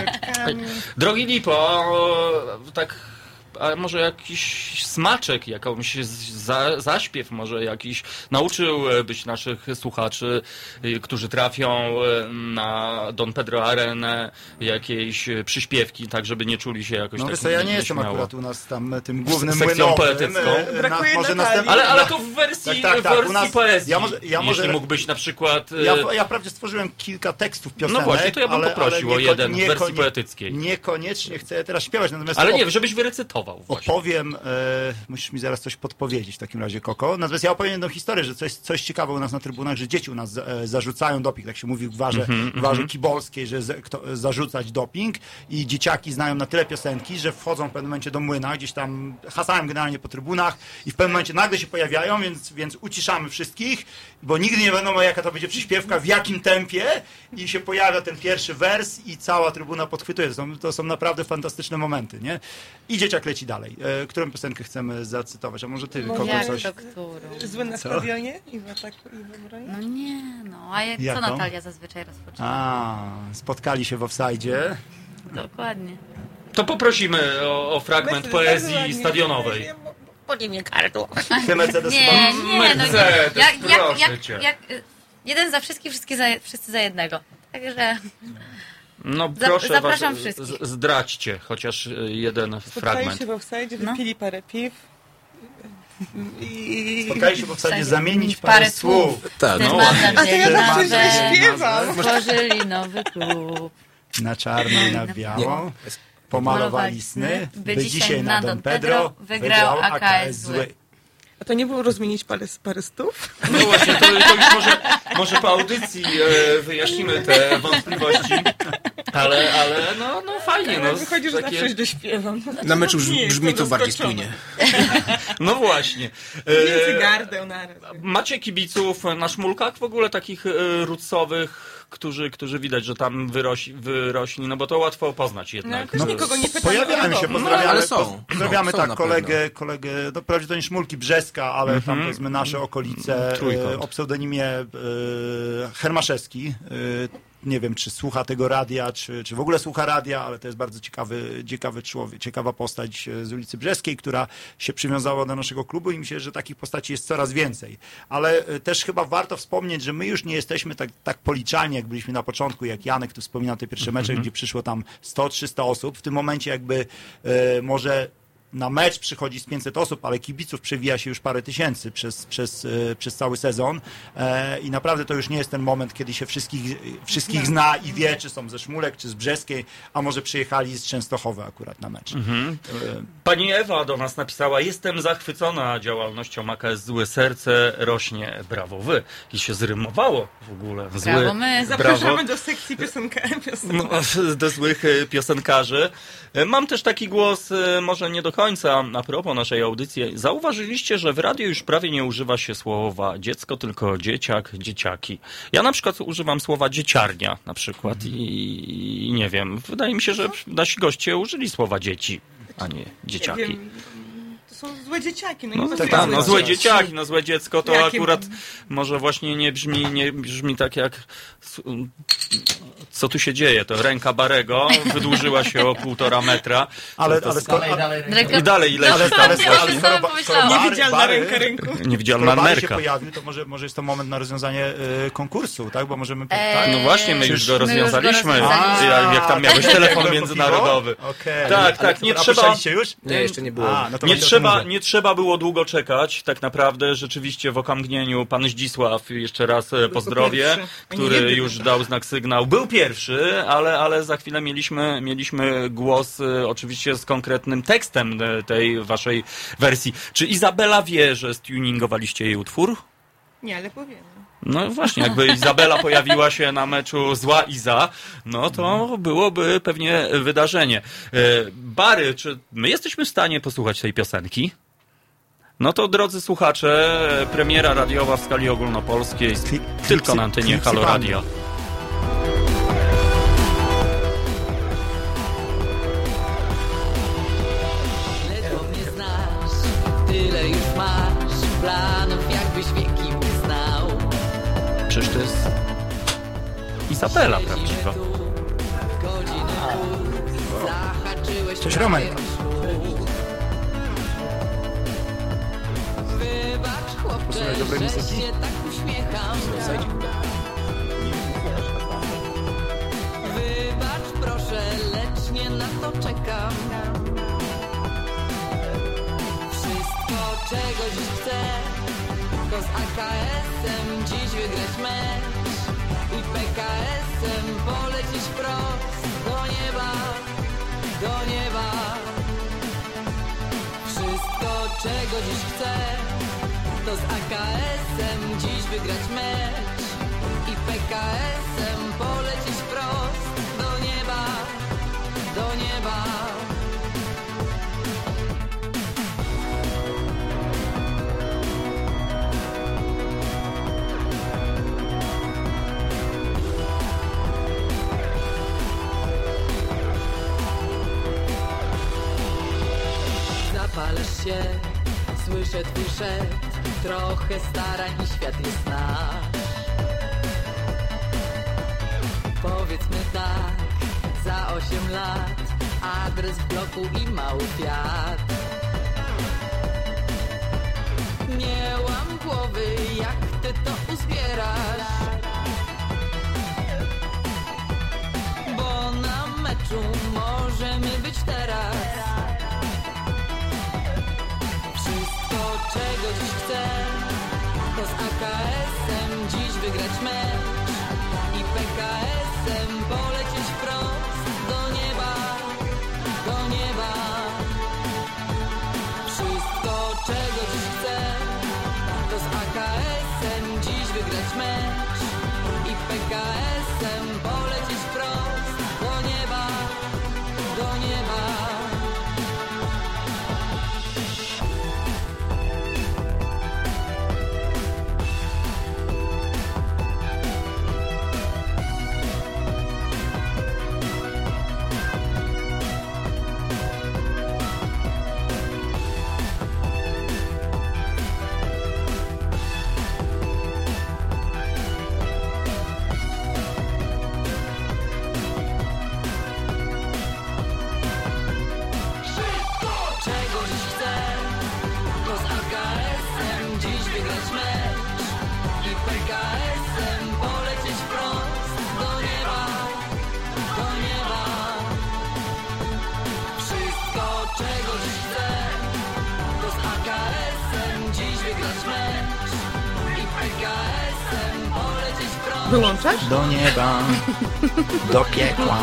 Drogi Lipo, tak... A może jakiś smaczek, jakąś za, zaśpiew, może jakiś nauczyłbyś naszych słuchaczy, którzy trafią na Don Pedro Arenę, jakiejś przyśpiewki, tak żeby nie czuli się jakoś no, tak No ja nie jestem śmiało. akurat u nas tam tym głównym sekcją młynowym. poetycką. Brakuje może następnym... ale, ale to w wersji, tak, tak, tak. wersji U nas, poezji. Ja może, ja może, jeśli mógłbyś na przykład... Ja, ja wprawdzie stworzyłem kilka tekstów piosenek. No właśnie, to ja bym ale, poprosił ale o jeden nie, w wersji nie, poetyckiej. Niekoniecznie chcę teraz śpiewać. Natomiast ale nie, żebyś wyrecytował właśnie. Opowiem, e, musisz mi zaraz coś podpowiedzieć w takim razie, Koko. Natomiast ja opowiem jedną historię, że coś, coś ciekawe u nas na trybunach, że dzieci u nas e, zarzucają doping, tak się mówi w gwarze, mm-hmm, w gwarze mm-hmm. kibolskiej, że z, kto, zarzucać doping i dzieciaki znają na tyle piosenki, że wchodzą w pewnym momencie do młyna, gdzieś tam hasają generalnie po trybunach i w pewnym momencie nagle się pojawiają, więc, więc uciszamy wszystkich, bo nigdy nie wiadomo jaka to będzie przyśpiewka, w jakim tempie i się pojawia ten pierwszy wers i cała trybuna podchwytuje. To są, to są naprawdę fantastyczne momenty, nie? I dzieciak leci dalej. E, którą piosenkę chcemy zacytować? A może ty, Koko, coś? Zły na stadionie i w ataku i w obronie? No nie, no. A jak, co Natalia zazwyczaj rozpoczyna? A, spotkali się w offside. Dokładnie. To poprosimy o, o fragment poezji stadionowej. Podnie mnie gardło. Ty Mercedes nie, chyba... nie, Mercedes, no nie. Jak, jak, jak, cię. jak, jeden za wszystkich, wszyscy za, wszyscy za jednego. Także... No proszę zapraszam was, wszystkich. zdradźcie chociaż jeden Spotkali fragment. się w offside, wypili no. parę piw. I... Spotkali się w offside, zamienić parę, parę słów. słów. Tak, no. A to ja zawsze źle śpiewam. Stworzyli nowy klub. Na czarno i na biało. Pomalowali sny, by, by dzisiaj na Don Pedro wygrał A K S zły. A to nie było rozmienić parę, parę stów? No właśnie, to, to już może, może po audycji e, wyjaśnimy te wątpliwości. Ale, ale no, no fajnie. No, wychodzi, że takie... zawsze dośpiewam. No, na meczu brzmi, brzmi to bardziej spójnie. No właśnie. Między gardę naraz. Macie kibiców na szmulkach w ogóle takich e, rutsowych, którzy, którzy widać, że tam wyrośli, wyrośli, no bo to łatwo poznać jednak. No, nikogo nie pytam. Pojawiają się, pozdrawiamy, no, ale są. pozdrawiamy no, tak są kolegę, kolegę, no prawie to nie Szmulki, Brzeska, ale mm-hmm. tam powiedzmy nasze okolice, e, o pseudonimie e, Hermaszewski. E, nie wiem, czy słucha tego radia, czy, czy w ogóle słucha radia, ale to jest bardzo ciekawy, ciekawy człowiek, ciekawa postać z ulicy Brzeskiej, która się przywiązała do naszego klubu i myślę, że takich postaci jest coraz więcej. Ale też chyba warto wspomnieć, że my już nie jesteśmy tak, tak policzalni, jak byliśmy na początku, jak Janek tu wspominał te pierwsze mecze, mm-hmm. gdzie przyszło tam sto trzysta osób. W tym momencie jakby e, może na mecz przychodzi z pięćset osób, ale kibiców przewija się już parę tysięcy przez, przez, e, przez cały sezon e, i naprawdę to już nie jest ten moment, kiedy się wszystkich, wszystkich zna i wie, czy są ze Szmulek, czy z Brzeskiej, a może przyjechali z Częstochowy akurat na mecz. Mhm. Pani Ewa do nas napisała: jestem zachwycona działalnością A K S Złe Serce rośnie. Brawo wy. I się zrymowało w ogóle. Zły, brawo my. Zapraszamy brawo. do sekcji piosenkarzy. No, do złych piosenkarzy. Mam też taki głos, może nie do końca a propos naszej audycji. Zauważyliście, że w radiu już prawie nie używa się słowa dziecko, tylko dzieciak, dzieciaki. Ja na przykład używam słowa dzieciarnia na przykład i, i nie wiem, wydaje mi się, że nasi goście użyli słowa dzieci, a nie dzieciaki. Nie wiem. To są złe dzieciaki. No, no, nie tak, tak, no złe dzieciaki, no złe dziecko to Jakim? akurat może właśnie nie brzmi, nie brzmi tak jak co tu się dzieje, to ręka Barego wydłużyła się o półtora metra. Ale, to, to ale sk- skoro, Ręka... I dalej leci ale, tam ale, właśnie. ale skoro, skoro Bary, Niewidzialna Bary, ręka ręku. Niewidzialna skoro Bary się nerka. pojawił, to może, może jest to moment na rozwiązanie y, konkursu, tak? Bo możemy... Eee, tak? No właśnie, my już go my już go rozwiązaliśmy. rozwiązaliśmy. Jak, jak tam miałeś telefon międzynarodowy. Okay. Tak, tak, nie trzeba... już? Nie, jeszcze nie było. A, no to Nie właśnie trzeba, nie trzeba było długo czekać, tak naprawdę. Rzeczywiście w okamgnieniu pan Zdzisław, jeszcze raz pozdrowie, pierwszy, który jedyny. już dał znak sygnałowy. sygnał był pierwszy, ale, ale za chwilę mieliśmy, mieliśmy głos y, oczywiście z konkretnym tekstem y, tej waszej wersji. Czy Izabela wie, że stuningowaliście jej utwór? Nie, ale powiem. No właśnie, jakby Izabela pojawiła się na meczu Zła Iza, no to byłoby pewnie wydarzenie. Bary, czy my jesteśmy w stanie posłuchać tej piosenki? No to, drodzy słuchacze, premiera radiowa w skali ogólnopolskiej, tylko na antenie Halo Radio. Ledwo mnie znasz, tyle już masz planów, jakbyś wieki mnie znał. Przecież to jest Izabela prawdziwa. Cześć, Romek. Posłuchaj dobrej muzyki. Wybacz proszę, lecz nie na to czekam. Wszystko czego dziś chcę, to z A K S-em dziś wygrać mecz i P K S-em polecieć wprost do nieba, do nieba. Wszystko czego dziś chcę, to z A K S-em dziś wygrać mecz i P K S-em polecieć wprost do nieba, do nieba. Zapalasz się, słyszę twój szept, trochę starań i świat jest nasz. Powiedzmy tak, za osiem lat, adres w bloku i mały Fiat. Nie łam głowy, jak ty to uzbierasz, bo na meczu możemy być teraz. Wszystko czego dziś chcę, to z A K S-em dziś wygrać mecz i P K S-em polecieć wprost do nieba, do nieba. Wszystko czego dziś chcę, to z A K S-em dziś wygrać mecz i P K S-em polecieć wprost do nieba, do nieba. Wyłączasz? Do nieba, do piekła.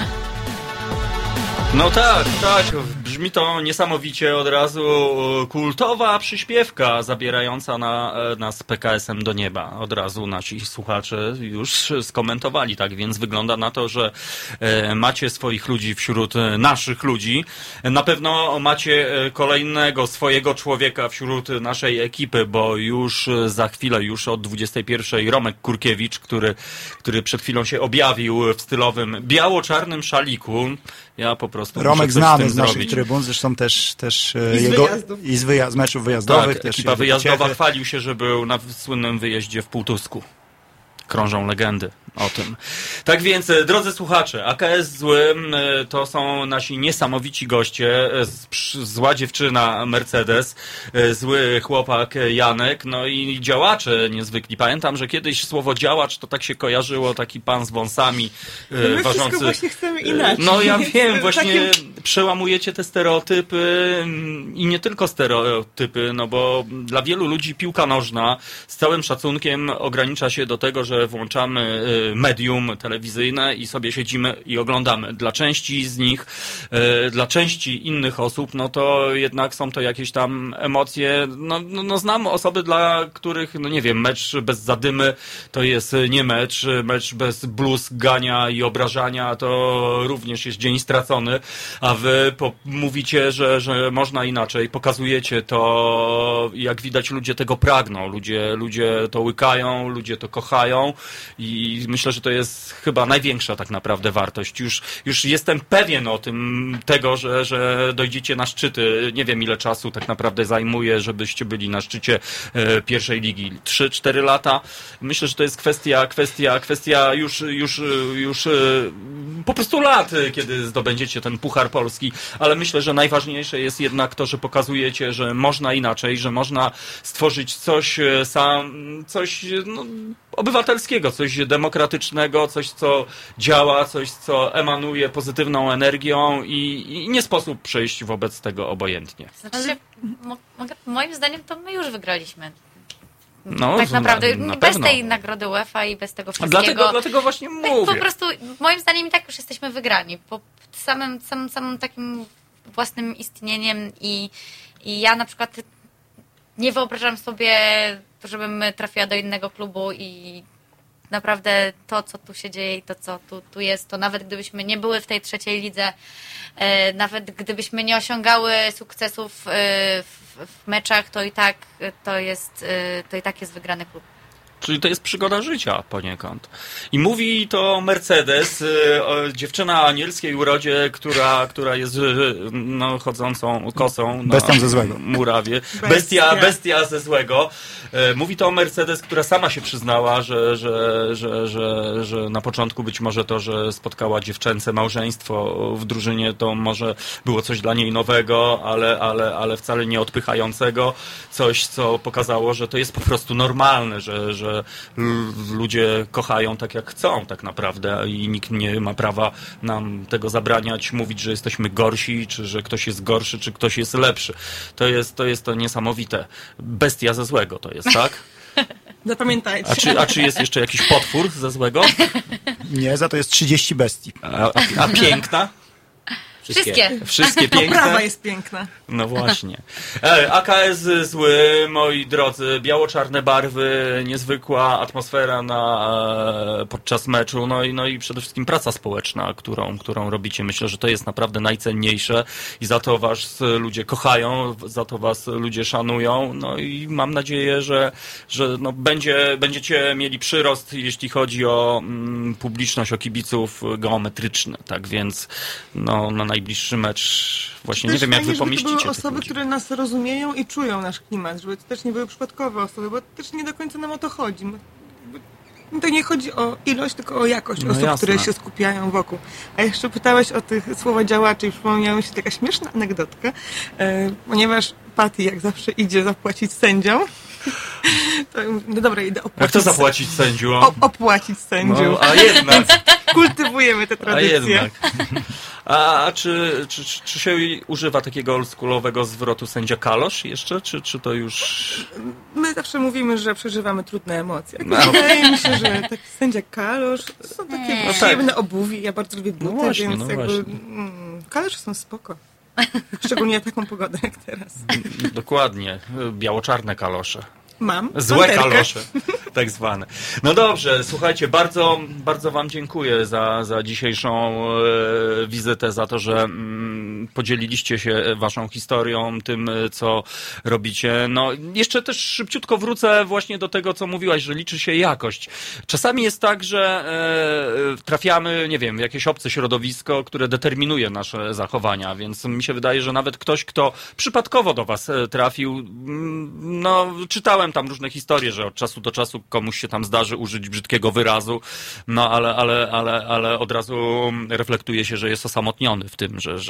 No tak, tak, brzmi to niesamowicie od razu. Kultowa przyśpiewka zabierająca na, nas z P K S-em do nieba. Od razu nasi słuchacze już skomentowali, tak więc wygląda na to, że macie swoich ludzi wśród naszych ludzi. Na pewno macie kolejnego swojego człowieka wśród naszej ekipy, bo już za chwilę, już od dwudziestej pierwszej Romek Kurkiewicz, który, który przed chwilą się objawił w stylowym biało-czarnym szaliku. Ja po prostu Romek znany z naszych zrobić. trybun, zresztą też, też I z jego wyjazdów. i z, wyja- z meczów wyjazdowych. Tak, też ekipa wyjazdowa ciechy. chwalił się, że był na słynnym wyjeździe w Półtusku. Krążą legendy o tym. Tak więc, drodzy słuchacze, A K S Zły to są nasi niesamowici goście, zła dziewczyna Mercedes, zły chłopak Janek, no i działacze niezwykli. Pamiętam, że kiedyś słowo działacz to tak się kojarzyło, taki pan z wąsami no my ważący. wszystko właśnie chcemy inaczej. No ja wiem, właśnie Takim... przełamujecie te stereotypy i nie tylko stereotypy, no bo dla wielu ludzi piłka nożna z całym szacunkiem ogranicza się do tego, że włączamy medium telewizyjne i sobie siedzimy i oglądamy. Dla części z nich, dla części innych osób, no to jednak są to jakieś tam emocje. No, no, no znam osoby, dla których, no nie wiem, mecz bez zadymy to jest nie mecz, mecz bez bluzgania i obrażania to również jest dzień stracony, a wy po, mówicie, że, że można inaczej, pokazujecie to, jak widać ludzie tego pragną, ludzie, ludzie to łykają, ludzie to kochają i myślę, że to jest chyba największa tak naprawdę wartość. Już, już jestem pewien o tym, tego, że, że dojdziecie na szczyty. Nie wiem, ile czasu tak naprawdę zajmuje, żebyście byli na szczycie e, pierwszej ligi. trzy cztery lata. Myślę, że to jest kwestia, kwestia, kwestia już, już, już e, po prostu lat, kiedy zdobędziecie ten Puchar Polski, ale myślę, że najważniejsze jest jednak to, że pokazujecie, że można inaczej, że można stworzyć coś sam, coś no, obywatelskiego, coś demokratycznego, coś, co działa, coś, co emanuje pozytywną energią i, i nie sposób przejść wobec tego obojętnie. Znaczy, mo- moim zdaniem to my już wygraliśmy. No, tak naprawdę, na, na bez pewno. tej nagrody UEFA i bez tego wszystkiego. Dlatego, dlatego właśnie mówię. Tak, po prostu, moim zdaniem i tak już jesteśmy wygrani. Po samym, samym, samym takim własnym istnieniem i, i ja na przykład nie wyobrażam sobie, żebym trafiła do innego klubu i naprawdę to, co tu się dzieje i to, co tu, tu jest, to nawet gdybyśmy nie były w tej trzeciej lidze, e, nawet gdybyśmy nie osiągały sukcesów e, w, w meczach, to i tak to jest, e, to i tak jest wygrany klub. Czyli to jest przygoda życia poniekąd. I mówi to Mercedes, o, dziewczyna o anielskiej urodzie, która, która jest no, chodzącą kosą na Bestią ze złego. murawie. Bestia, bestia ze złego. Mówi to o Mercedes, która sama się przyznała, że, że, że, że, że na początku być może to, że spotkała dziewczęce małżeństwo w drużynie, to może było coś dla niej nowego, ale, ale, ale wcale nie odpychającego. Coś, co pokazało, że to jest po prostu normalne, że, że że ludzie kochają tak, jak chcą tak naprawdę i nikt nie ma prawa nam tego zabraniać, mówić, że jesteśmy gorsi, czy że ktoś jest gorszy, czy ktoś jest lepszy. To jest to, jest to niesamowite. Bestia ze złego to jest, tak? Zapamiętajcie. A czy, a czy jest jeszcze jakiś potwór ze złego? Nie, za to jest trzydzieści bestii. A, a, a piękna? Wszystkie. Wszystkie piękne. Poprawa jest piękna. No właśnie. E, A K S zły, moi drodzy, biało-czarne barwy, niezwykła atmosfera na, e, podczas meczu, no i, no i przede wszystkim praca społeczna, którą, którą robicie. Myślę, że to jest naprawdę najcenniejsze i za to was ludzie kochają, za to was ludzie szanują, no i mam nadzieję, że, że no będzie, będziecie mieli przyrost, jeśli chodzi o mm, publiczność, o kibiców geometryczny, tak więc no, na najbliższy mecz właśnie nie wiem, jak wy pomieścicie. Żeby to były osoby, które nas rozumieją i czują nasz klimat, żeby to też nie były przypadkowe osoby, bo też nie do końca nam o to chodzi. To nie chodzi o ilość, tylko o jakość no osób, jasne. które się skupiają wokół. A jeszcze pytałeś o tych słowa działaczy i przypomniała mi się taka śmieszna anegdotka, e, ponieważ Patty jak zawsze idzie zapłacić sędziom. To, no dobra, idę opłacić. Jak to zapłacić sędziom? O, opłacić sędziom. No, a jednak. Kultywujemy tę tradycję. A jednak. A, a czy, czy, czy się używa takiego oldschoolowego zwrotu sędzia kalosz jeszcze? Czy, czy to już... My zawsze mówimy, że przeżywamy trudne emocje. No. Wydaje mi się, że taki sędzia kalosz to są takie No przyjemne tak. obuwie. Ja bardzo lubię buty, No właśnie, więc no jakby właśnie. mm, kalosze są spoko. Szczególnie na taką pogodę jak teraz. Dokładnie. Biało-czarne kalosze. Mam. Złe panterkę. kalosze, tak zwane. No dobrze, słuchajcie, bardzo, bardzo wam dziękuję za, za dzisiejszą e, wizytę, za to, że mm, podzieliliście się waszą historią, tym, co robicie. No jeszcze też szybciutko wrócę właśnie do tego, co mówiłaś, że liczy się jakość. Czasami jest tak, że e, trafiamy, nie wiem, w jakieś obce środowisko, które determinuje nasze zachowania, więc mi się wydaje, że nawet ktoś, kto przypadkowo do was trafił, mm, no czytałem tam różne historie, że od czasu do czasu komuś się tam zdarzy użyć brzydkiego wyrazu, no ale, ale, ale, ale od razu reflektuje się, że jest osamotniony w tym, że, że, że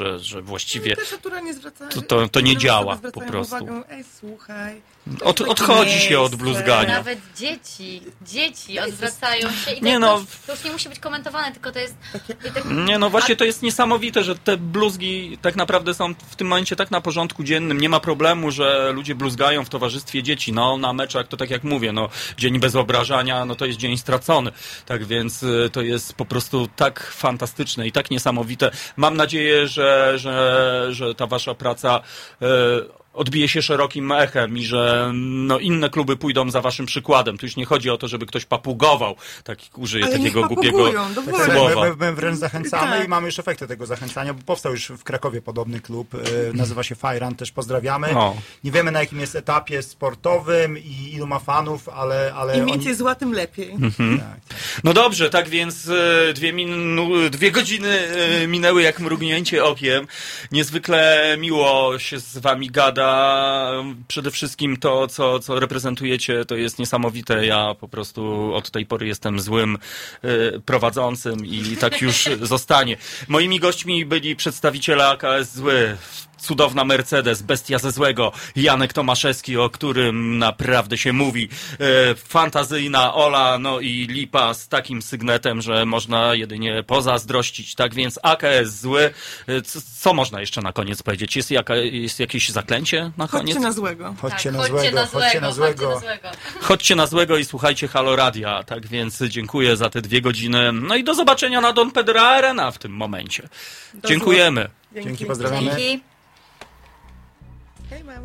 właściwie Też naturalnie zwracają. to, to, to nie działa po prostu. Uwagę, ej, słuchaj. Od, odchodzi się od bluzgania. Nawet dzieci, dzieci odwracają się i Nie to, no. już, to już nie musi być komentowane, tylko to jest... Tak, Nie, no właśnie to jest niesamowite, że te bluzgi tak naprawdę są w tym momencie tak na porządku dziennym. Nie ma problemu, że ludzie bluzgają w towarzystwie dzieci. No na meczach to tak jak mówię, no dzień bez obrażania, no to jest dzień stracony. Tak więc y, to jest po prostu tak fantastyczne i tak niesamowite. Mam nadzieję, że, że, że ta wasza praca y, odbije się szerokim echem i że no, inne kluby pójdą za waszym przykładem. Tu już nie chodzi o to, żeby ktoś papugował, tak, użyję Ale takiego niech głupiego papugują, słowa. My, my, my wręcz zachęcamy Tak. i mamy już efekty tego zachęcania, bo powstał już w Krakowie podobny klub, e, nazywa się Fajran, też pozdrawiamy. O. Nie wiemy, na jakim jest etapie sportowym i ilu ma fanów, ale... ale Im oni... więcej zła, tym lepiej. Mhm. Tak. No dobrze, tak więc e, dwie, minu, dwie godziny e, minęły jak mrugnięcie okiem. Niezwykle miło się z wami gada. Przede wszystkim to, co, co reprezentujecie, to jest niesamowite. Ja po prostu od tej pory jestem złym e, prowadzącym i tak już zostanie. Moimi gośćmi byli przedstawiciele A K S Zły, cudowna Mercedes, bestia ze złego, Janek Tomaszewski, o którym naprawdę się mówi, e, fantazyjna Ola, no i Lipa z takim sygnetem, że można jedynie pozazdrościć. Tak więc A K S Zły, e, co, co można jeszcze na koniec powiedzieć? Jest, jaka, jest jakieś zaklęcie na koniec? Chodźcie na złego. Chodźcie tak, na chodźcie złego, na chodźcie na złego. Chodźcie na złego. Chodźcie na złego i słuchajcie Halo Radia. Tak więc dziękuję za te dwie godziny. No i do zobaczenia na Don Pedro Arena w tym momencie. Do Dziękujemy. Dzięki. Dzięki, pozdrawiamy. Dzięki. Hej, mamo.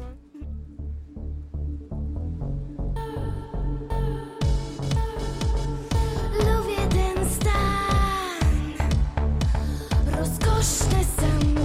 Lubię ten stan, rozkoszny sam.